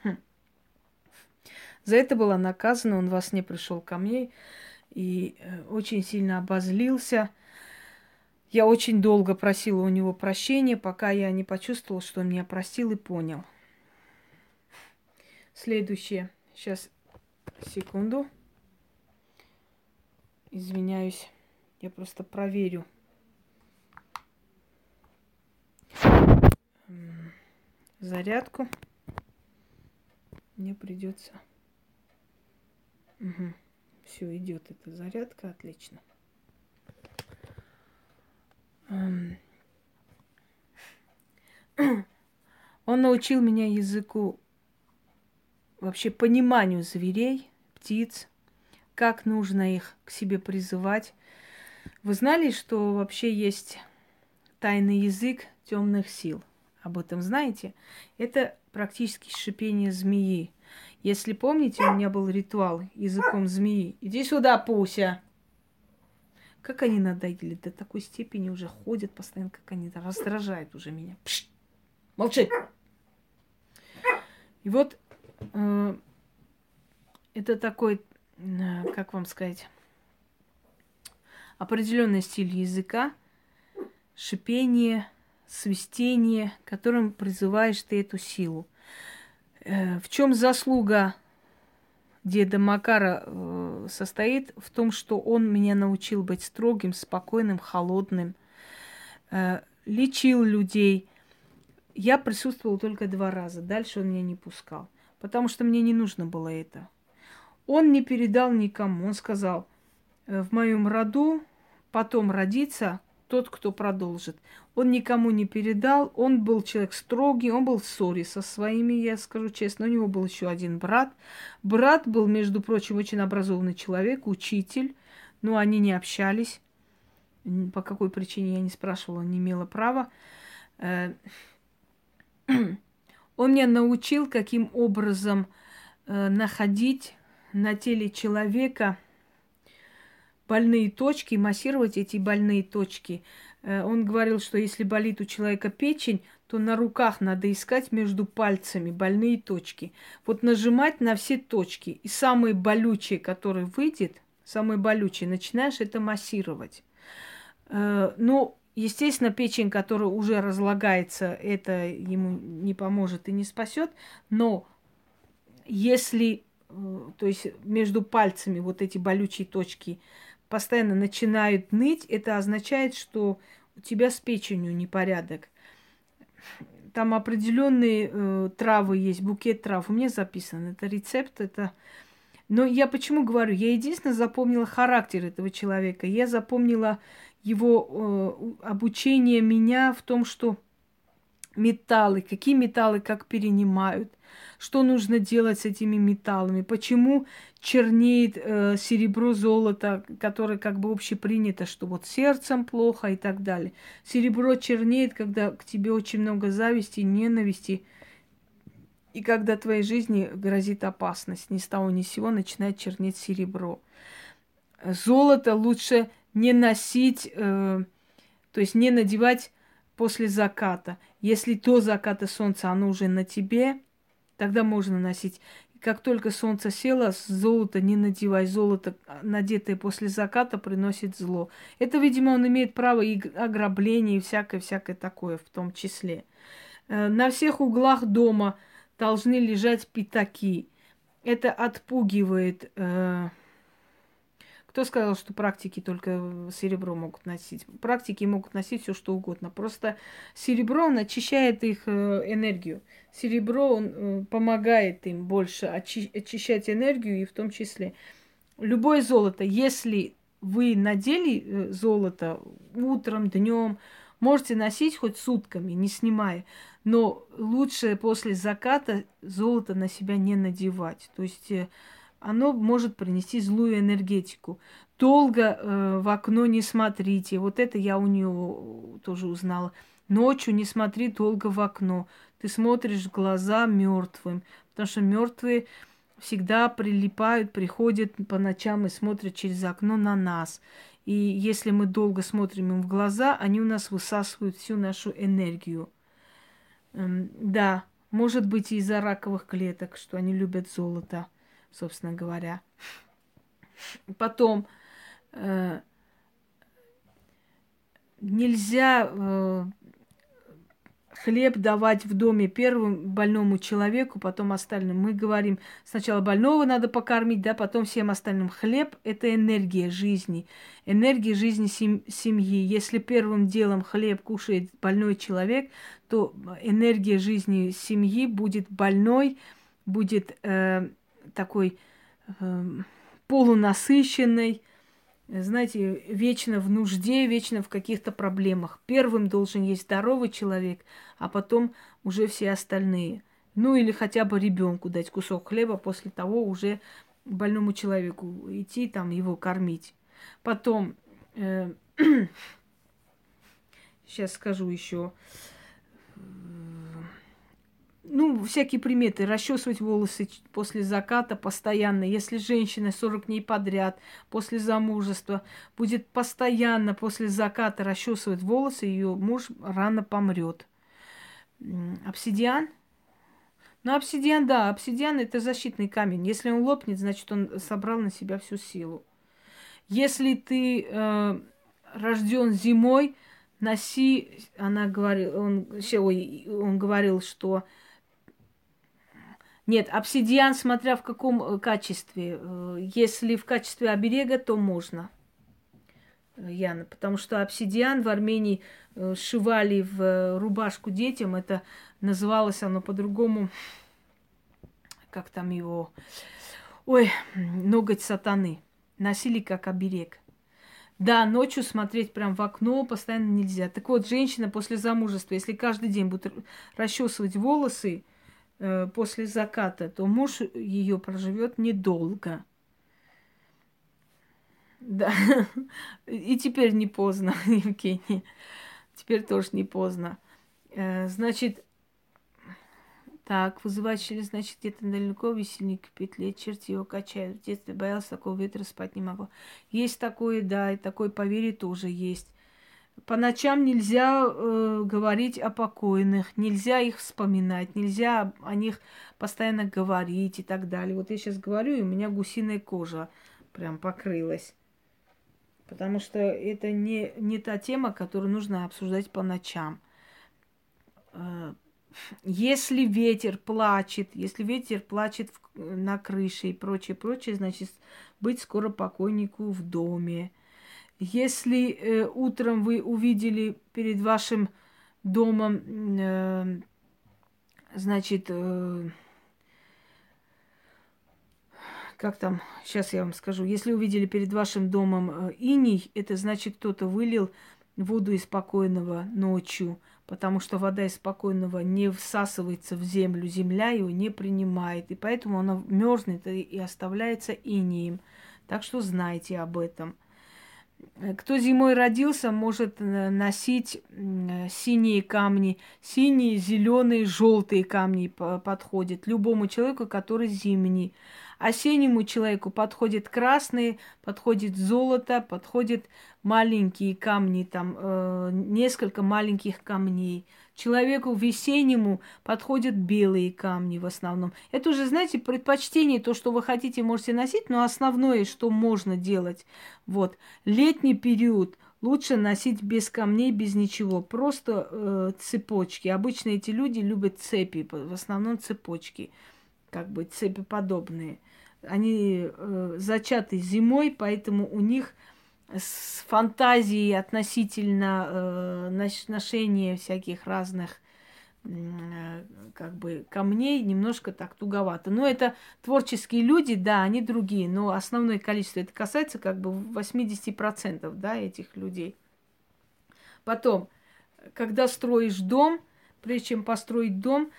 Speaker 1: За это была наказана. Он во сне пришел ко мне и очень сильно обозлился. Я очень долго просила у него прощения, пока я не почувствовала, что он меня простил и понял. Следующее. Сейчас, секунду. Извиняюсь. Я просто проверю. Зарядку. Мне придется. Угу. Все, идет эта зарядка, отлично. Он научил меня языку, вообще пониманию зверей, птиц, как нужно их к себе призывать. Вы знали, что вообще есть тайный язык темных сил? Об этом знаете? Это практически шипение змеи. Если помните, у меня был ритуал языком змеи. Иди сюда, Пуся. Как они надоели, до такой степени уже ходят постоянно, как они раздражают уже меня. Пш! Молчи! И вот это такой, как вам сказать, определенный стиль языка, шипение, свистение, которым призываешь ты эту силу. В чем заслуга деда Макара состоит? В том, что он меня научил быть строгим, спокойным, холодным, лечил людей. Я присутствовала только 2 раза, дальше он меня не пускал, потому что мне не нужно было это. Он не передал никому, он сказал, в моем роду потом родится тот, кто продолжит. Он никому не передал, он был человек строгий, он был в ссоре со своими, я скажу честно. У него был еще один брат. Брат был, между прочим, очень образованный человек, учитель, но они не общались. По какой причине, я не спрашивала, не имела права. Он меня научил, каким образом находить на теле человека больные точки, массировать эти больные точки. Он говорил, что если болит у человека печень, то на руках надо искать между пальцами больные точки. Вот нажимать на все точки. И самые болючие, которые выйдет, самые болючие, начинаешь это массировать. Ну, естественно, печень, которая уже разлагается, это ему не поможет и не спасет. Но если, то есть между пальцами вот эти болючие точки постоянно начинают ныть, это означает, что у тебя с печенью непорядок. Там определенные травы есть, букет трав. У меня записан. Это рецепт, это... Но я почему говорю? Я единственное запомнила характер этого человека. Я запомнила его обучение меня в том, что металлы, какие металлы как перенимают. что нужно делать с этими металлами, почему чернеет серебро, золото, которое как бы общепринято, что вот сердцем плохо и так далее. Серебро чернеет, когда к тебе очень много зависти, ненависти, и когда твоей жизни грозит опасность. Ни с того ни с сего начинает чернеть серебро. Золото лучше не носить, то есть не надевать после заката. Если до заката солнца оно уже на тебе, тогда можно носить. Как только солнце село, золото не надевай. Золото, надетое после заката, приносит зло. Это, видимо, он имеет право и ограбление, и всякое такое в том числе. На всех углах дома должны лежать пятаки. Это отпугивает. Кто сказал, что практики только серебро могут носить? Практики могут носить все что угодно. Просто серебро, он очищает их энергию. Серебро, он помогает им больше очищать энергию, и в том числе любое золото. Если вы надели золото утром, днем, можете носить хоть сутками, не снимая. Но лучше после заката золото на себя не надевать. То есть оно может принести злую энергетику. Долго в окно не смотрите. Вот это я у нее тоже узнала. Ночью не смотри долго в окно. Ты смотришь в глаза мертвым. Потому что мертвые всегда прилипают, приходят по ночам и смотрят через окно на нас. И если мы долго смотрим им в глаза, они у нас высасывают всю нашу энергию. Да, может быть, из-за раковых клеток, что они любят золото, собственно говоря. Потом нельзя хлеб давать в доме первому больному человеку, потом остальным. Мы говорим, сначала больного надо покормить, да, потом всем остальным. Хлеб – это энергия жизни, энергия жизни семьи. Если первым делом хлеб кушает больной человек, то энергия жизни семьи будет больной, будет такой полунасыщенной, знаете, вечно в нужде, вечно в каких-то проблемах. Первым должен есть здоровый человек, а потом уже все остальные. Ну или хотя бы ребенку дать кусок хлеба, после того уже больному человеку идти там его кормить. Потом, сейчас скажу еще. Ну, всякие приметы. Расчесывать волосы после заката постоянно. Если женщина 40 дней подряд после замужества будет постоянно после заката расчесывать волосы, ее муж рано помрет. Обсидиан? Ну, обсидиан, да. Обсидиан – это защитный камень. Если он лопнет, значит, он собрал на себя всю силу. Если ты рожден зимой, носи, он говорил, что нет, обсидиан, смотря в каком качестве. Если в качестве оберега, то можно, Яна. Потому что обсидиан в Армении сшивали в рубашку детям. Это называлось оно по-другому. Как там его? Ой, ноготь сатаны. Носили как оберег. Да, ночью смотреть прям в окно постоянно нельзя. Так вот, женщина после замужества, если каждый день будет расчесывать волосы, после заката, то муж ее проживет недолго. Да. И теперь не поздно, Евгений. Теперь тоже не поздно. Значит, так, вызывать через, значит, где-то далеко весельник в петле, черти его качают. В детстве боялся такого ветра, спать не могла. Есть такое, да, и такое поверье тоже есть. По ночам нельзя говорить о покойных, нельзя их вспоминать, нельзя о них постоянно говорить и так далее. Вот я сейчас говорю, и у меня гусиная кожа прям покрылась. Потому что это не та тема, которую нужно обсуждать по ночам. Если ветер плачет на крыше и прочее, значит, быть скоро покойнику в доме. Если утром вы увидели перед вашим домом, значит, как там, сейчас я вам скажу, если увидели перед вашим домом иней, это значит, кто-то вылил воду из покойного ночью. потому что вода из спокойного не всасывается в землю, земля его не принимает, и поэтому она мерзнет и оставляется инеем. Так что знайте об этом. Кто зимой родился, может носить синие камни. Синие, зеленые, желтые камни подходят любому человеку, который зимний. Осеннему человеку подходит красные, подходит золото, подходят маленькие камни, там несколько маленьких камней. Человеку весеннему подходят белые камни в основном. Это уже, знаете, предпочтение, то, что вы хотите, можете носить, но основное, что можно делать. Вот. Летний период лучше носить без камней, без ничего. Просто цепочки. Обычно эти люди любят цепи, в основном цепочки, как бы цепеподобные. Они зачаты зимой, поэтому у них с фантазией относительно ношения всяких разных как бы камней немножко так туговато. Но это творческие люди, да, они другие, но основное количество, это касается как бы 80%, да, этих людей. Потом, когда строишь дом, прежде чем построить дом,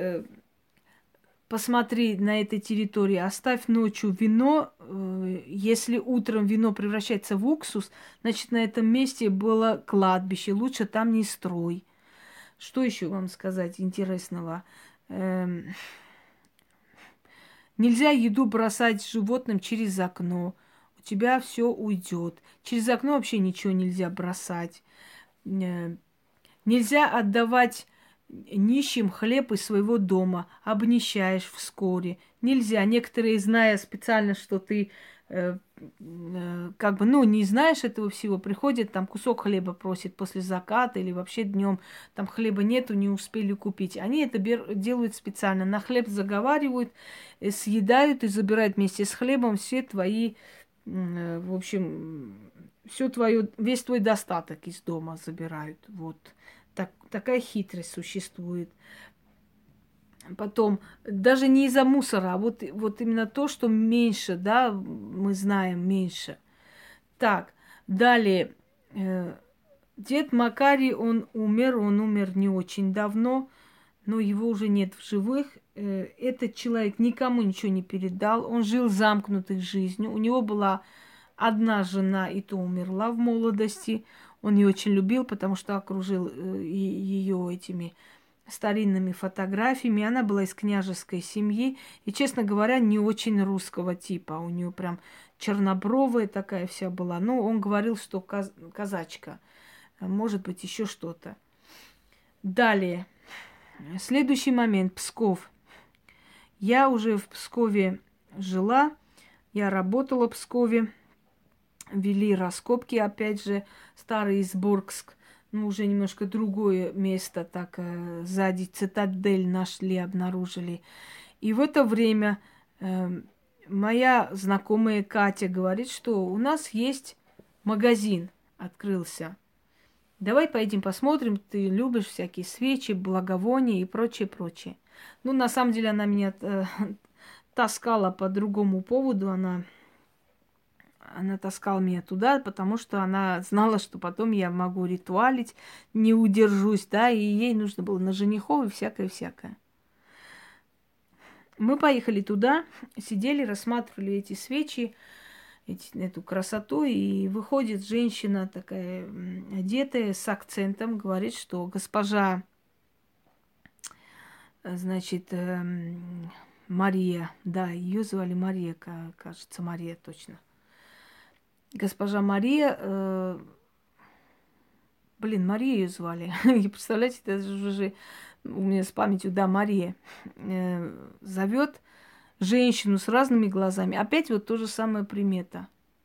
Speaker 1: посмотри на этой территории, оставь ночью вино. Если утром вино превращается в уксус, значит, на этом месте было кладбище. Лучше там не строй. Что еще вам сказать интересного? Нельзя еду бросать животным через окно. У тебя все уйдет. Через окно вообще ничего нельзя бросать. Нельзя отдавать нищим хлеб из своего дома, обнищаешь вскоре. Нельзя. Некоторые, зная специально, что ты как бы, ну, не знаешь этого всего, приходят, там кусок хлеба просит после заката или вообще днем, там хлеба нету, не успели купить. Они это делают специально. На хлеб заговаривают, съедают и забирают вместе с хлебом все твои, в общем, весь твой достаток из дома забирают. Вот. Такая хитрость существует. Потом, даже не из-за мусора, а вот именно то, что меньше, да, мы знаем, меньше. Так, далее. Дед Макарий, он умер не очень давно, но его уже нет в живых. Этот человек никому ничего не передал, он жил замкнутой жизнью. У него была одна жена, и то умерла в молодости. Он ее очень любил, потому что окружил ее этими старинными фотографиями. Она была из княжеской семьи и, честно говоря, не очень русского типа. У нее прям чернобровая такая вся была. Ну, он говорил, что казачка. Может быть, еще что-то. Далее. Следующий момент. Псков. Я уже в Пскове жила. Я работала в Пскове. Вели раскопки, опять же, старый Изборгск. Ну, уже немножко другое место, так сзади цитадель нашли, обнаружили. И в это время моя знакомая Катя говорит, что у нас есть магазин, открылся. Давай поедем посмотрим, ты любишь всякие свечи, благовония и прочее, прочее. Ну, на самом деле она меня таскала по другому поводу, она таскала меня туда, потому что она знала, что потом я могу ритуалить, не удержусь, да, и ей нужно было на женихов и всякое-всякое. Мы поехали туда, сидели, рассматривали эти свечи, эту красоту, и выходит женщина такая одетая, с акцентом, говорит, что госпожа, значит, Мария, да, ее звали Мария, кажется, Мария точно. Госпожа Мария, Мария ее звали. И представляете, это уже у меня с памятью, да, Мария, зовет женщину с разными глазами. Опять вот то же самое примета.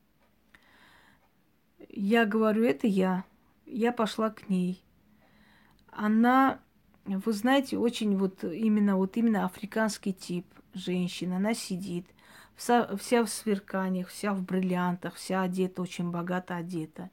Speaker 1: Я говорю, это я. Я пошла к ней. Она, вы знаете, очень именно африканский тип женщины. Она сидит, вся в сверканиях, вся в бриллиантах, вся одета, очень богато одета.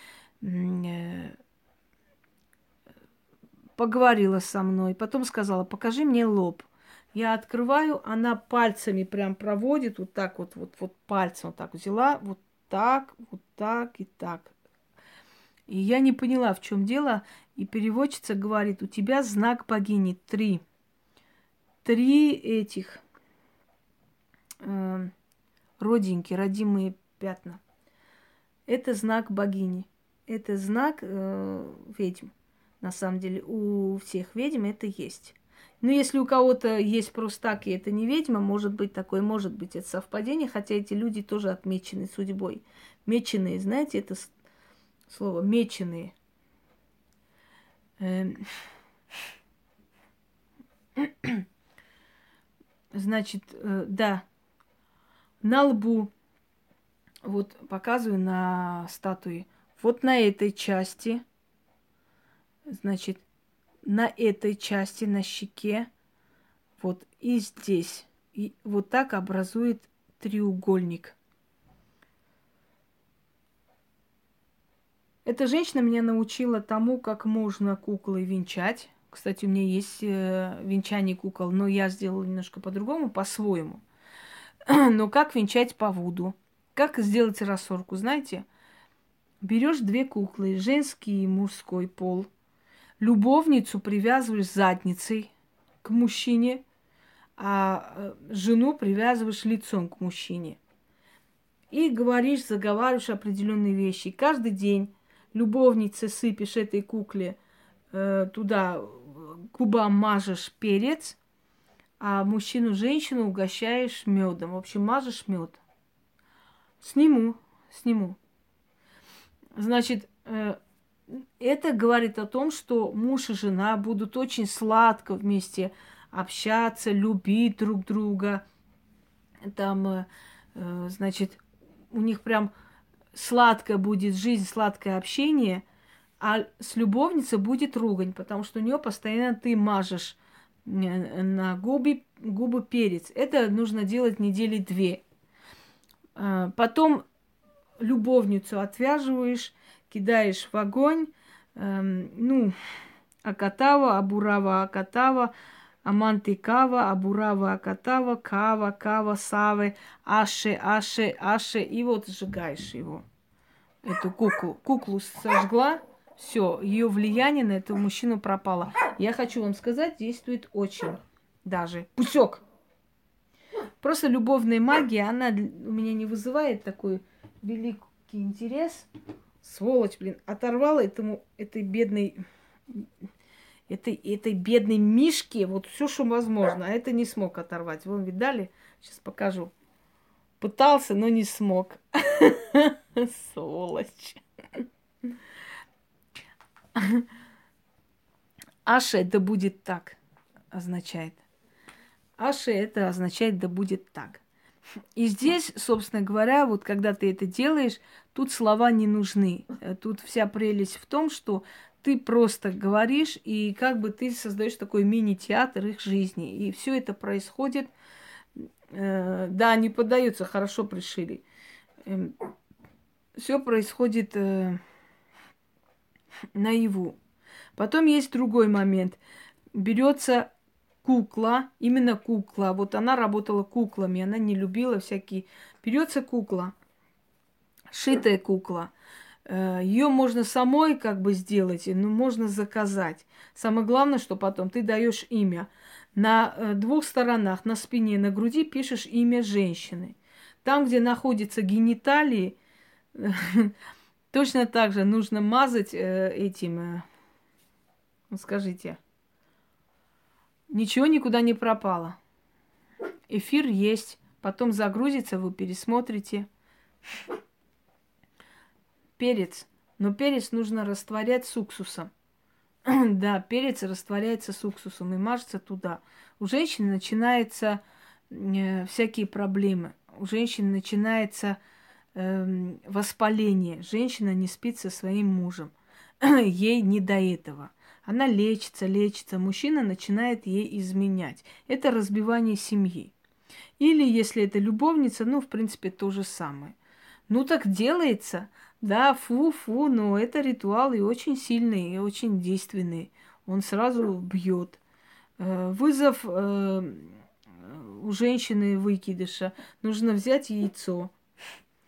Speaker 1: Поговорила со мной, потом сказала, покажи мне лоб. Я открываю, она пальцами прям проводит, вот так вот пальцем вот так взяла, вот так и так. И я не поняла, в чем дело. И переводчица говорит, у тебя знак богини 3. 3 этих родинки, родимые пятна. Это знак богини. Это знак ведьм. На самом деле у всех ведьм это есть. Но если у кого-то есть просто так, и это не ведьма, может быть такое, может быть это совпадение, хотя эти люди тоже отмечены судьбой. Меченые, знаете, это слово меченые. Значит, да, на лбу, вот показываю на статуе, вот на этой части, значит, на этой части, на щеке, вот и здесь. И вот так образует треугольник. Эта женщина меня научила тому, как можно куклы венчать. Кстати, у меня есть венчание кукол, но я сделала немножко по-другому, по-своему. Но как венчать по вуду? Как сделать рассорку? Знаете, берешь 2 куклы, женский и мужской пол, любовницу привязываешь задницей к мужчине, а жену привязываешь лицом к мужчине. И говоришь, заговариваешь определенные вещи. И каждый день любовнице сыпешь этой кукле туда, к губам мажешь перец, а мужчину-женщину угощаешь медом. В общем, мажешь мед. Сниму. Значит, это говорит о том, что муж и жена будут очень сладко вместе общаться, любить друг друга. Там, значит, у них прям сладкая будет жизнь, сладкое общение, а с любовницей будет ругань, потому что у нее постоянно ты мажешь на губы перец. Это нужно делать недели 2. Потом любовницу отвязываешь, кидаешь в огонь, акатава, абурава акатава, амантикава, абурава акатава, кава, савы, аше, и вот сжигаешь его. Эту куклу сожгла, все, ее влияние на этого мужчину пропало. Я хочу вам сказать, действует очень даже. Пусек. Просто любовная магия, она у меня не вызывает такой великий интерес. Сволочь, блин, оторвала этой бедной мишке вот все, что возможно. А это не смог оторвать. Вон, видали? Сейчас покажу. Пытался, но не смог. Сволочь. Аше, да будет так, означает. Аше это означает да будет так. И здесь, собственно говоря, вот когда ты это делаешь, тут слова не нужны. Тут вся прелесть в том, что ты просто говоришь, и как бы ты создаешь такой мини-театр их жизни. И все это происходит, да, не поддаются, хорошо пришили. Все происходит наяву. Потом есть другой момент. Берется кукла, именно кукла. Вот она работала куклами, она не любила всякие. Берется кукла, шитая кукла. Ее можно самой как бы сделать, но можно заказать. Самое главное, что потом ты даешь имя. На 2 сторонах, на спине, на груди пишешь имя женщины. Там, где находятся гениталии, точно так же нужно мазать этим, скажите, ничего никуда не пропало. Эфир есть, потом загрузится, вы пересмотрите. Перец. Но перец нужно растворять с уксусом. Да, перец растворяется с уксусом и мажется туда. У женщины начинаются всякие проблемы. У женщины начинается воспаление. Женщина не спит со своим мужем. Ей не до этого. Она лечится. Мужчина начинает ей изменять. Это разбивание семьи. Или, если это любовница, в принципе, то же самое. Так делается. Да, фу, но это ритуал и очень сильный, и очень действенный. Он сразу бьет. Вызов у женщины выкидыша. Нужно взять яйцо,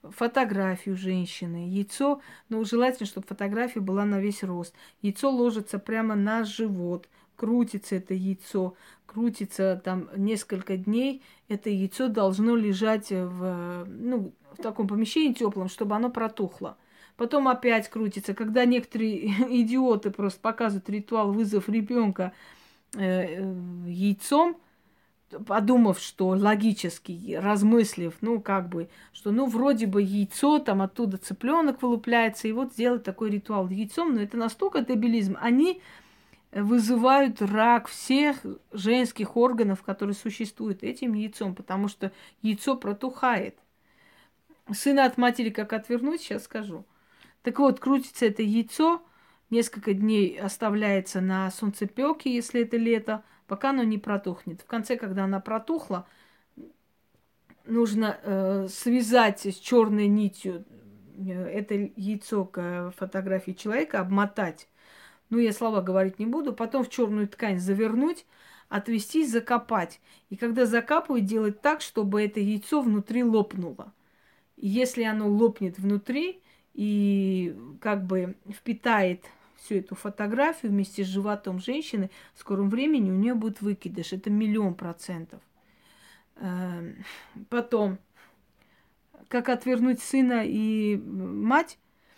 Speaker 1: фотографию женщины. Яйцо, ну, желательно, чтобы фотография была на весь рост. Яйцо ложится прямо на живот. Крутится это яйцо, крутится там несколько дней. Это яйцо должно лежать ну, в таком помещении теплом, чтобы оно протухло. Потом опять крутится. Когда некоторые идиоты просто показывают ритуал вызов ребенка яйцом, подумав, что логически, размыслив, ну, как бы, что, ну, вроде бы яйцо, там оттуда цыпленок вылупляется, и вот сделать такой ритуал яйцом, но это настолько дебилизм. Они вызывают рак всех женских органов, которые существуют этим яйцом, потому что яйцо протухает. Сына от матери как отвернуть, сейчас скажу. Так вот, крутится это яйцо, несколько дней оставляется на солнцепёке, если это лето, пока оно не протухнет. В конце, когда она протухла, нужно связать с черной нитью это яйцо к фотографии человека, обмотать. Ну, я слова говорить не буду. Потом в черную ткань завернуть, отвести, закопать. И когда закапывать, делать так, чтобы это яйцо внутри лопнуло. И если оно лопнет внутри и как бы впитает всю эту фотографию вместе с животом женщины, в скором времени у нее будет выкидыш. Это 1000000%. Потом, как отвернуть сына и мать,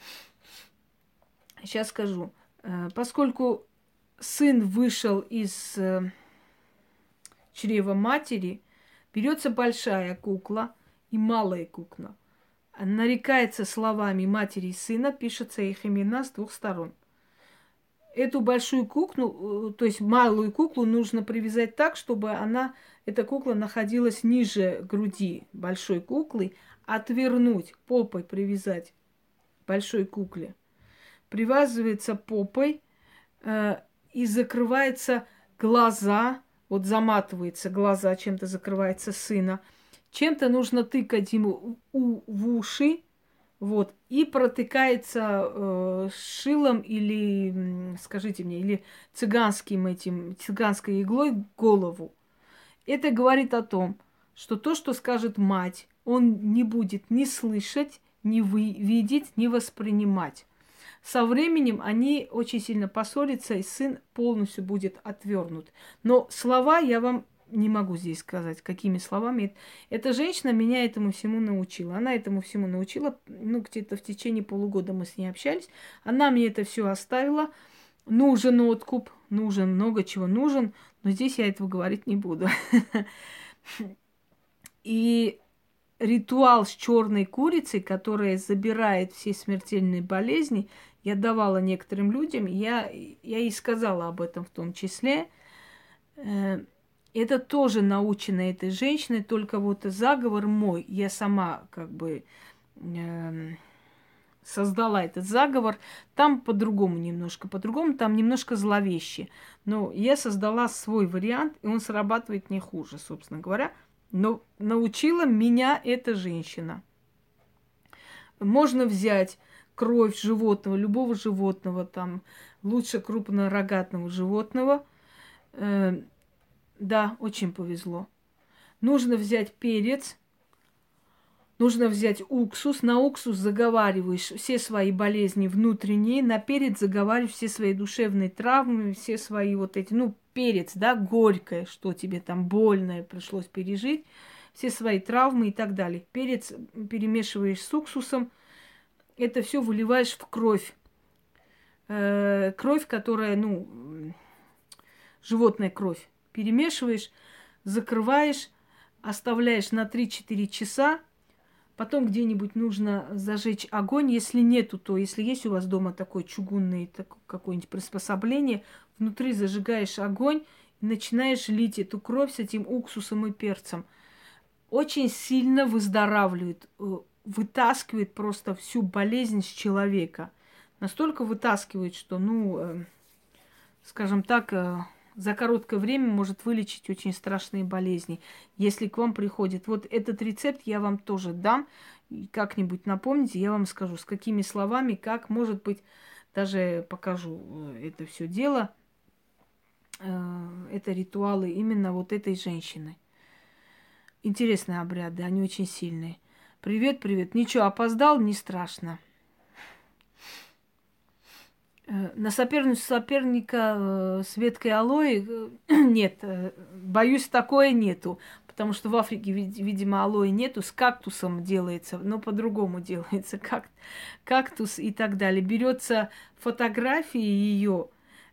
Speaker 1: сейчас скажу. Поскольку сын вышел из чрева матери, берется большая кукла и малая кукла. Нарекается словами матери и сына, пишется их имена с двух сторон. Эту большую куклу, то есть малую куклу, нужно привязать так, чтобы эта кукла находилась ниже груди большой куклы, отвернуть, попой привязать большой кукле. Привязывается попой и закрывается глаза, вот заматывается глаза, чем-то закрывается сына. Чем-то нужно тыкать ему в уши, вот, и протыкается шилом или, скажите мне, или цыганской иглой голову. Это говорит о том, что то, что скажет мать, он не будет ни слышать, ни видеть, ни воспринимать. Со временем они очень сильно поссорятся, и сын полностью будет отвернут. Но слова я вам не могу здесь сказать, какими словами. Эта женщина меня этому всему научила. Она этому всему научила, ну, где-то в течение полугода мы с ней общались. Она мне это все оставила. Нужен откуп, нужен, много чего нужен, но здесь я этого говорить не буду. И ритуал с черной курицей, которая забирает все смертельные болезни, я давала некоторым людям, я и сказала об этом в том числе. Это тоже научено этой женщиной, только вот заговор мой, я сама как бы создала этот заговор. Там по-другому немножко, там немножко зловеще. Но я создала свой вариант, и он срабатывает не хуже, собственно говоря. Но научила меня эта женщина. Можно взять кровь животного, любого животного, там, лучше крупнорогатного животного. Да, очень повезло. Нужно взять перец, нужно взять уксус. На уксус заговариваешь все свои болезни внутренние, на перец заговариваешь все свои душевные травмы, все свои вот эти, ну, перец, да, горькое, что тебе там больное пришлось пережить, все свои травмы и так далее. Перец перемешиваешь с уксусом, это все выливаешь в кровь. Кровь, которая, ну, животная кровь. Перемешиваешь, закрываешь, оставляешь на 3-4 часа. Потом где-нибудь нужно зажечь огонь. Если нету, то если есть у вас дома такое чугунное какое-нибудь приспособление, внутри зажигаешь огонь и начинаешь лить эту кровь с этим уксусом и перцем. Очень сильно выздоравливает, вытаскивает просто всю болезнь с человека. Настолько вытаскивает, что, ну, скажем так, за короткое время может вылечить очень страшные болезни, если к вам приходит. Вот этот рецепт я вам тоже дам. Как-нибудь напомните, я вам скажу, с какими словами, как, может быть, даже покажу это все дело. Это ритуалы именно вот этой женщины. Интересные обряды, они очень сильные. Привет, привет. Ничего, опоздал, не страшно. На соперника с веткой алоэ нет, боюсь, такое нету. Потому что в Африке, видимо, алоэ нету, с кактусом делается, но по-другому делается. Кактус и так далее. Берется фотографии ее,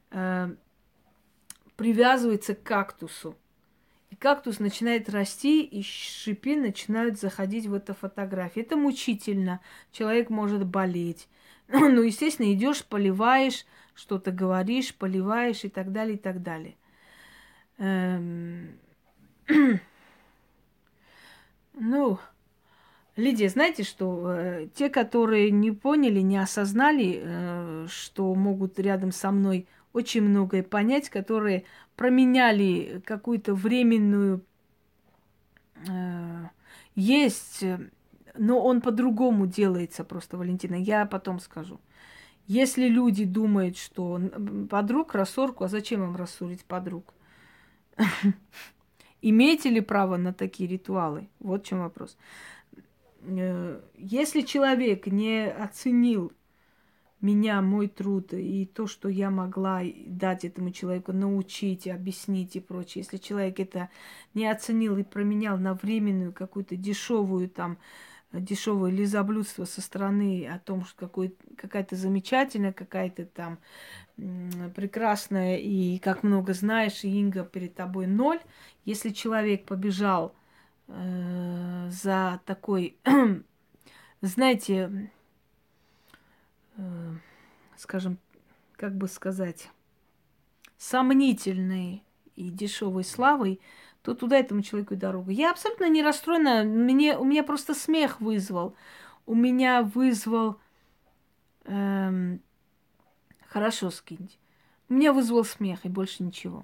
Speaker 1: привязывается к кактусу. И кактус начинает расти, и шипы начинают заходить в эту фотографию. Это мучительно. Человек может болеть. Ну, естественно, идешь, поливаешь, что-то говоришь, поливаешь и так далее, и так далее. Ну, Лидия, знаете что? Те, которые не поняли, не осознали, что могут рядом со мной очень многое понять, которые променяли какую-то временную есть, но он по-другому делается просто, Валентина. Я потом скажу. Если люди думают, что подруг рассорку, а зачем им рассорить подруг? Имеете ли право на такие ритуалы? Вот в чем вопрос. Если человек не оценил меня, мой труд и то, что я могла дать этому человеку, научить, объяснить и прочее. Если человек это не оценил и променял на временную какую-то дешевое лизоблюдство со стороны о том, что какая-то замечательная, какая-то там прекрасная и как много знаешь, и Инга перед тобой ноль. Если человек побежал за такой, знаете, скажем, как бы сказать, сомнительной и дешевой славой, то туда этому человеку и дорога. Я абсолютно не расстроена. У меня просто смех вызвал. У меня вызвал... хорошо, скиньте. У меня вызвал смех и больше ничего.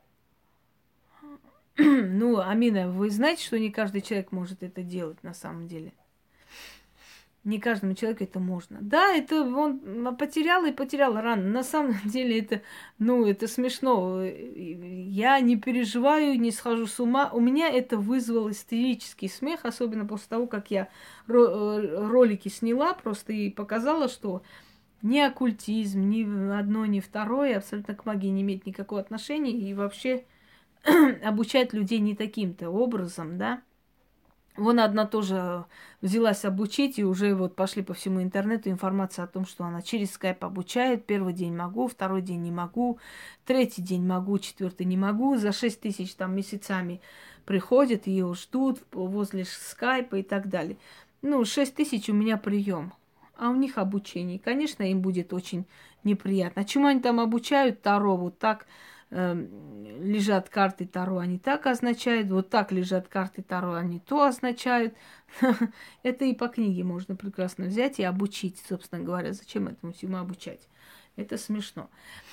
Speaker 1: Ну, Амина, вы знаете, что не каждый человек может это делать на самом деле? Не каждому человеку это можно. Да, это он потерял и потерял рано. На самом деле это смешно. Я не переживаю, не схожу с ума. У меня это вызвало истерический смех, особенно после того, как я ролики сняла просто и показала, что ни оккультизм, ни одно, ни второе абсолютно к магии не имеет никакого отношения и вообще обучает людей не таким-то образом, да. Вон одна тоже взялась обучить, и уже вот пошли по всему интернету информация о том, что она через скайп обучает. Первый день могу, второй день не могу, третий день могу, четвертый не могу. За 6 тысяч там месяцами приходят, ее ждут возле скайпа и так далее. 6 тысяч у меня прием, а у них обучение. Конечно, им будет очень неприятно. А чему они там обучают? Таро вот так. Лежат карты Таро, они так означают, вот так лежат карты Таро, они то означают. Это и по книге можно прекрасно взять и обучить, собственно говоря. Зачем этому всему обучать? Это смешно.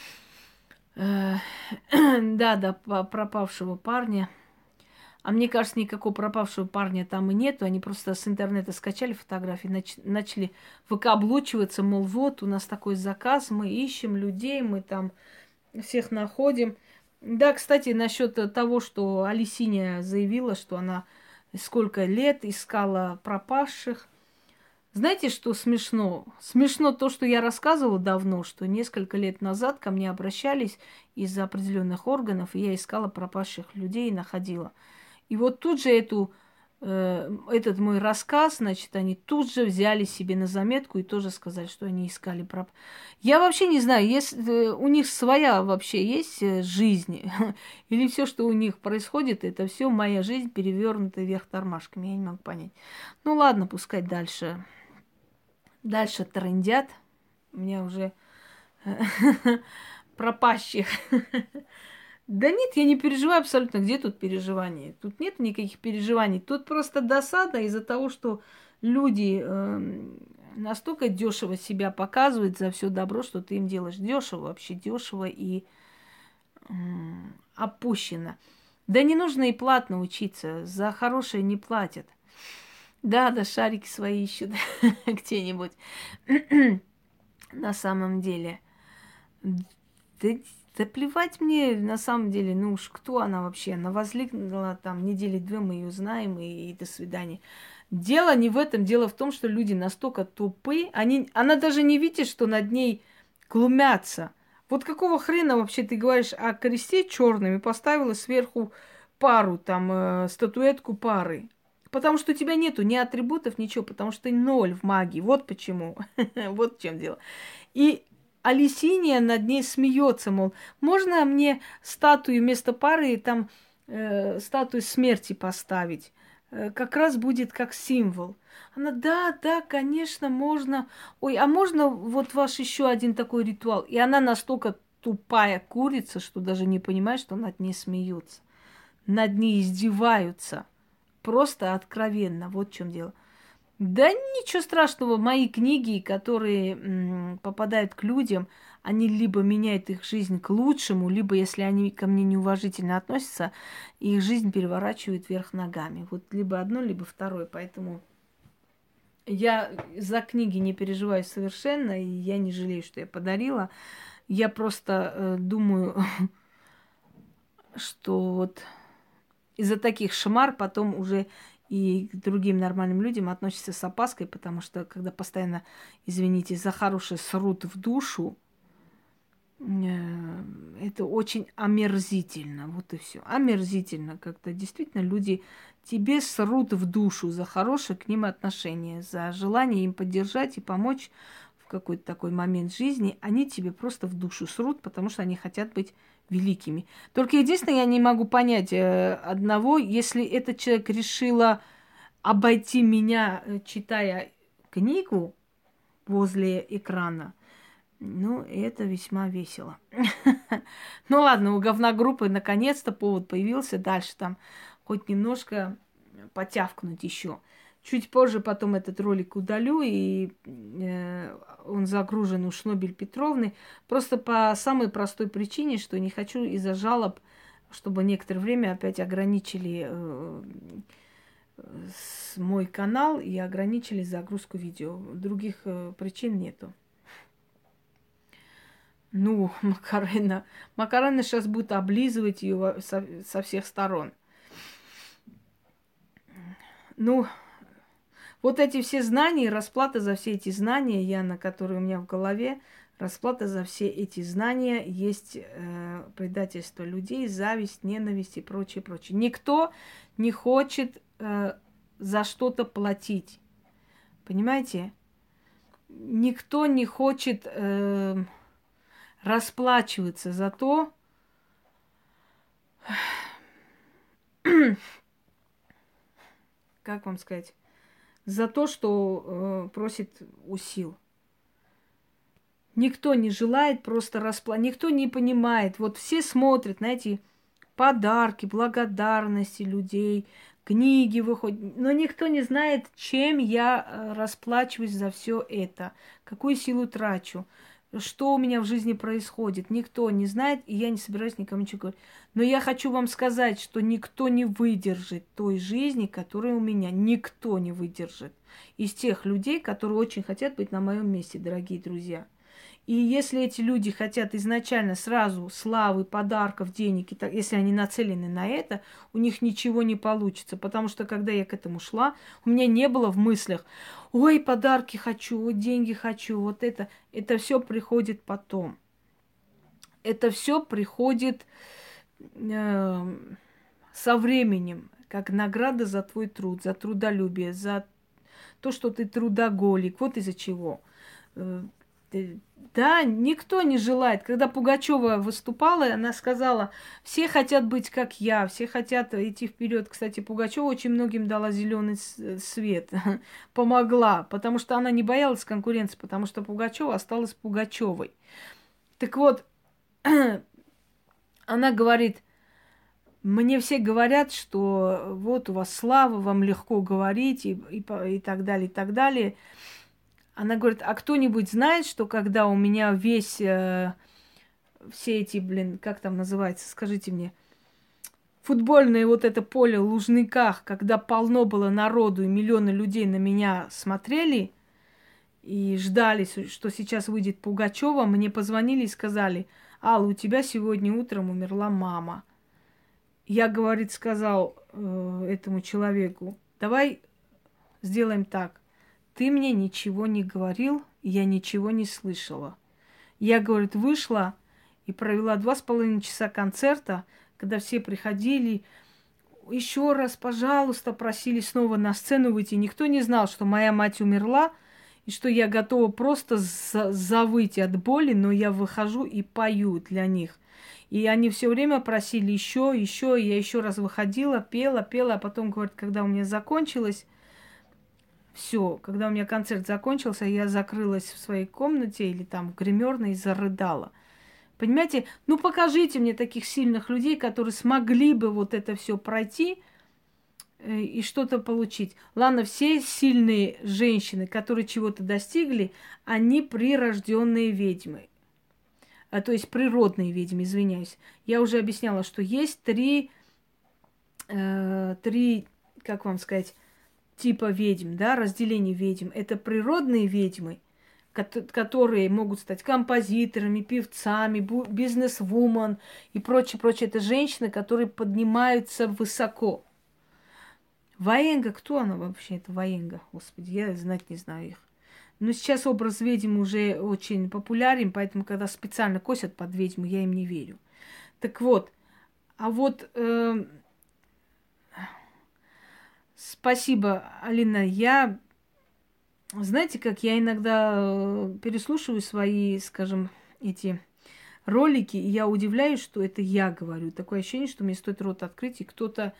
Speaker 1: Да, пропавшего парня. А мне кажется, никакого пропавшего парня там и нету. Они просто с интернета скачали фотографии, начали выкаблучиваться, мол, вот у нас такой заказ, мы ищем людей, мы там всех находим. Да, кстати, насчет того, что Алисиня заявила, что она сколько лет искала пропавших. Знаете, что смешно? Смешно то, что я рассказывала давно, что несколько лет назад ко мне обращались из-за определенных органов, и я искала пропавших людей и находила. И вот тут же этот мой рассказ, значит, они тут же взяли себе на заметку и тоже сказали, что они искали Я вообще не знаю, у них своя вообще есть жизнь, или все, что у них происходит, это все моя жизнь, перевернутая вверх тормашками, я не могу понять. Ну ладно, пускай дальше трындят. У меня уже пропащих. Да нет, я не переживаю абсолютно. Где тут переживания? Тут нет никаких переживаний. Тут просто досада из-за того, что люди настолько дешево себя показывают за все добро, что ты им делаешь. Дешево, вообще дешево и опущено. Да не нужно и платно учиться. За хорошее не платят. Да, шарики свои ищут где-нибудь. На самом деле. Да плевать мне, на самом деле, уж кто она вообще? Она возликнула там недели 2, мы ее знаем, и до свидания. Дело не в этом. Дело в том, что люди настолько тупы. Она даже не видит, что над ней глумятся. Вот какого хрена вообще ты говоришь о кресте черном и поставила сверху пару, там, статуэтку пары? Потому что у тебя нету ни атрибутов, ничего, потому что ты ноль в магии. Вот почему. Вот в чем дело. И Алисиния над ней смеется, мол, можно мне статую вместо пары, там, статую смерти поставить? Как раз будет как символ. Она, да, да, конечно, можно. Ой, а можно вот ваш еще один такой ритуал? И она настолько тупая курица, что даже не понимает, что над ней смеются. Над ней издеваются. Просто откровенно. Вот в чем дело. Да ничего страшного. Мои книги, которые попадают к людям, они либо меняют их жизнь к лучшему, либо, если они ко мне неуважительно относятся, их жизнь переворачивает вверх ногами. Вот либо одно, либо второе. Поэтому я за книги не переживаю совершенно, и я не жалею, что я подарила. Я просто думаю, что вот из-за таких шмар потом уже и к другим нормальным людям относятся с опаской, потому что когда постоянно, извините, за хорошее срут в душу, это очень омерзительно. Вот и все. Омерзительно, когда действительно люди тебе срут в душу за хорошее к ним отношение, за желание им поддержать и помочь в какой-то такой момент жизни. Они тебе просто в душу срут, потому что они хотят быть великими. Только единственное, я не могу понять одного, если этот человек решила обойти меня, читая книгу возле экрана, ну, это весьма весело. Ну ладно, у говногруппы наконец-то повод появился. Дальше там хоть немножко потявкнуть еще. Чуть позже потом этот ролик удалю, и он загружен у Шнобель Петровны. Просто по самой простой причине, что не хочу из-за жалоб, чтобы некоторое время опять ограничили мой канал и ограничили загрузку видео. Других причин нету. Ну, Макарена. Макарена сейчас будет облизывать ее со всех сторон. Ну, вот эти все знания, расплата за все эти знания, Яна, которые у меня в голове, расплата за все эти знания есть предательство людей, зависть, ненависть и прочее, прочее. Никто не хочет за что-то платить. Понимаете? Никто не хочет расплачиваться за то, как вам сказать, за то, что просит у сил. Никто не желает просто расплатить, никто не понимает. Вот все смотрят на эти подарки, благодарности людей, книги выходят, но никто не знает, чем я расплачиваюсь за все это, какую силу трачу, что у меня в жизни происходит. Никто не знает, и я не собираюсь никому ничего говорить. Но я хочу вам сказать, что никто не выдержит той жизни, которая у меня. Никто не выдержит. Из тех людей, которые очень хотят быть на моем месте, дорогие друзья. И если эти люди хотят изначально сразу славы, подарков, денег, и так, если они нацелены на это, у них ничего не получится. Потому что когда я к этому шла, у меня не было в мыслях, ой, подарки хочу, ой, деньги хочу, вот это. Это все приходит потом. Это все приходит со временем, как награда за твой труд, за трудолюбие, за то, что ты трудоголик. Вот из-за чего. Да, никто не желает. Когда Пугачева выступала, она сказала, все хотят быть как я, все хотят идти вперед. Кстати, Пугачева очень многим дала зеленый свет, помогла, потому что она не боялась конкуренции, потому что Пугачева осталась Пугачевой. Так вот, она говорит, мне все говорят, что вот у вас слава, вам легко говорить и так далее, и так далее. Она говорит, а кто-нибудь знает, что когда у меня все эти, как там называется, скажите мне, футбольное вот это поле в Лужниках, когда полно было народу и миллионы людей на меня смотрели и ждали, что сейчас выйдет Пугачева, мне позвонили и сказали, Алла, у тебя сегодня утром умерла мама. Я, говорит, сказал этому человеку, давай сделаем так. Ты мне ничего не говорил, и я ничего не слышала. Я, говорит, вышла и провела 2,5 часа концерта, когда все приходили, еще раз, пожалуйста, просили снова на сцену выйти. Никто не знал, что моя мать умерла, и что я готова просто завыть от боли, но я выхожу и пою для них. И они все время просили еще, еще, и я еще раз выходила, пела, а потом, говорит, когда у меня закончилось, все, когда у меня концерт закончился, я закрылась в своей комнате или там в гримерной и зарыдала. Понимаете, ну покажите мне таких сильных людей, которые смогли бы вот это все пройти и что-то получить. Ладно, все сильные женщины, которые чего-то достигли, они прирожденные ведьмы. То есть природные ведьмы, извиняюсь. Я уже объясняла, что есть три, как вам сказать, типа ведьм, да, разделение ведьм. Это природные ведьмы, которые могут стать композиторами, певцами, бизнес-вумен и прочее, прочее. Это женщины, которые поднимаются высоко. Ваенга, кто она вообще, это Ваенга? Господи, я знать не знаю их. Но сейчас образ ведьм уже очень популярен, поэтому, когда специально косят под ведьму, я им не верю. Так вот, а вот спасибо, Алина. Знаете, как я иногда переслушиваю свои, скажем, эти ролики, и я удивляюсь, что это я говорю. Такое ощущение, что мне стоит рот открыть, и кто-то,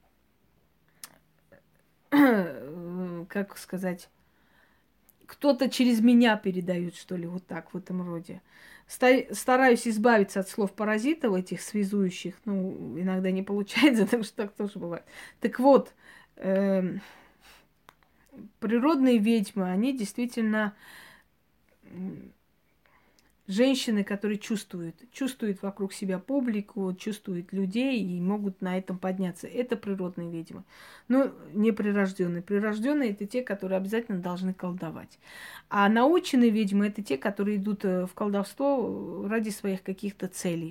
Speaker 1: как сказать, кто-то через меня передает, что ли, вот так, в этом роде. Стараюсь избавиться от слов паразитов, этих связующих. Ну, иногда не получается, так что так тоже бывает. Так вот, природные ведьмы, они действительно женщины, которые чувствуют вокруг себя публику, чувствуют людей и могут на этом подняться. Это природные ведьмы. Но не прирожденные. Прирожденные это те, которые обязательно должны колдовать. А наученные ведьмы это те, которые идут в колдовство ради своих каких-то целей.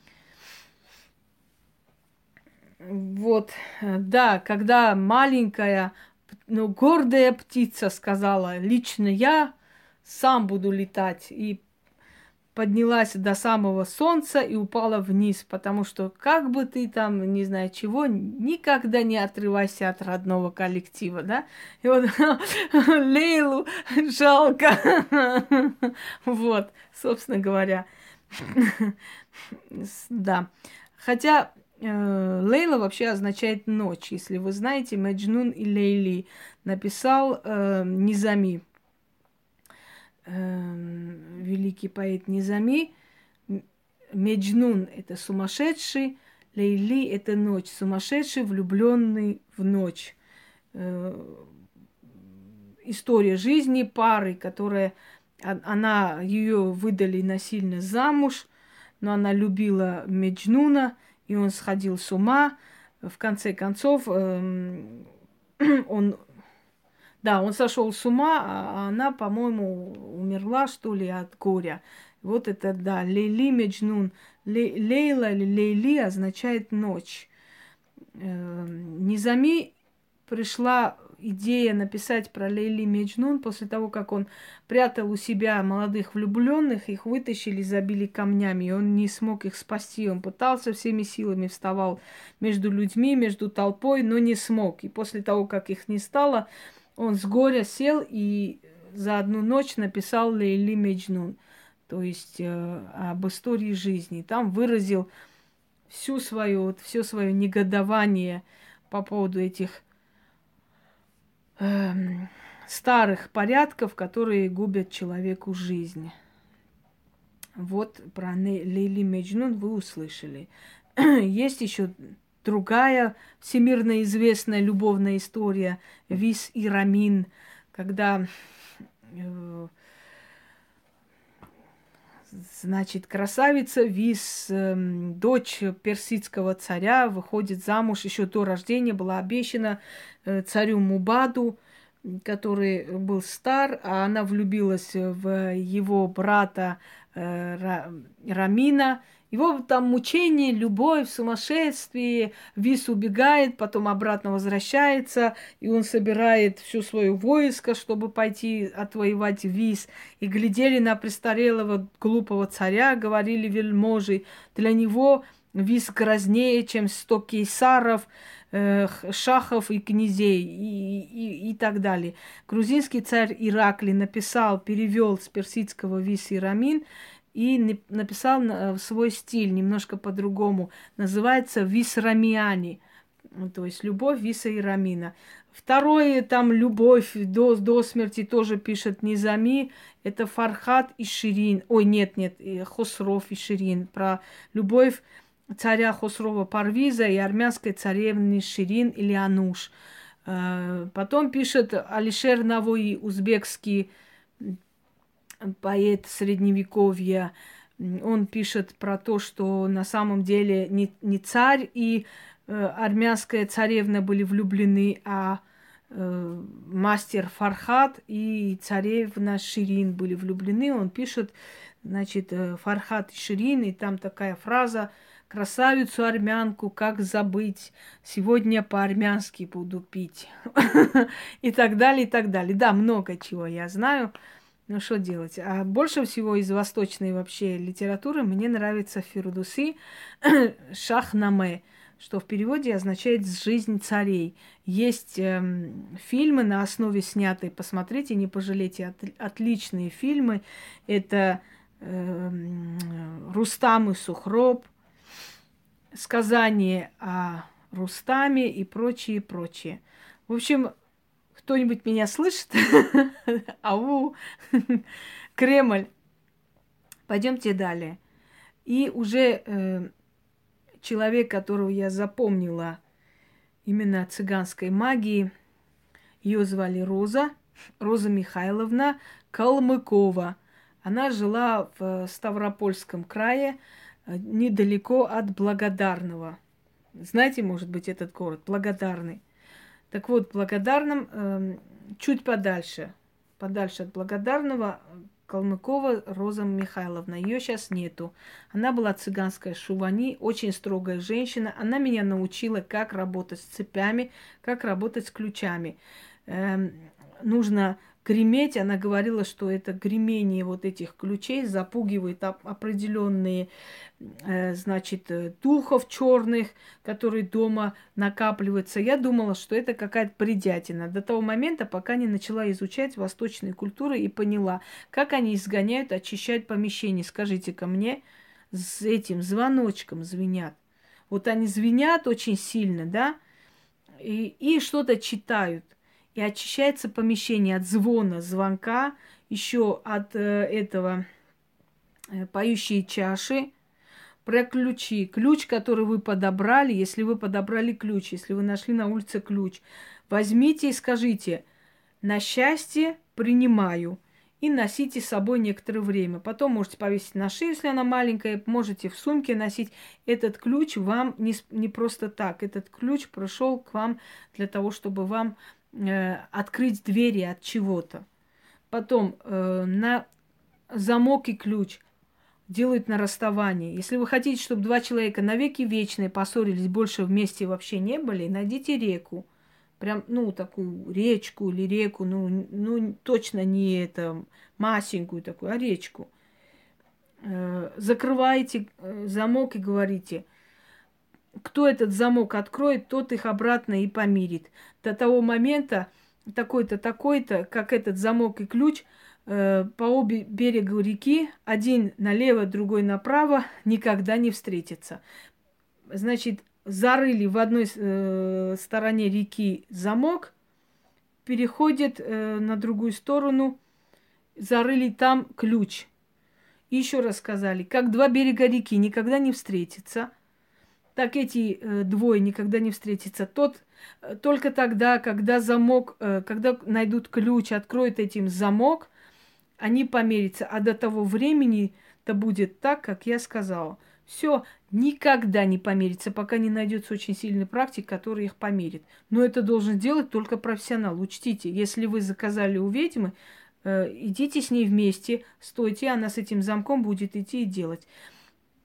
Speaker 1: Вот, да, когда маленькая, но гордая птица сказала, лично я сам буду летать, и поднялась до самого солнца и упала вниз, потому что как бы ты там, не знаю чего, никогда не отрывайся от родного коллектива, да? И вот Лейлу жалко. Вот, собственно говоря. Да. Хотя Лейла вообще означает ночь. Если вы знаете, Меджнун и Лейли написал Низами. Великий поэт Низами. Меджнун – это сумасшедший, Лейли – это ночь, сумасшедший, влюбленный в ночь. История жизни пары, которая ее выдали насильно замуж, но она любила Меджнуна, и он сходил с ума. В конце концов, он сошел с ума, а она, по-моему, умерла, что ли, от горя. Вот это, да, Лейли Меджнун. Лейла или Лейли означает ночь. Низами пришла идея написать про Лейли Меджнун после того, как он прятал у себя молодых влюбленных, их вытащили, забили камнями, и он не смог их спасти. Он пытался всеми силами, вставал между людьми, между толпой, но не смог. И после того, как их не стало, он с горя сел и за одну ночь написал Лейли Меджнун, то есть об истории жизни. Там выразил все свое негодование по поводу этих старых порядков, которые губят человеку жизнь. Вот про Лейли Меджнун вы услышали. Есть еще другая всемирно известная любовная история Вис и Рамин, когда значит, красавица Вис, дочь персидского царя, выходит замуж еще до рождения, была обещана царю Мубаду, который был стар, а она влюбилась в его брата Рамина, Его там мучение, любовь, сумасшествие, Вис убегает, потом обратно возвращается, и он собирает все свое войско, чтобы пойти отвоевать Вис. И глядели на престарелого глупого царя, говорили вельможи, для него Вис грознее, чем 100 кейсаров, шахов и князей и так далее. Грузинский царь Ираклий написал, перевел с персидского Вис и Рамин и написал в свой стиль немножко по-другому. Называется Вис-Рамиани, то есть любовь Виса и Рамина. Второе, там любовь до смерти тоже пишет Низами. Это Фархат и Ширин. Ой, нет, Хосров и Ширин. Про любовь царя Хосрова Парвиза и армянской царевны Ширин или Ануш. Потом пишет Алишер Навои, узбекский поэт средневековья. Он пишет про то, что на самом деле не царь и армянская царевна были влюблены, а мастер Фархат и царевна Ширин были влюблены. Он пишет, значит, Фархат и Ширин, и там такая фраза: «Красавицу армянку, как забыть, сегодня по-армянски буду пить». И так далее, и так далее. Да, много чего я знаю. Ну, что делать? А больше всего из восточной вообще литературы мне нравится Фирдуси Шахнаме, что в переводе означает «жизнь царей». Есть фильмы на основе снятой, посмотрите, не пожалейте, отличные фильмы. Это Рустам и Сухроб, сказание о Рустаме и прочее, прочее. В общем, кто-нибудь меня слышит? Ау! Кремль. Пойдемте далее. И уже человек, которого я запомнила именно цыганской магии, ее звали Роза Михайловна Калмыкова. Она жила в Ставропольском крае, недалеко от Благодарного. Знаете, может быть, этот город Благодарный. Так вот, в Благодарном, чуть подальше от Благодарного, Калмыкова Роза Михайловна. Ее сейчас нету. Она была цыганская шувани, очень строгая женщина. Она меня научила, как работать с цепями, как работать с ключами. Нужно греметь. Она говорила, что это гремение вот этих ключей запугивает определенные, значит, духов черных, которые дома накапливаются. Я думала, что это какая-то бредятина. До того момента, пока не начала изучать восточные культуры и поняла, как они изгоняют, очищают помещение. Скажите-ка мне, с этим звоночком звенят. Вот они звенят очень сильно, да, и что-то читают. И очищается помещение от звона, звонка, еще от этого поющей чаши. Про ключи. Ключ, который вы подобрали, если вы подобрали ключ, если вы нашли на улице ключ, возьмите и скажите: «На счастье принимаю». И носите с собой некоторое время. Потом можете повесить на шею, если она маленькая, можете в сумке носить. Этот ключ вам не просто так. Этот ключ пришел к вам для того, чтобы вам открыть двери от чего-то. Потом на замок и ключ делают на расставании. Если вы хотите, чтобы два человека навеки вечные поссорились, больше вместе вообще не были, найдите реку. Прям, такую речку или реку, точно не это, масенькую такую, а речку. Закрываете замок и говорите: кто этот замок откроет, тот их обратно и помирит. До того момента такой-то, такой-то, как этот замок и ключ, по обе берегу реки, один налево, другой направо, никогда не встретятся. Значит, зарыли в одной стороне реки замок, переходят на другую сторону, зарыли там ключ. И еще раз сказали, как два берега реки никогда не встретятся, так эти двое никогда не встретятся. Только тогда, когда замок, когда найдут ключ, откроют этим замок, они помирятся. А до того времени-то будет так, как я сказала. Все, никогда не помирятся, пока не найдется очень сильный практик, который их помирит. Но это должен делать только профессионал. Учтите, если вы заказали у ведьмы, идите с ней вместе, стойте, она с этим замком будет идти и делать.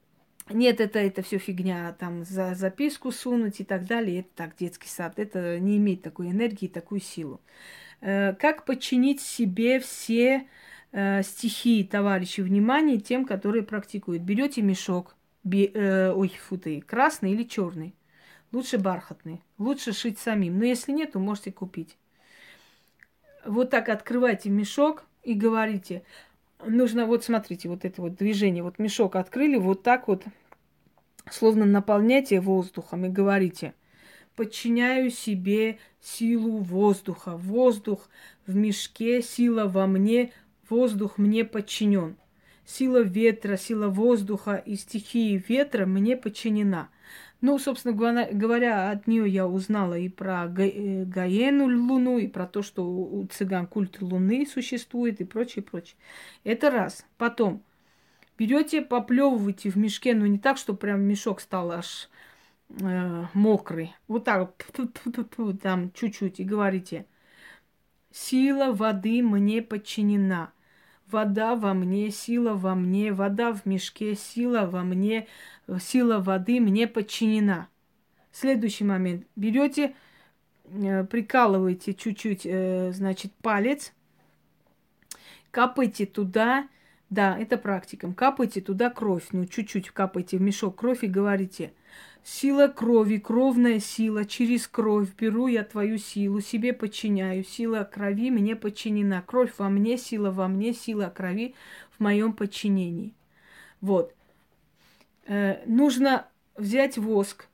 Speaker 1: Нет, это все фигня, там за записку сунуть и так далее. Это так, детский сад. Это не имеет такой энергии, такую силу. Как подчинить себе все стихии, товарищи, внимание тем, которые практикуют. Берете мешок, красный или черный. Лучше бархатный. Лучше шить самим. Но если нет, то можете купить. Вот так открывайте мешок и говорите. Нужно, вот смотрите, вот это вот движение. Вот мешок открыли, вот так вот, словно наполняйте воздухом и говорите. Подчиняю себе силу воздуха. Воздух в мешке, сила во мне, воздух мне подчинен. Сила ветра, сила воздуха и стихии ветра мне подчинена. Ну, собственно говоря, от нее я узнала и про Гаену Луну, и про то, что у цыган культ Луны существует, и прочее, прочее. Это раз. Потом берете, поплевываете в мешке, но не так, что прям мешок стал аж мокрый. Вот так вот, там чуть-чуть, и говорите: сила воды мне подчинена. Вода во мне, сила во мне, вода в мешке, сила во мне, сила воды мне подчинена. Следующий момент. Берете, прикалываете чуть-чуть, значит, палец, капайте туда, да, это практиком, капайте туда кровь, ну, чуть-чуть капайте в мешок кровь и говорите: сила крови, кровная сила, через кровь беру я твою силу, себе подчиняю, сила крови мне подчинена, кровь во мне, сила крови в моем подчинении. Вот. Нужно взять воск,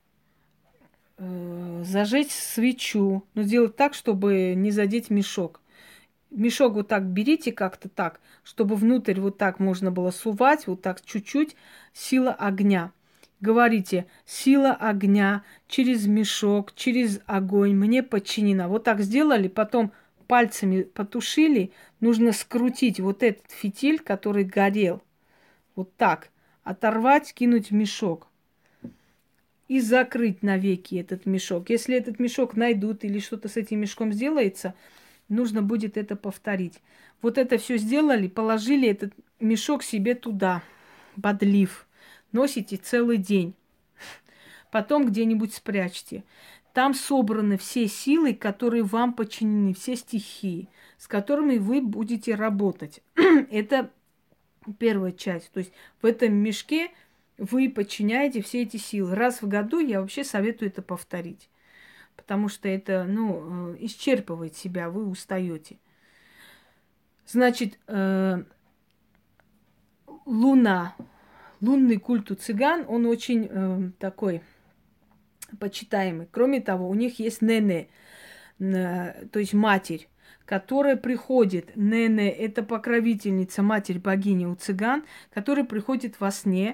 Speaker 1: зажечь свечу, но сделать так, чтобы не задеть мешок. Мешок вот так берите как-то так, чтобы внутрь вот так можно было сувать, вот так чуть-чуть, сила огня. Говорите: сила огня через мешок, через огонь мне подчинена. Вот так сделали, потом пальцами потушили, нужно скрутить вот этот фитиль, который горел. Вот так. Оторвать, кинуть в мешок. И закрыть навеки этот мешок. Если этот мешок найдут или что-то с этим мешком сделается, нужно будет это повторить. Вот это все сделали, положили этот мешок себе туда, подлив. Носите целый день. Потом где-нибудь спрячьте. Там собраны все силы, которые вам подчинены, все стихии, с которыми вы будете работать. Это первая часть. То есть в этом мешке вы подчиняете все эти силы. Раз в году я вообще советую это повторить. Потому что это, исчерпывает себя, вы устаете. Значит, Луна, лунный культ у цыган, он очень такой почитаемый. Кроме того, у них есть нене, то есть матерь, которая приходит. Нене – это покровительница, матерь богини у цыган, которая приходит во сне,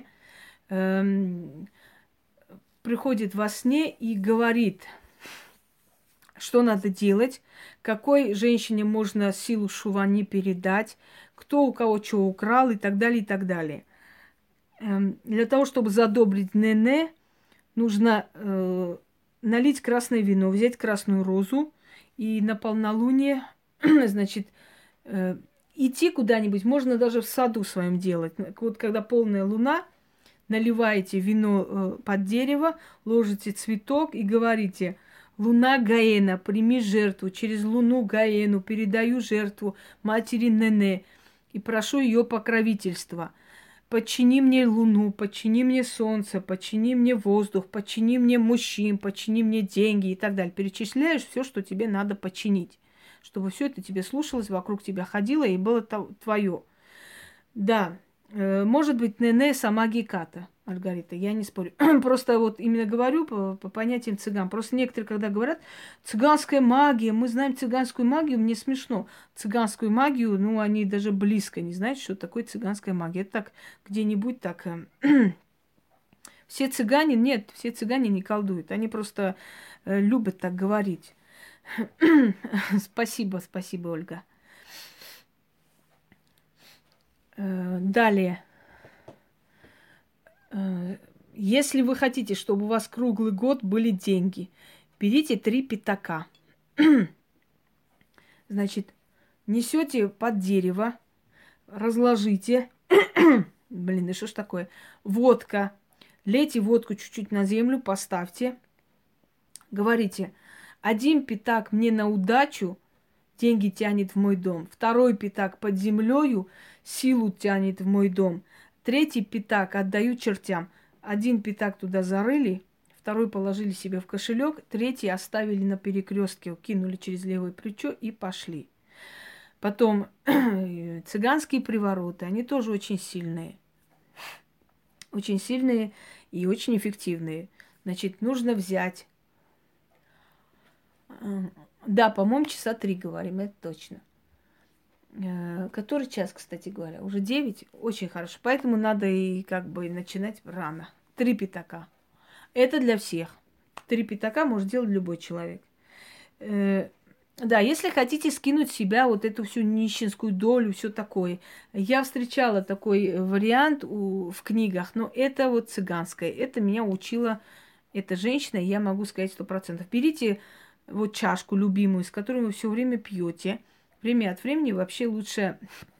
Speaker 1: и говорит, что надо делать, какой женщине можно силу шувани передать, кто у кого что украл и так далее, и так далее. Для того, чтобы задобрить нене, нужно налить красное вино, взять красную розу и на полнолуние, значит, идти куда-нибудь, можно даже в саду своем делать. Вот когда полная луна, наливаете вино под дерево, ложите цветок и говорите: луна Гаена, прими жертву, через луну Гаену передаю жертву матери Нене и прошу ее покровительства. Подчини мне луну, подчини мне солнце, подчини мне воздух, подчини мне мужчин, подчини мне деньги и так далее. Перечисляешь все, что тебе надо подчинить, чтобы все это тебе слушалось, вокруг тебя ходило и было твое. Да, может быть, Нене сама Геката, Маргарита, я не спорю. Просто вот именно говорю по понятиям цыган. Просто некоторые, когда говорят цыганская магия, мы знаем цыганскую магию, мне смешно. Цыганскую магию, ну, они даже близко не знают, что такое цыганская магия. Это так где-нибудь так... Все цыгане, нет, все цыгане не колдуют. Они просто любят так говорить. Спасибо, спасибо, Ольга. Далее. Если вы хотите, чтобы у вас круглый год были деньги, берите 3 пятака. Значит, несете под дерево, разложите. Блин, да что ж такое? Водка, Лейте водку чуть-чуть на землю, поставьте. Говорите, 1 пятак мне на удачу, деньги тянет в мой дом. 2 пятак под землею, силу тянет в мой дом. 3 пятак отдаю чертям. 1 пятак туда зарыли, 2 положили себе в кошелек, 3 оставили на перекрестке, кинули через левое плечо и пошли. Потом цыганские привороты, они тоже очень сильные. Очень сильные и очень эффективные. Значит, нужно взять... Да, по-моему, часа 3 говорим, это точно. Который час, кстати говоря? Уже 9? Очень хорошо. Поэтому надо и как бы начинать рано. 3 пятака. Это для всех. 3 пятака может делать любой человек. Да, если хотите скинуть с себя вот эту всю нищенскую долю, все такое. Я встречала такой вариант в книгах, но это вот цыганское. Это меня учила эта женщина, и я могу сказать 100%. Берите вот чашку любимую, с которой вы все время пьете. Время от времени вообще лучше,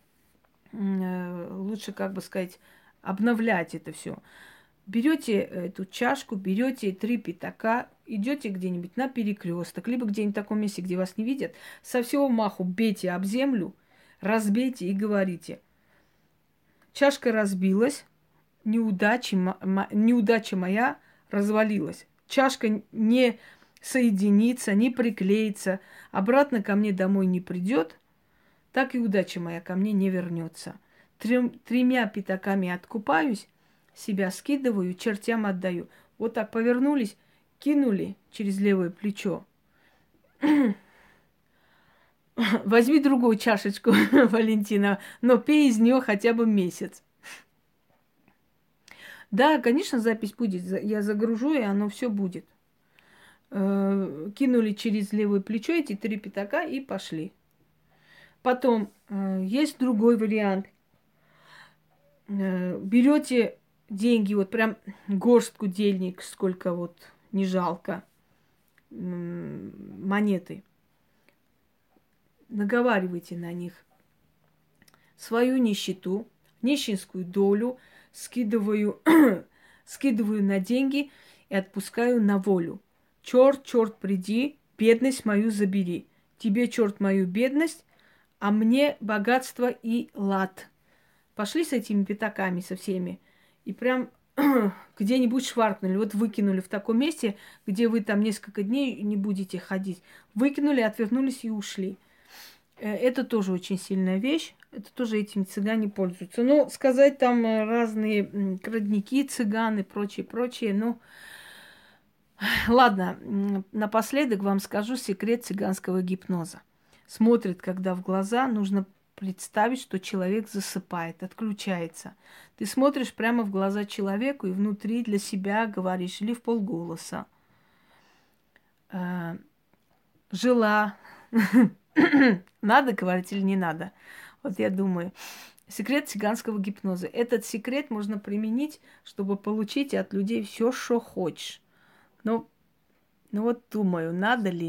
Speaker 1: как бы сказать, обновлять это все. Берете эту чашку, берете 3 пятака, идете где-нибудь на перекресток, либо где-нибудь в таком месте, где вас не видят, со всего маху бейте об землю, разбейте и говорите: чашка разбилась, неудача моя развалилась. Чашка не соединится, не приклеится, обратно ко мне домой не придет, так и удача моя ко мне не вернется. 3 пятаками откупаюсь, себя скидываю, чертям отдаю. Вот так повернулись, кинули через левое плечо. Возьми другую чашечку, Валентина, но пей из нее хотя бы месяц. Да, конечно, запись будет. Я загружу, и оно все будет. Кинули через левое плечо эти 3 пятака и пошли. Потом есть другой вариант. Берете деньги, вот прям горстку денег, сколько вот не жалко, монеты. Наговаривайте на них свою нищету, нищенскую долю, скидываю на деньги и отпускаю на волю. Черт, приди, бедность мою забери. Тебе, черт, мою бедность, а мне богатство и лад. Пошли с этими пятаками, со всеми, и прям где-нибудь шваркнули, вот выкинули в таком месте, где вы там несколько дней не будете ходить. Выкинули, отвернулись и ушли. Это тоже очень сильная вещь. Это тоже этим цыгане пользуются. Но сказать там разные крадники, цыганы, прочее. Ну, ладно, напоследок вам скажу секрет цыганского гипноза. Смотрит, когда в глаза, нужно представить, что человек засыпает, отключается. Ты смотришь прямо в глаза человеку и внутри для себя говоришь или вполголоса. Жила. Надо говорить или не надо? Вот я думаю. Секрет цыганского гипноза. Этот секрет можно применить, чтобы получить от людей все, что хочешь. Ну вот думаю, надо ли?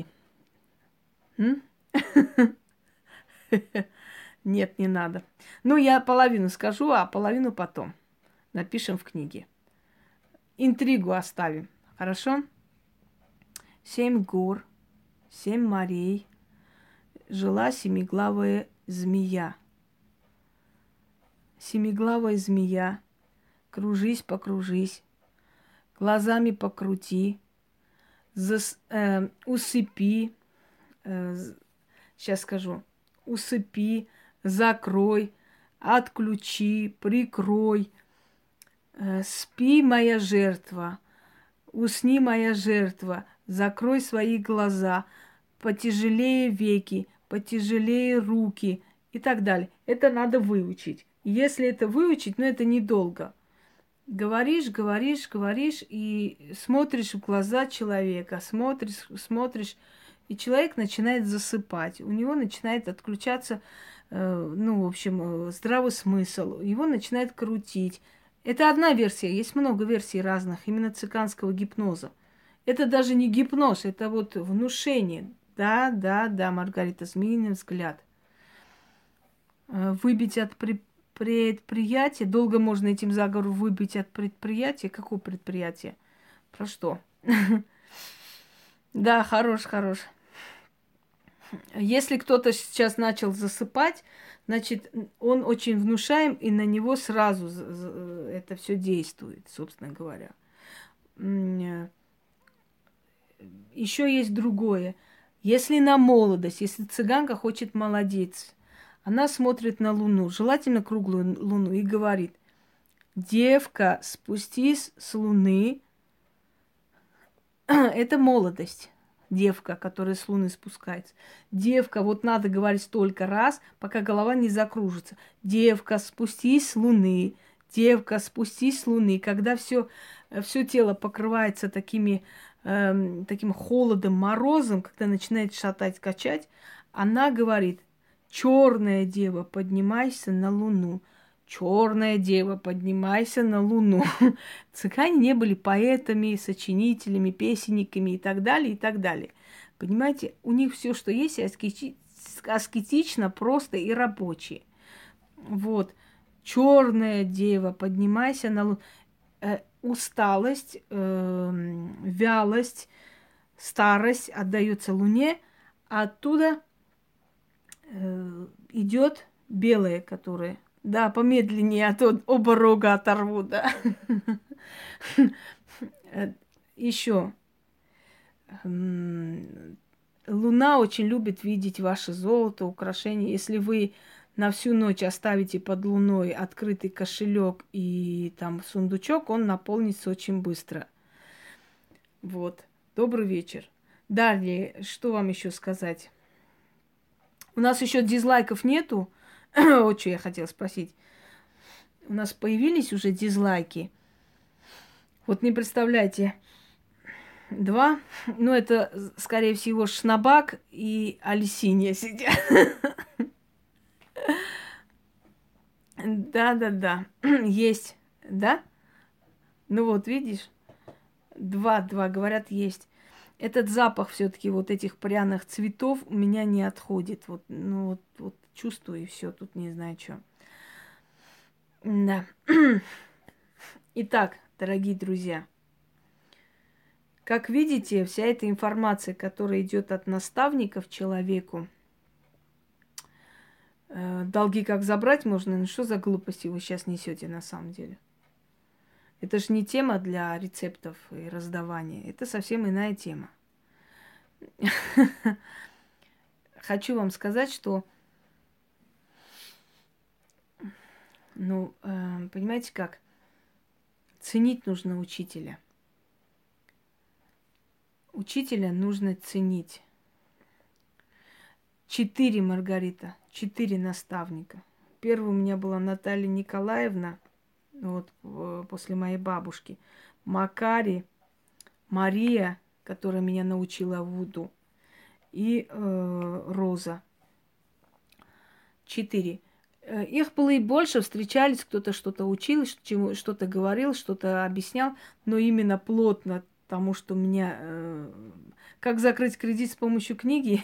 Speaker 1: Нет, не надо. Ну, я половину скажу, а половину потом. Напишем в книге. Интригу оставим. Хорошо? 7 гор, 7 морей. Жила семиглавая змея. Семиглавая змея, кружись, покружись, глазами покрути, усыпи, сейчас скажу, усыпи, закрой, отключи, прикрой. Спи, моя жертва, усни, моя жертва, закрой свои глаза, потяжелее веки, потяжелее руки и так далее. Это надо выучить. Если это выучить, но это недолго. Говоришь, и смотришь в глаза человека, смотришь, и человек начинает засыпать. У него начинает отключаться, здравый смысл. Его начинает крутить. Это одна версия, есть много версий разных, именно цыганского гипноза. Это даже не гипноз, это вот внушение. Да, Маргарита, змеиный взгляд. Выбить от предприятие. Долго можно этим заговором выбить от предприятия. Какого предприятия? Про что? Да, хорош. Если кто-то сейчас начал засыпать, значит, он очень внушаем, и на него сразу это все действует, собственно говоря. Еще есть другое. Если на молодость, если цыганка хочет молодец, она смотрит на Луну, желательно круглую Луну, и говорит: девка, спустись с Луны. Это молодость. Девка, которая с Луны спускается. Девка, вот надо говорить столько раз, пока голова не закружится. Девка, спустись с Луны. Девка, спустись с Луны. Когда все тело покрывается таким холодом, морозом, когда начинает шатать, качать, она говорит: черная дева, поднимайся на Луну. Черная дева, поднимайся на Луну. Цыгане не были поэтами, сочинителями, песенниками и так далее, и так далее. Понимаете, у них все, что есть, аскетично, просто и рабочее. Вот. Черная дева, поднимайся на Луну. Усталость, вялость, старость отдается Луне, а оттуда идет белое, которое... Да, помедленнее, а то оба рога оторву, да. Еще. Луна очень любит видеть ваше золото, украшения. Если вы на всю ночь оставите под луной открытый кошелек и там сундучок, он наполнится очень быстро. Вот. Добрый вечер. Далее, что вам еще сказать? У нас еще дизлайков нету. Вот что я хотела спросить. У нас появились уже дизлайки. Вот не представляете, 2. Ну, это, скорее всего, Шнабак и Алисинья сидят. Да. Есть, да? Ну вот, видишь? 2 говорят, есть. Этот запах все-таки вот этих пряных цветов у меня не отходит. Вот, ну вот чувствую, и все, тут не знаю, что. Да. Итак, дорогие друзья, как видите, вся эта информация, которая идет от наставников человеку, долги как забрать можно, ну что за глупости вы сейчас несете на самом деле? Это же не тема для рецептов и раздавания. Это совсем иная тема. Хочу вам сказать, что, понимаете как, ценить нужно учителя. Учителя нужно ценить. 4, Маргарита, 4 наставника. Первая у меня была Наталья Николаевна, вот после моей бабушки. Макари, Мария, которая меня научила вуду, и Роза. 4. Их было и больше, встречались, кто-то что-то учил, что-то говорил, что-то объяснял, но именно плотно тому, что у меня... как закрыть кредит с помощью книги?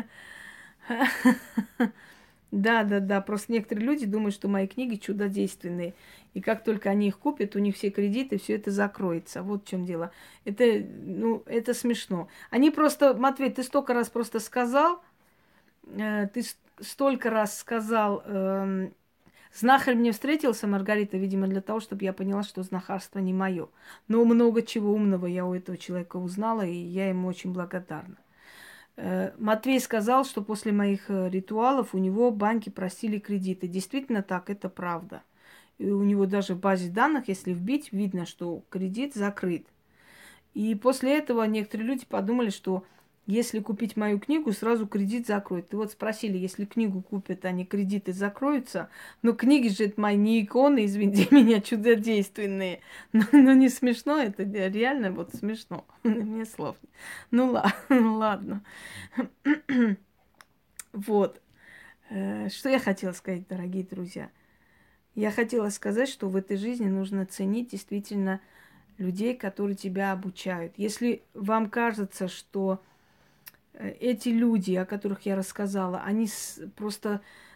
Speaker 1: Да. Просто некоторые люди думают, что мои книги чудодейственные. И как только они их купят, у них все кредиты, все это закроется. Вот в чем дело. Это смешно. Они просто, Матвей, ты столько раз просто сказал, ты столько раз сказал, знахарь мне встретился, Маргарита, видимо, для того, чтобы я поняла, что знахарство не мое. Но много чего умного я у этого человека узнала, и я ему очень благодарна. Матвей сказал, что после моих ритуалов у него банки просили кредиты. Действительно так, это правда. И у него даже в базе данных, если вбить, видно, что кредит закрыт. И после этого некоторые люди подумали, что если купить мою книгу, сразу кредит закроют. И вот спросили, если книгу купят, они кредиты закроются. Но книги же это мои не иконы, извините меня, чудодейственные. Но не смешно, это реально вот смешно. Мне слов. Ну ладно. Вот. Что я хотела сказать, дорогие друзья? Я хотела сказать, что в этой жизни нужно ценить действительно людей, которые тебя обучают. Если вам кажется, что эти люди, о которых я рассказала, они просто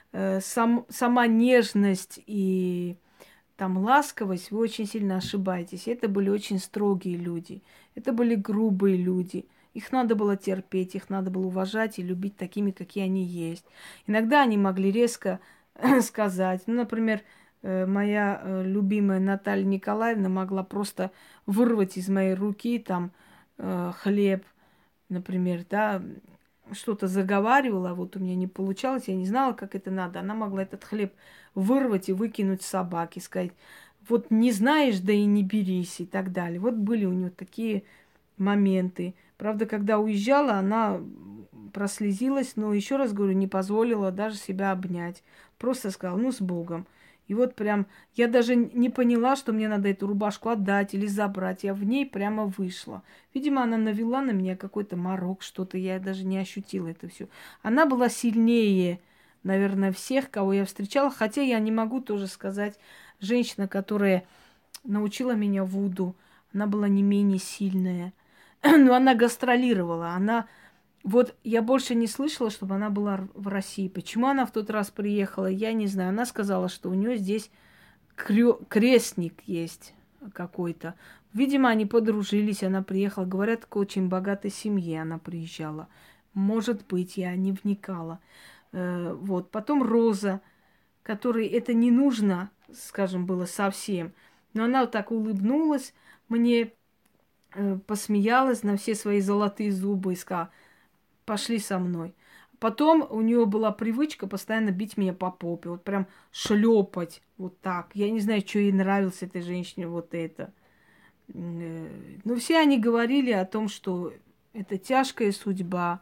Speaker 1: сама нежность и там ласковость, вы очень сильно ошибаетесь. Это были очень строгие люди. Это были грубые люди. Их надо было терпеть, их надо было уважать и любить такими, какие они есть. Иногда они могли резко сказать. Ну, например, моя любимая Наталья Николаевна могла просто вырвать из моей руки там хлеб, например, да, что-то заговаривала, вот у меня не получалось, я не знала, как это надо. Она могла этот хлеб вырвать и выкинуть собаке, сказать, вот не знаешь, да и не берись, и так далее. Вот были у нее такие моменты. Правда, когда уезжала, она прослезилась, но еще раз говорю, не позволила даже себя обнять. Просто сказала, ну, с Богом. И вот прям, я даже не поняла, что мне надо эту рубашку отдать или забрать. Я в ней прямо вышла. Видимо, она навела на меня какой-то морок, что-то. Я даже не ощутила это все. Она была сильнее, наверное, всех, кого я встречала. Хотя я не могу тоже сказать, женщина, которая научила меня вуду, она была не менее сильная. Но она гастролировала. Она вот я больше не слышала, чтобы она была в России. Почему она в тот раз приехала, я не знаю. Она сказала, что у нее здесь крестник есть какой-то. Видимо, они подружились, она приехала. Говорят, к очень богатой семье она приезжала. Может быть, я не вникала. Вот. Потом Роза, которой это не нужно, скажем, было совсем. Но она вот так улыбнулась мне, посмеялась на все свои золотые зубы и сказала, пошли со мной. Потом у нее была привычка постоянно бить меня по попе, вот прям шлепать вот так. Я не знаю, что ей нравилось этой женщине вот это. Но все они говорили о том, что это тяжкая судьба.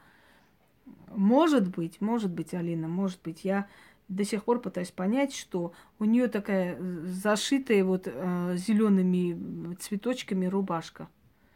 Speaker 1: Может быть, Алина, может быть, я до сих пор пытаюсь понять, что у нее такая зашитая вот зелеными цветочками рубашка.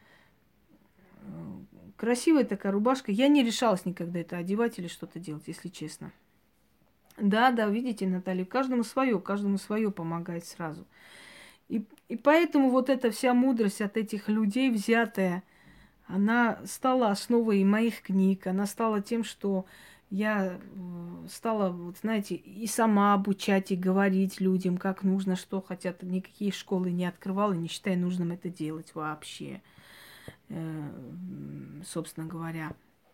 Speaker 1: Красивая такая рубашка. Я не решалась никогда это одевать или что-то делать, если честно. Да, да, видите, Наталья, каждому свое помогает сразу. И поэтому вот эта вся мудрость от этих людей взятая, она стала основой и моих книг, она стала тем, что я стала, вот знаете, и сама обучать, и говорить людям, как нужно, что хотят. Никакие школы не открывала, не считая нужным это делать вообще, собственно говоря.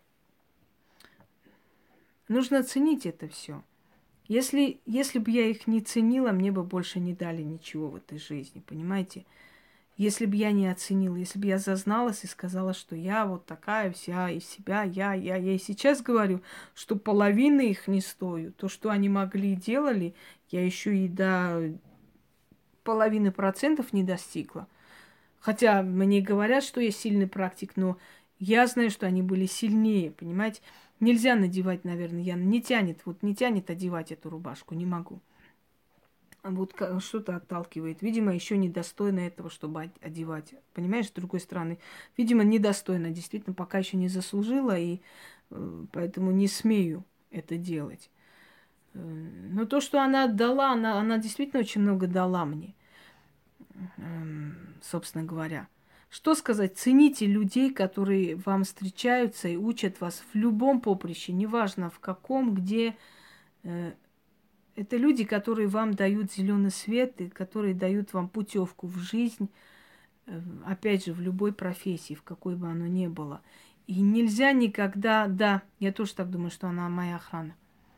Speaker 1: Нужно ценить это все. Если бы я их не ценила, мне бы больше не дали ничего в этой жизни, понимаете? Если бы я не оценила, если бы я зазналась и сказала, что я вот такая вся из себя, я и сейчас говорю, что половины их не стою. То, что они могли и делали, я еще и до половины процентов не достигла. Хотя мне говорят, что я сильный практик, но я знаю, что они были сильнее, понимаете? Нельзя надевать, наверное, не тянет одевать эту рубашку, не могу. Вот что-то отталкивает. Видимо, еще недостойно этого, чтобы одевать. Понимаешь, с другой стороны, видимо, недостойно. Действительно, пока еще не заслужила, и поэтому не смею это делать. Но то, что она дала, она действительно очень много дала мне, собственно говоря. Что сказать? Цените людей, которые вам встречаются и учат вас в любом поприще, неважно в каком, где. Это люди, которые вам дают зеленый свет и которые дают вам путевку в жизнь, опять же, в любой профессии, в какой бы оно ни было. И нельзя никогда, да, я тоже так думаю, что она моя охрана.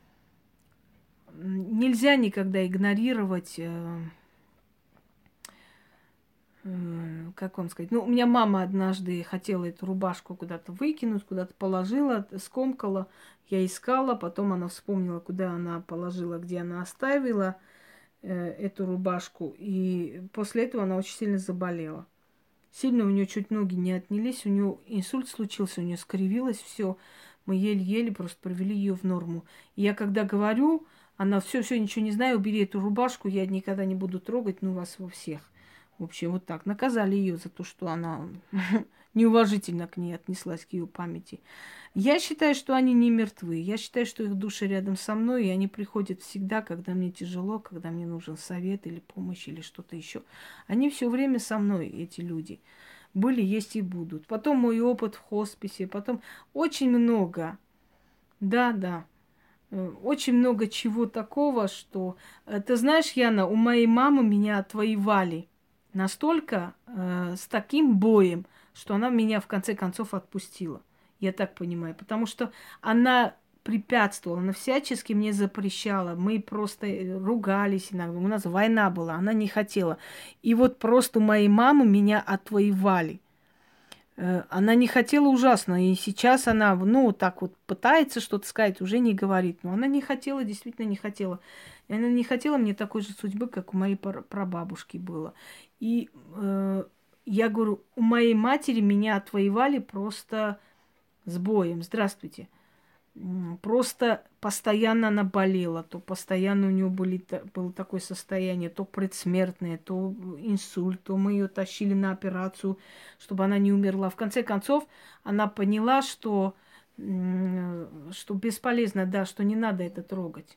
Speaker 1: Нельзя никогда игнорировать, как вам сказать, ну, у меня мама однажды хотела эту рубашку куда-то выкинуть, куда-то положила, скомкала, я искала, потом она вспомнила, куда она положила, где она оставила эту рубашку, и после этого она очень сильно заболела. Сильно у нее чуть ноги не отнялись, у нее инсульт случился, у нее скривилось все. Мы еле-еле просто привели ее в норму. И я когда говорю, она все, ничего не знаю, убери эту рубашку, я никогда не буду трогать, ну вас во всех. В общем, вот так. Наказали ее за то, что она неуважительно к ней отнеслась, к ее памяти. Я считаю, что они не мертвы. Я считаю, что их души рядом со мной, и они приходят всегда, когда мне тяжело, когда мне нужен совет или помощь, или что-то еще. Они все время со мной, эти люди. Были, есть и будут. Потом мой опыт в хосписе, потом очень много. Да, да. Очень много чего такого, что... Ты знаешь, Яна, у моей мамы меня отвоевали настолько, с таким боем, что она меня в конце концов отпустила. Я так понимаю. Потому что она препятствовала, она всячески мне запрещала. Мы просто ругались иногда. У нас война была, она не хотела. И вот просто у моей мамы меня отвоевали. Она не хотела ужасно, и сейчас она, ну, так вот пытается что-то сказать, уже не говорит. Но она не хотела, действительно не хотела. И она не хотела мне такой же судьбы, как у моей прабабушки было. И я говорю, у моей матери меня отвоевали просто с боем. Здравствуйте. Просто постоянно она болела, то постоянно у нее было такое состояние, то предсмертное, то инсульт, то мы ее тащили на операцию, чтобы она не умерла. В конце концов, она поняла, что бесполезно, да, что не надо это трогать.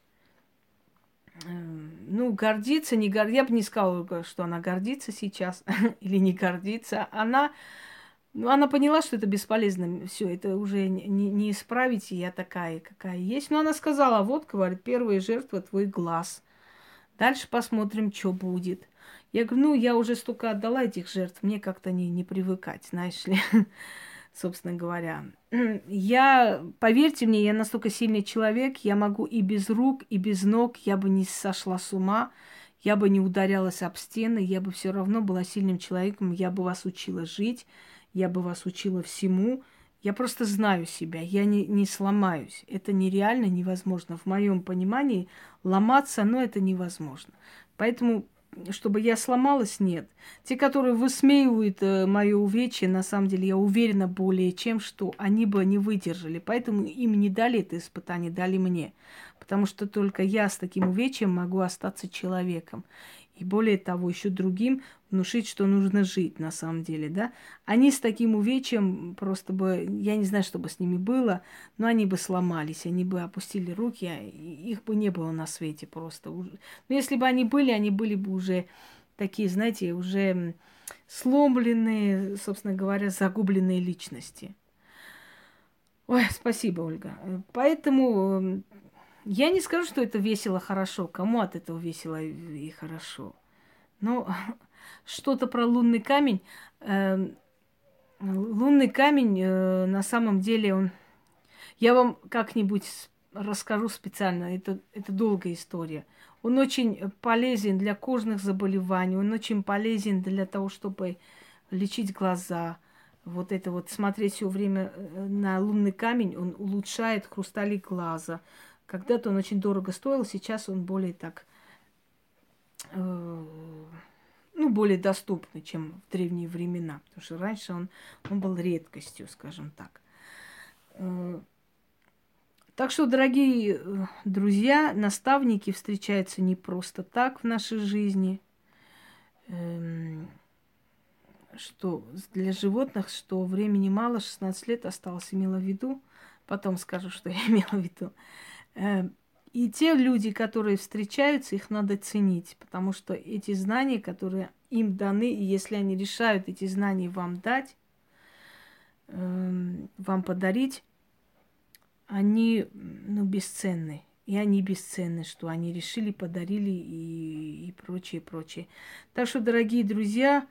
Speaker 1: Ну, гордиться, не гордиться. Я бы не сказала, что она гордится сейчас или не гордится. Она поняла, что это бесполезно. Все, это уже не исправить, и я такая, какая есть. Но она сказала, вот, говорит, первая жертва твой глаз. Дальше посмотрим, что будет. Я говорю, ну, я уже столько отдала этих жертв, мне как-то не привыкать, знаешь ли, собственно говоря. Поверьте мне, я настолько сильный человек, я могу и без рук, и без ног, я бы не сошла с ума, я бы не ударялась об стены, я бы все равно была сильным человеком, я бы вас учила жить, я бы вас учила всему. Я просто знаю себя, я не сломаюсь. Это нереально, невозможно. В моем понимании ломаться, но это невозможно. Поэтому, чтобы я сломалась, нет. Те, которые высмеивают мое увечье, на самом деле, я уверена более чем, что они бы не выдержали. Поэтому им не дали это испытание, дали мне. Потому что только я с таким увечьем могу остаться человеком. И более того, еще другим внушить, что нужно жить на самом деле, да. Они с таким увечьем просто бы, я не знаю, что бы с ними было, но они бы сломались, они бы опустили руки, их бы не было на свете просто. Но если бы они были бы уже такие, знаете, уже сломленные, собственно говоря, загубленные личности. Ой, спасибо, Ольга. Поэтому я не скажу, что это весело, хорошо. Кому от этого весело и хорошо? Но что-то про лунный камень. Лунный камень, на самом деле, он... Я вам как-нибудь расскажу специально, это долгая история. Он очень полезен для кожных заболеваний, он очень полезен для того, чтобы лечить глаза. Вот это вот, смотреть все время на лунный камень, он улучшает хрустали глаза. Когда-то он очень дорого стоил, сейчас он более так... ну, более доступный, чем в древние времена. Потому что раньше он был редкостью, скажем так. Так что, дорогие друзья, наставники встречаются не просто так в нашей жизни. Что для животных, что времени мало, 16 лет осталось, имела в виду. Потом скажу, что я имела в виду. И те люди, которые встречаются, их надо ценить, потому что эти знания, которые им даны, и если они решают эти знания вам дать, вам подарить, они, ну, бесценны. И они бесценны, что они решили, подарили и прочее, прочее. Так что, дорогие друзья,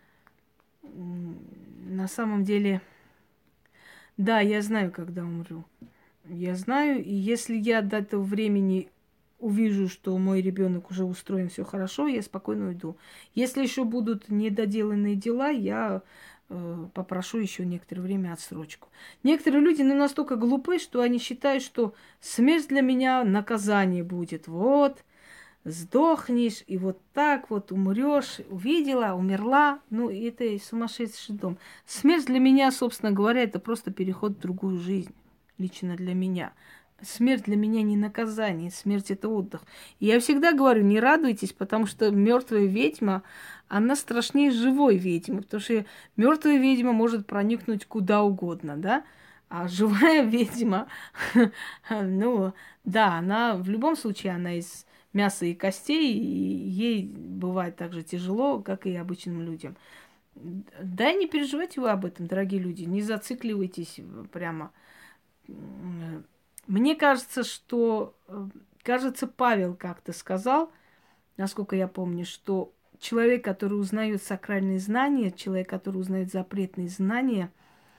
Speaker 1: на самом деле, да, я знаю, когда умру. Я знаю, и если я до этого времени увижу, что мой ребенок уже устроен, все хорошо, я спокойно уйду. Если еще будут недоделанные дела, я попрошу еще некоторое время отсрочку. Некоторые люди, ну, настолько глупы, что они считают, что смерть для меня наказание будет. Вот, сдохнешь, и вот так вот умрешь, увидела, умерла. Ну, это сумасшедший дом. Смерть для меня, собственно говоря, это просто переход в другую жизнь. Лично для меня. Смерть для меня не наказание, смерть это отдых. И я всегда говорю, не радуйтесь, потому что мертвая ведьма, она страшнее живой ведьмы, потому что мертвая ведьма может проникнуть куда угодно, да? А живая ведьма, ну, да, она в любом случае, она из мяса и костей, и ей бывает так же тяжело, как и обычным людям. Да, не переживайте вы об этом, дорогие люди, не зацикливайтесь прямо. Мне кажется, что, кажется, Павел как-то сказал, насколько я помню, что человек, который узнает сакральные знания, человек, который узнает запретные знания,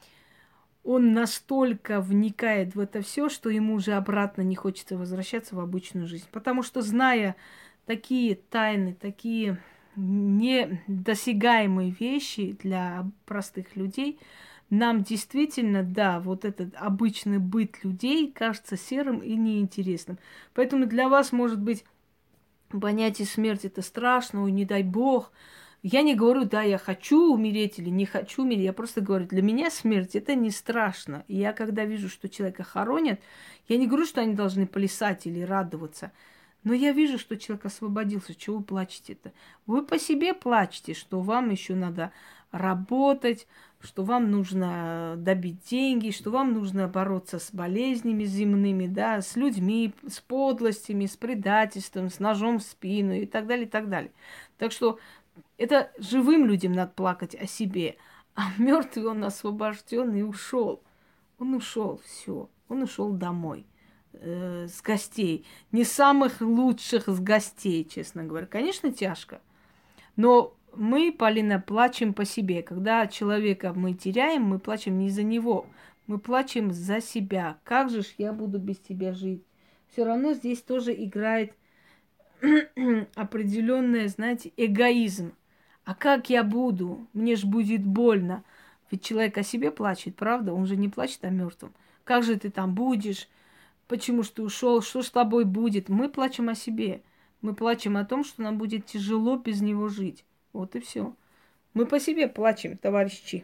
Speaker 1: он настолько вникает в это все, что ему уже обратно не хочется возвращаться в обычную жизнь. Потому что, зная такие тайны, такие недосягаемые вещи для простых людей, нам действительно, да, вот этот обычный быт людей кажется серым и неинтересным. Поэтому для вас, может быть, понятие смерти это страшно, ой, не дай бог. Я не говорю, да, я хочу умереть или не хочу умереть. Я просто говорю, для меня смерть это не страшно. И я когда вижу, что человека хоронят, я не говорю, что они должны плясать или радоваться. Но я вижу, что человек освободился. Чего вы плачете-то? Вы по себе плачете, что вам еще надо работать, что вам нужно добить деньги, что вам нужно бороться с болезнями земными, да, с людьми, с подлостями, с предательством, с ножом в спину и так далее, и так далее. Так что это живым людям надо плакать о себе, а мертвый он освобожден и ушел. Он ушел, все, он ушел домой с гостей. Не самых лучших с гостей, честно говоря. Конечно, тяжко. Но мы, Полина, плачем по себе. Когда человека мы теряем, мы плачем не за него. Мы плачем за себя. Как же ж я буду без тебя жить? Все равно здесь тоже играет определенный, знаете, эгоизм. А как я буду? Мне ж будет больно. Ведь человек о себе плачет, правда? Он же не плачет о мертвом. Как же ты там будешь? Почему ж ты ушел? Что ж с тобой будет? Мы плачем о себе. Мы плачем о том, что нам будет тяжело без него жить. Вот и все. Мы по себе плачем, товарищи.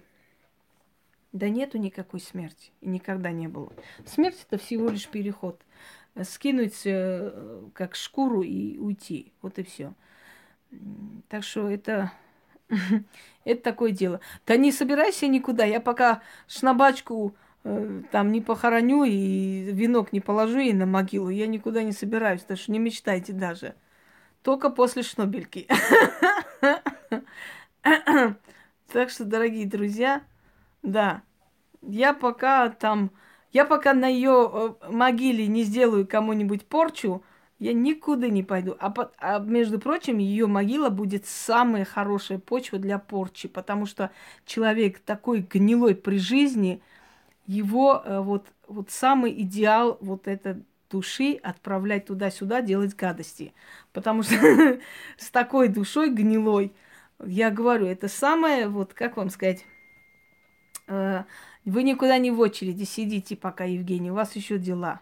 Speaker 1: Да нету никакой смерти. И никогда не было. Смерть это всего лишь переход. Скинуть как шкуру и уйти. Вот и все. Так что это это такое дело. Да не собирайся никуда. Я пока шнабачку там не похороню и венок не положу ей на могилу, я никуда не собираюсь. Так что не мечтайте даже. Только после шнобельки. Так что, дорогие друзья, да, я пока на ее могиле не сделаю кому-нибудь порчу, я никуда не пойду. А между прочим, ее могила будет самая хорошая почва для порчи, потому что человек такой гнилой при жизни, его вот самый идеал вот это души отправлять туда-сюда, делать гадости. Потому что с такой душой гнилой, я говорю, это самое, вот как вам сказать, вы никуда не в очереди сидите пока, Евгений, у вас еще дела.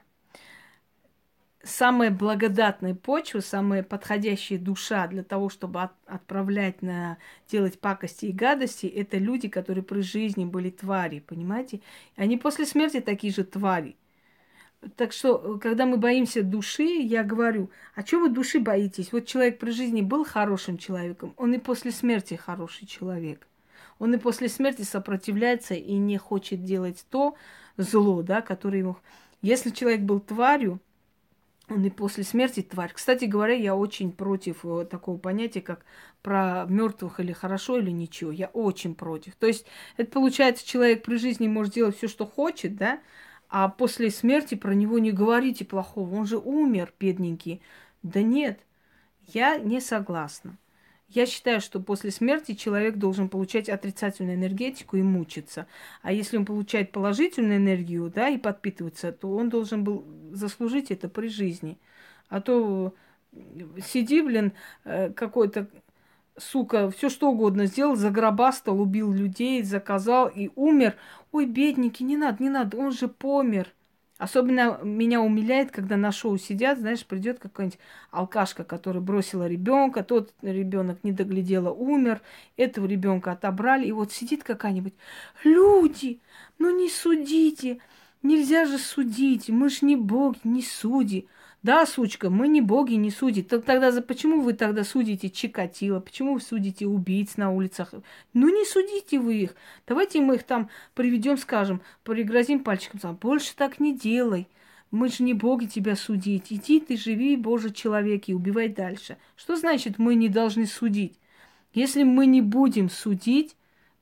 Speaker 1: Самая благодатная почва, самая подходящая душа для того, чтобы отправлять на делать пакости и гадости, это люди, которые при жизни были твари, понимаете? Они после смерти такие же твари. Так что, когда мы боимся души, я говорю, а чего вы души боитесь? Вот человек при жизни был хорошим человеком, он и после смерти хороший человек. Он и после смерти сопротивляется и не хочет делать то зло, да, которое ему... Если человек был тварью, он и после смерти тварь. Кстати говоря, я очень против такого понятия, как про мертвых или хорошо, или ничего. Я очень против. То есть, это получается, человек при жизни может делать все, что хочет, да, а после смерти про него не говорите плохого. Он же умер, бедненький. Да нет, я не согласна. Я считаю, что после смерти человек должен получать отрицательную энергетику и мучиться. А если он получает положительную энергию, да, и подпитывается, то он должен был заслужить это при жизни. А то сиди, блин, какой-то, сука, все что угодно сделал, загробастал, убил людей, заказал и умер. Ой, бедненький, не надо, не надо, он же помер. Особенно меня умиляет, когда на шоу сидят, знаешь, придет какая-нибудь алкашка, которая бросила ребенка, тот ребенок не доглядела, умер, этого ребенка отобрали, и вот сидит какая-нибудь. Люди, ну не судите, нельзя же судить, мы ж не боги, не судьи. Да, сучка, мы не боги, не судьи. Тогда почему вы тогда судите Чикатило? Почему вы судите убийц на улицах? Ну не судите вы их. Давайте мы их там приведем, скажем, пригрозим пальчиком, там, больше так не делай. Мы же не боги тебя судить. Иди ты, живи, Божий человек, и убивай дальше. Что значит мы не должны судить? Если мы не будем судить,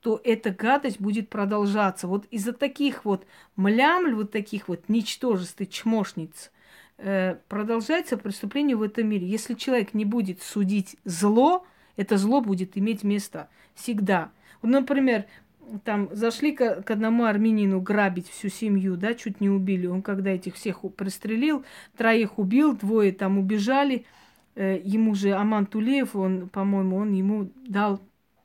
Speaker 1: то эта гадость будет продолжаться. Вот из-за таких вот млямль, вот таких вот ничтожеств и чмошниц продолжается преступление в этом мире. Если человек не будет судить зло, это зло будет иметь место всегда. Вот, например, там зашли к одному армянину грабить всю семью, да, чуть не убили. Он когда этих всех пристрелил, 3 убил, 2 там убежали. Ему же Аман Тулеев, он, по-моему, он ему дал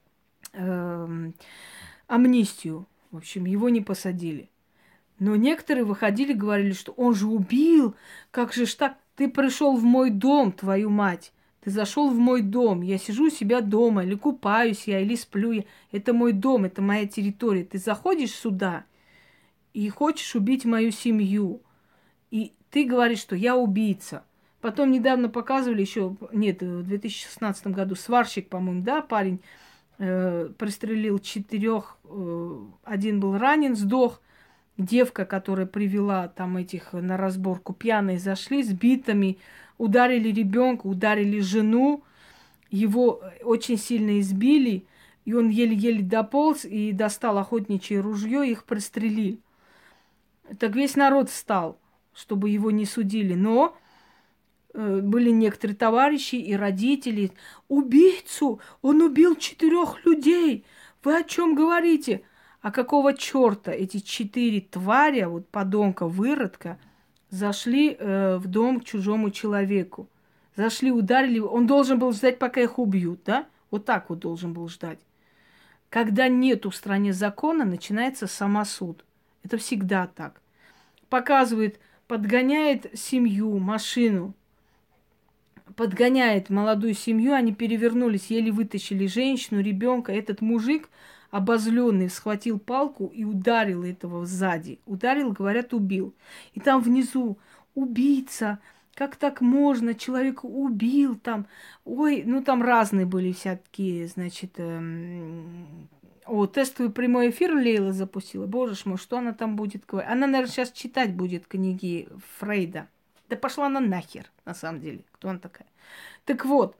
Speaker 1: амнистию. В общем, его не посадили. Но некоторые выходили, говорили, что он же убил. Как же ж так? Ты пришел в мой дом, твою мать. Ты зашел в мой дом. Я сижу у себя дома, или купаюсь я, или сплю я. Это мой дом, это моя территория. Ты заходишь сюда и хочешь убить мою семью. И ты говоришь, что я убийца. Потом недавно показывали еще, нет, в 2016 году сварщик, по-моему, да, парень, пристрелил 4, 1 был ранен, сдох. Девка, которая привела там этих на разборку, пьяные зашли с битами, ударили ребенка, ударили жену, его очень сильно избили, и он еле-еле дополз и достал охотничье ружье, их пристрелили. Так весь народ встал, чтобы его не судили, но были некоторые товарищи и родители. Убийцу! Он убил 4 людей! Вы о чем говорите? А какого черта эти 4 твари, вот подонка, выродка, зашли в дом к чужому человеку? Зашли, ударили. Он должен был ждать, пока их убьют, да? Вот так вот должен был ждать. Когда нету в стране закона, начинается самосуд. Это всегда так. Показывает, подгоняет семью, машину. Подгоняет молодую семью, они перевернулись, еле вытащили женщину, ребенка. Этот мужик, обозленный, схватил палку и ударил этого сзади. Ударил, говорят, убил. И там внизу убийца. Как так можно? Человека убил там. Ой, ну там разные были всякие, значит... тестовый прямой эфир Лейла запустила. Боже ж мой, что она там будет говорить? Она, наверное, сейчас читать будет книги Фрейда. Да пошла она нахер, на самом деле. Кто она такая? Так вот.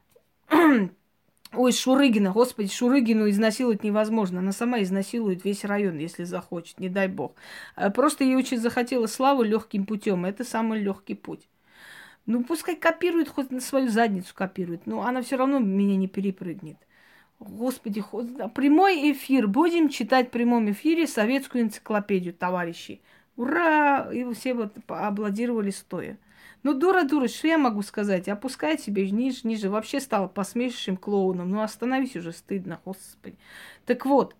Speaker 1: Ой, Шурыгина, господи, Шурыгину изнасиловать невозможно. Она сама изнасилует весь район, если захочет, не дай бог. Просто ей очень захотелось славу легким путем. Это самый легкий путь. Ну, пускай копирует, хоть на свою задницу копирует. Но она все равно меня не перепрыгнет. Господи, прямой эфир. Будем читать в прямом эфире советскую энциклопедию, товарищи. Ура! И все вот аплодировали стоя. Ну, дура, что я могу сказать? Опускай себе ниже. Вообще стала посмешищем клоуном. Ну, остановись уже, стыдно, господи. Так вот,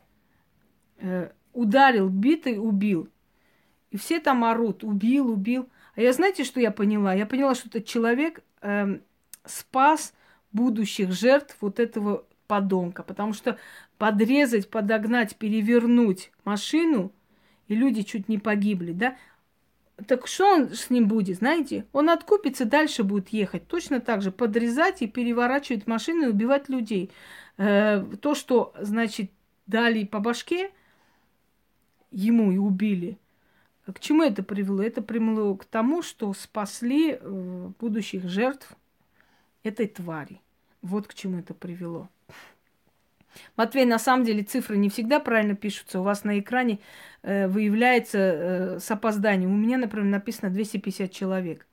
Speaker 1: ударил, битый, убил. И все там орут, убил. А я знаете, что я поняла? Я поняла, что этот человек спас будущих жертв вот этого подонка. Потому что подрезать, подогнать, перевернуть машину, и люди чуть не погибли, да? Так что он с ним будет, знаете? Он откупится, дальше будет ехать. Точно так же подрезать и переворачивать машину и убивать людей. То, что, значит, дали по башке ему и убили. К чему это привело? Это привело к тому, что спасли будущих жертв этой твари. Вот к чему это привело. Матвей, на самом деле цифры не всегда правильно пишутся. У вас на экране выявляется с опозданием. У меня, например, написано 250 человек.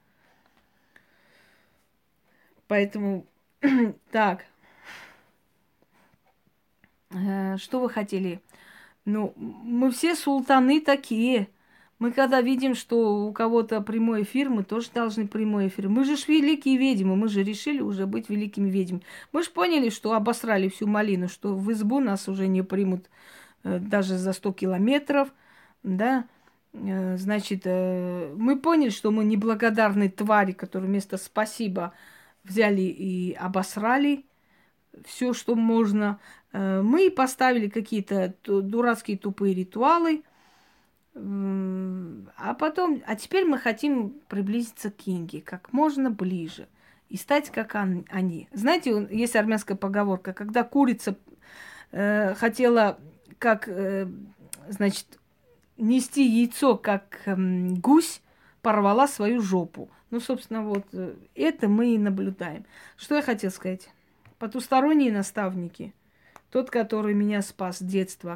Speaker 1: Поэтому, так. Что вы хотели? Ну, мы все султаны такие. Мы когда видим, что у кого-то прямой эфир, мы тоже должны прямой эфир. Мы же ж великие ведьмы, мы же решили уже быть великими ведьмами. Мы же поняли, что обосрали всю малину, что в избу нас уже не примут даже за 100 километров, да. Значит, мы поняли, что мы неблагодарные твари, которые вместо спасибо взяли и обосрали все, что можно. Мы поставили какие-то дурацкие тупые ритуалы, а теперь мы хотим приблизиться к Инге как можно ближе и стать как они. Знаете, есть армянская поговорка, когда курица хотела значит, нести яйцо, как гусь, порвала свою жопу. Ну, собственно, вот это мы и наблюдаем. Что я хотела сказать? Потусторонние наставники. Тот, который меня спас с детства,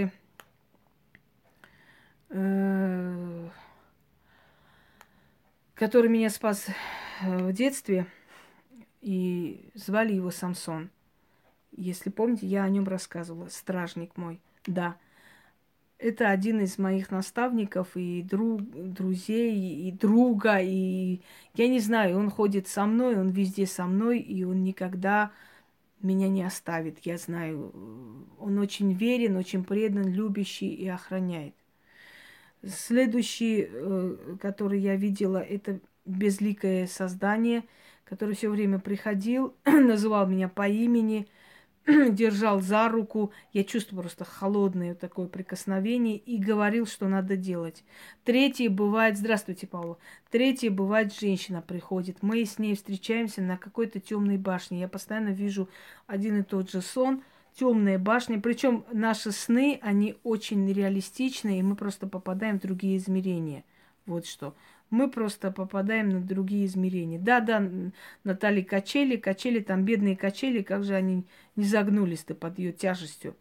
Speaker 1: который меня спас в детстве, и звали его Самсон. Если помните, я о нем рассказывала. Стражник мой. Да. Это один из моих наставников и друзей, и друга, и я не знаю, он ходит со мной, он везде со мной, и он никогда меня не оставит. Я знаю, он очень верен, очень предан, любящий и охраняет. Следующий, который я видела, это безликое создание, который все время приходил, называл меня по имени, держал за руку. Я чувствую просто холодное такое прикосновение и говорил, что надо делать. Третий бывает, здравствуйте, Павла. Третий бывает, женщина приходит. Мы с ней встречаемся на какой-то темной башне. Я постоянно вижу один и тот же сон. Темная башня. Причем наши сны, они очень реалистичны, и мы просто попадаем в другие измерения. Вот что. Мы просто попадаем на другие измерения. Да, Наталья, качели, там бедные качели, как же они не загнулись-то под ее тяжестью.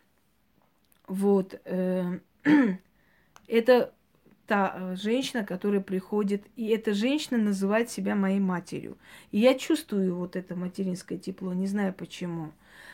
Speaker 1: Вот. Это та женщина, которая приходит, и эта женщина называет себя моей матерью. И я чувствую вот это материнское тепло, не знаю почему.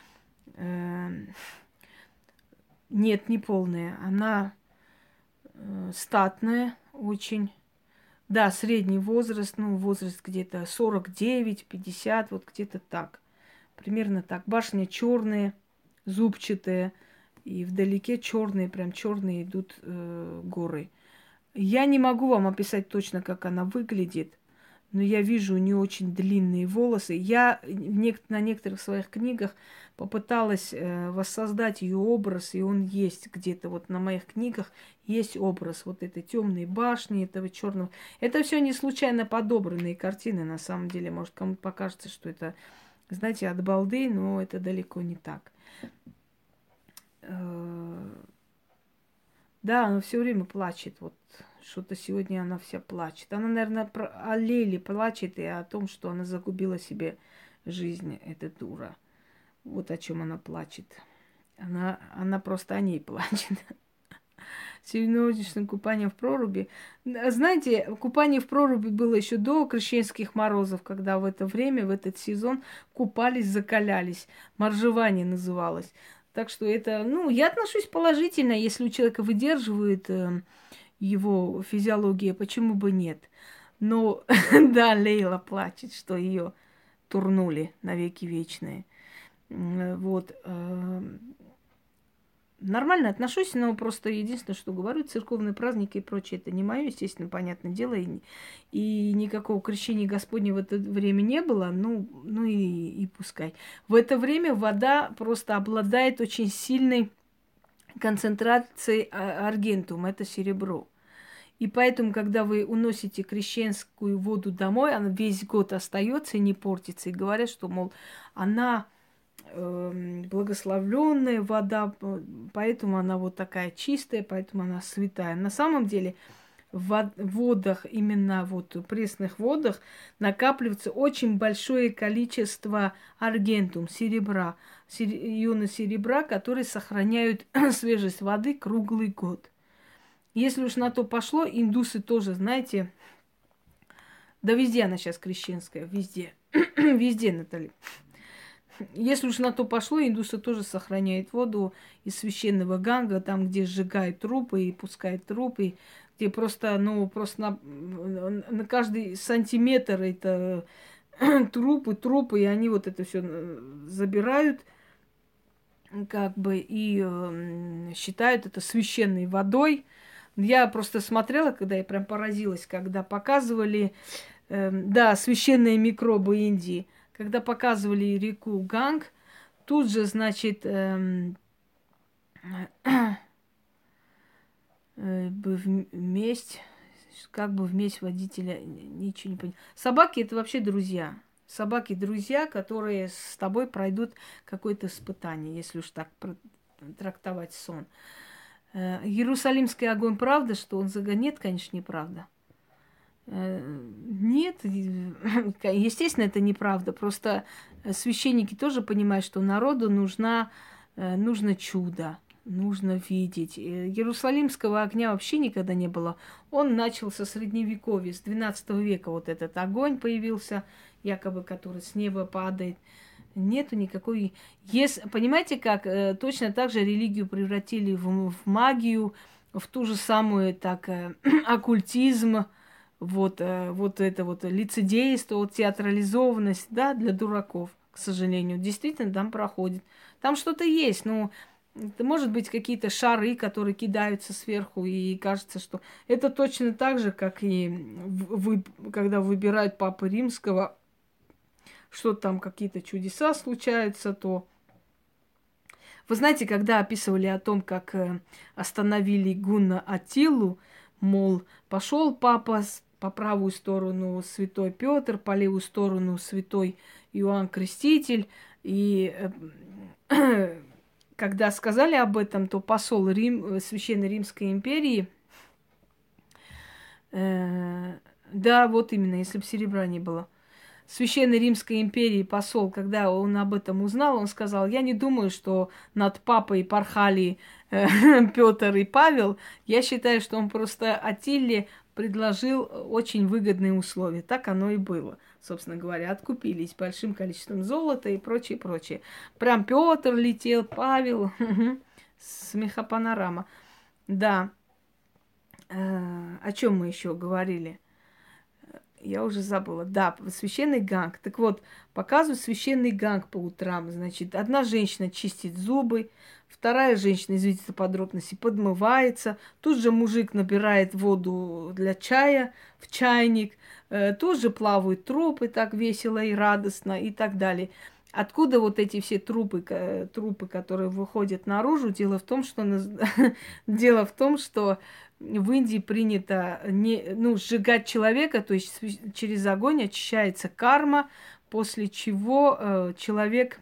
Speaker 1: Нет, не полная. Она статная очень. Да, средний возраст, ну, возраст где-то 49-50, вот где-то так. Примерно так. Башня черная, зубчатая, и вдалеке черные, прям черные идут горы. Я не могу вам описать точно, как она выглядит, но я вижу у нее очень длинные волосы. Я на некоторых своих книгах попыталась воссоздать ее образ, и он есть где-то вот на моих книгах есть образ вот этой темной башни, этого черного. Это все не случайно подобранные картины, на самом деле. Может, кому-то покажется, что это, знаете, от балды, но это далеко не так. Да, она все время плачет. Вот что-то сегодня она вся плачет. Она, наверное, о Лейле плачет и о том, что она загубила себе жизнь, эта дура. Вот о чем она плачет. Она просто о ней плачет. Сегодняшним купанием в проруби. Знаете, купание в проруби было еще до крещенских морозов, когда в это время, в этот сезон купались, закалялись. Моржевание называлось. Так что это, ну, я отношусь положительно, если у человека выдерживает его физиология, почему бы нет. Но, да, Лейла плачет, что ее турнули навеки вечные. Вот. Нормально отношусь, но просто единственное, что говорю, церковные праздники и прочее, это не мое, естественно, понятное дело, и никакого крещения Господня в это время не было, ну и пускай. В это время вода просто обладает очень сильной концентрацией аргентума, это серебро. И поэтому, когда вы уносите крещенскую воду домой, она весь год остается и не портится. И говорят, что, мол, она благословленная вода, поэтому она вот такая чистая, поэтому она святая. На самом деле в водах, именно вот пресных водах, накапливается очень большое количество аргентум, серебра, ионы серебра, которые сохраняют свежесть воды круглый год. Если уж на то пошло, индусы тоже, знаете, да везде она сейчас крещенская, везде, везде, Наталья. Если уж на то пошло, индусы тоже сохраняют воду из священного Ганга, там, где сжигают трупы и пускают трупы, где просто, ну, просто на каждый сантиметр это трупы, и они вот это все забирают, как бы, и считают это священной водой. Я просто смотрела, когда я прям поразилась, когда показывали, да, священные микробы Индии, когда показывали реку Ганг, тут же, значит, вместе, как бы вместе водителя, ничего не понимаю. Собаки это вообще друзья. Собаки друзья, которые с тобой пройдут какое-то испытание, если уж так трактовать сон. Иерусалимский огонь, правда, что он загонет, конечно, неправда. Нет, естественно, это неправда. Просто священники тоже понимают, что народу нужна нужно чудо, нужно видеть. Иерусалимского огня вообще никогда не было. Он начался со Средневековья, с XII века. Вот этот огонь появился, якобы, который с неба падает. Нету никакой... Понимаете как? Точно так же религию превратили в магию, в ту же самую так, оккультизм, вот это вот лицедейство, вот театрализованность, да, для дураков, к сожалению. Действительно, там проходит. Там что-то есть, но это может быть какие-то шары, которые кидаются сверху, и кажется, что это точно так же, как и когда выбирают Папу Римского, что там какие-то чудеса случаются, то... Вы знаете, когда описывали о том, как остановили Гунна Атилу, мол, пошел папа по правую сторону святой Петр, по левую сторону святой Иоанн Креститель, и когда сказали об этом, то посол Священной Римской империи, да, вот именно, если бы серебра не было, Священной Римской империи посол, когда он об этом узнал, он сказал: я не думаю, что над папой порхали Петр и Павел. Я считаю, что он просто Аттиле предложил очень выгодные условия. Так оно и было. Собственно говоря, откупились большим количеством золота и прочее, прочее. Прям Петр летел, Павел, смехопанорама. Да. О чем мы еще говорили? Я уже забыла. Да, священный ганг. Так вот, показывают священный ганг по утрам. Значит, одна женщина чистит зубы, вторая женщина, извините за подробности, подмывается. Тут же мужик набирает воду для чая в чайник. Тут же плавают трупы так весело и радостно и так далее. Откуда вот эти все трупы, которые выходят наружу? Дело в том, что в Индии принято сжигать человека, то есть через огонь очищается карма, после чего человек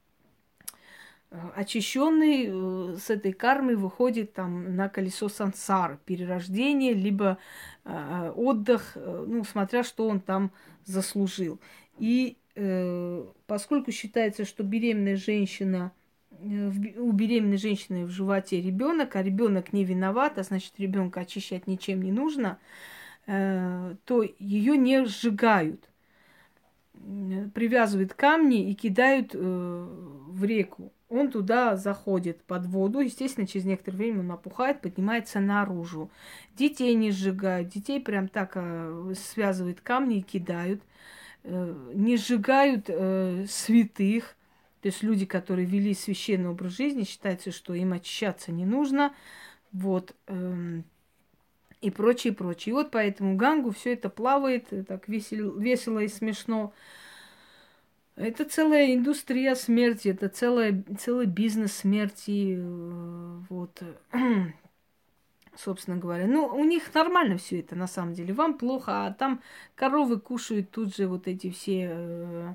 Speaker 1: очищенный с этой кармой выходит там на колесо сансары, перерождение, либо отдых, смотря что он там заслужил. И поскольку считается, что беременная женщина у беременной женщины в животе ребенок, а ребенок не виноват, а значит, ребенка очищать ничем не нужно, то ее не сжигают. Привязывают камни и кидают в реку. Он туда заходит под воду. Естественно, через некоторое время он опухает, поднимается наружу. Детей не сжигают. Детей прям так связывают камни и кидают. Не сжигают святых. То есть люди, которые вели священный образ жизни, считается, что им очищаться не нужно. Вот. И прочее, прочее. И вот по этому гангу все это плавает так весело и смешно. Это целая индустрия смерти, это целый бизнес смерти. Вот. Собственно говоря. У них нормально все это на самом деле. Вам плохо, а там коровы кушают тут же вот эти все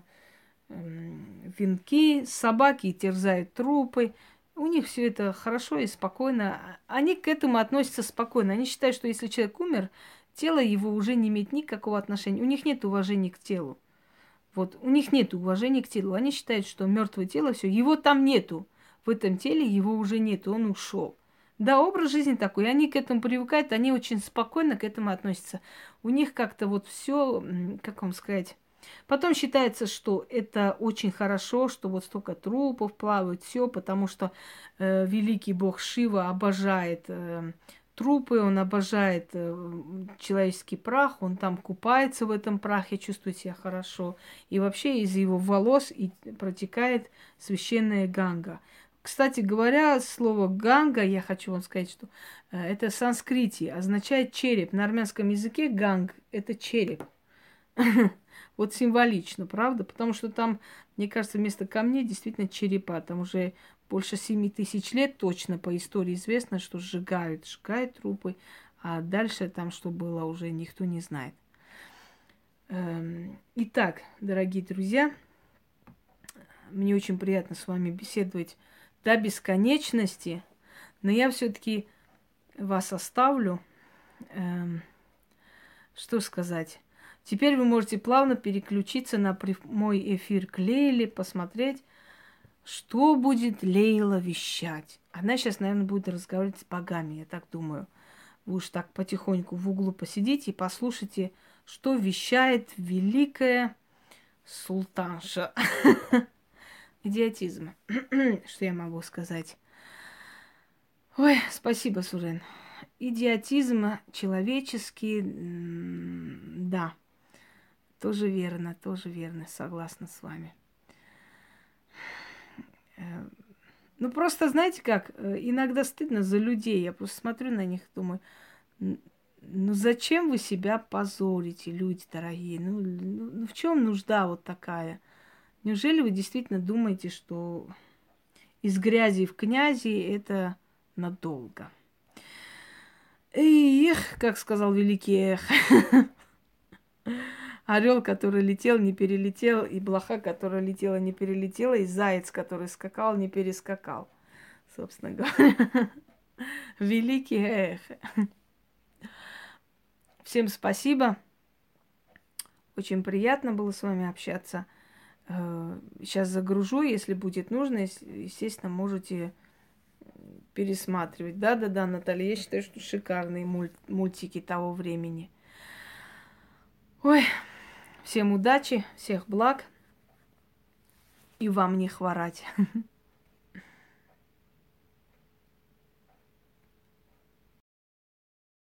Speaker 1: венки, собаки терзают трупы. У них все это хорошо и спокойно. Они к этому относятся спокойно. Они считают, что если человек умер, тело его уже не имеет никакого отношения. У них нет уважения к телу. Вот, у них нет уважения к телу. Они считают, что мертвое тело, все, его там нету. В этом теле его уже нету, он ушел. Да, образ жизни такой, они к этому привыкают, они очень спокойно к этому относятся. У них как-то вот все, как вам сказать. Потом считается, что это очень хорошо, что вот столько трупов плавают, все, потому что великий бог Шива обожает трупы, он обожает человеческий прах, он там купается в этом прахе, чувствует себя хорошо. И вообще из его волос протекает священная ганга. Кстати говоря, слово ганга, я хочу вам сказать, что это в санскрите, означает череп. На армянском языке ганг – это череп. Вот символично, правда? Потому что там, мне кажется, вместо камней действительно черепа. Там уже больше 7 тысяч лет точно по истории известно, что сжигают трупы. А дальше там что было, уже никто не знает. Итак, дорогие друзья, мне очень приятно с вами беседовать до бесконечности. Но я все-таки вас оставлю. Что сказать? Теперь вы можете плавно переключиться на прямой эфир Клейли, посмотреть, Что будет Лейла вещать? Она сейчас, наверное, будет разговаривать с богами, я так думаю. Вы уж так потихоньку в углу посидите и послушайте, что вещает великая султанша. Идиотизм. Что я могу сказать? Ой, спасибо, Сурен. Идиотизм человеческий, да, тоже верно, согласна с вами. Ну, просто, знаете как, иногда стыдно за людей. Я просто смотрю на них и думаю, ну зачем вы себя позорите, люди дорогие? Ну в чем нужда вот такая? Неужели вы действительно думаете, что из грязи в князи это надолго? Эх, как сказал великий эх. Орел, который летел, не перелетел, и блоха, которая летела, не перелетела, и заяц, который скакал, не перескакал. Собственно говоря. Великий эх. Всем спасибо. Очень приятно было с вами общаться. Сейчас загружу, если будет нужно, естественно, можете пересматривать. Да-да-да, Наталья, я считаю, что шикарные мультики того времени. Ой, всем удачи, всех благ и вам не хворать.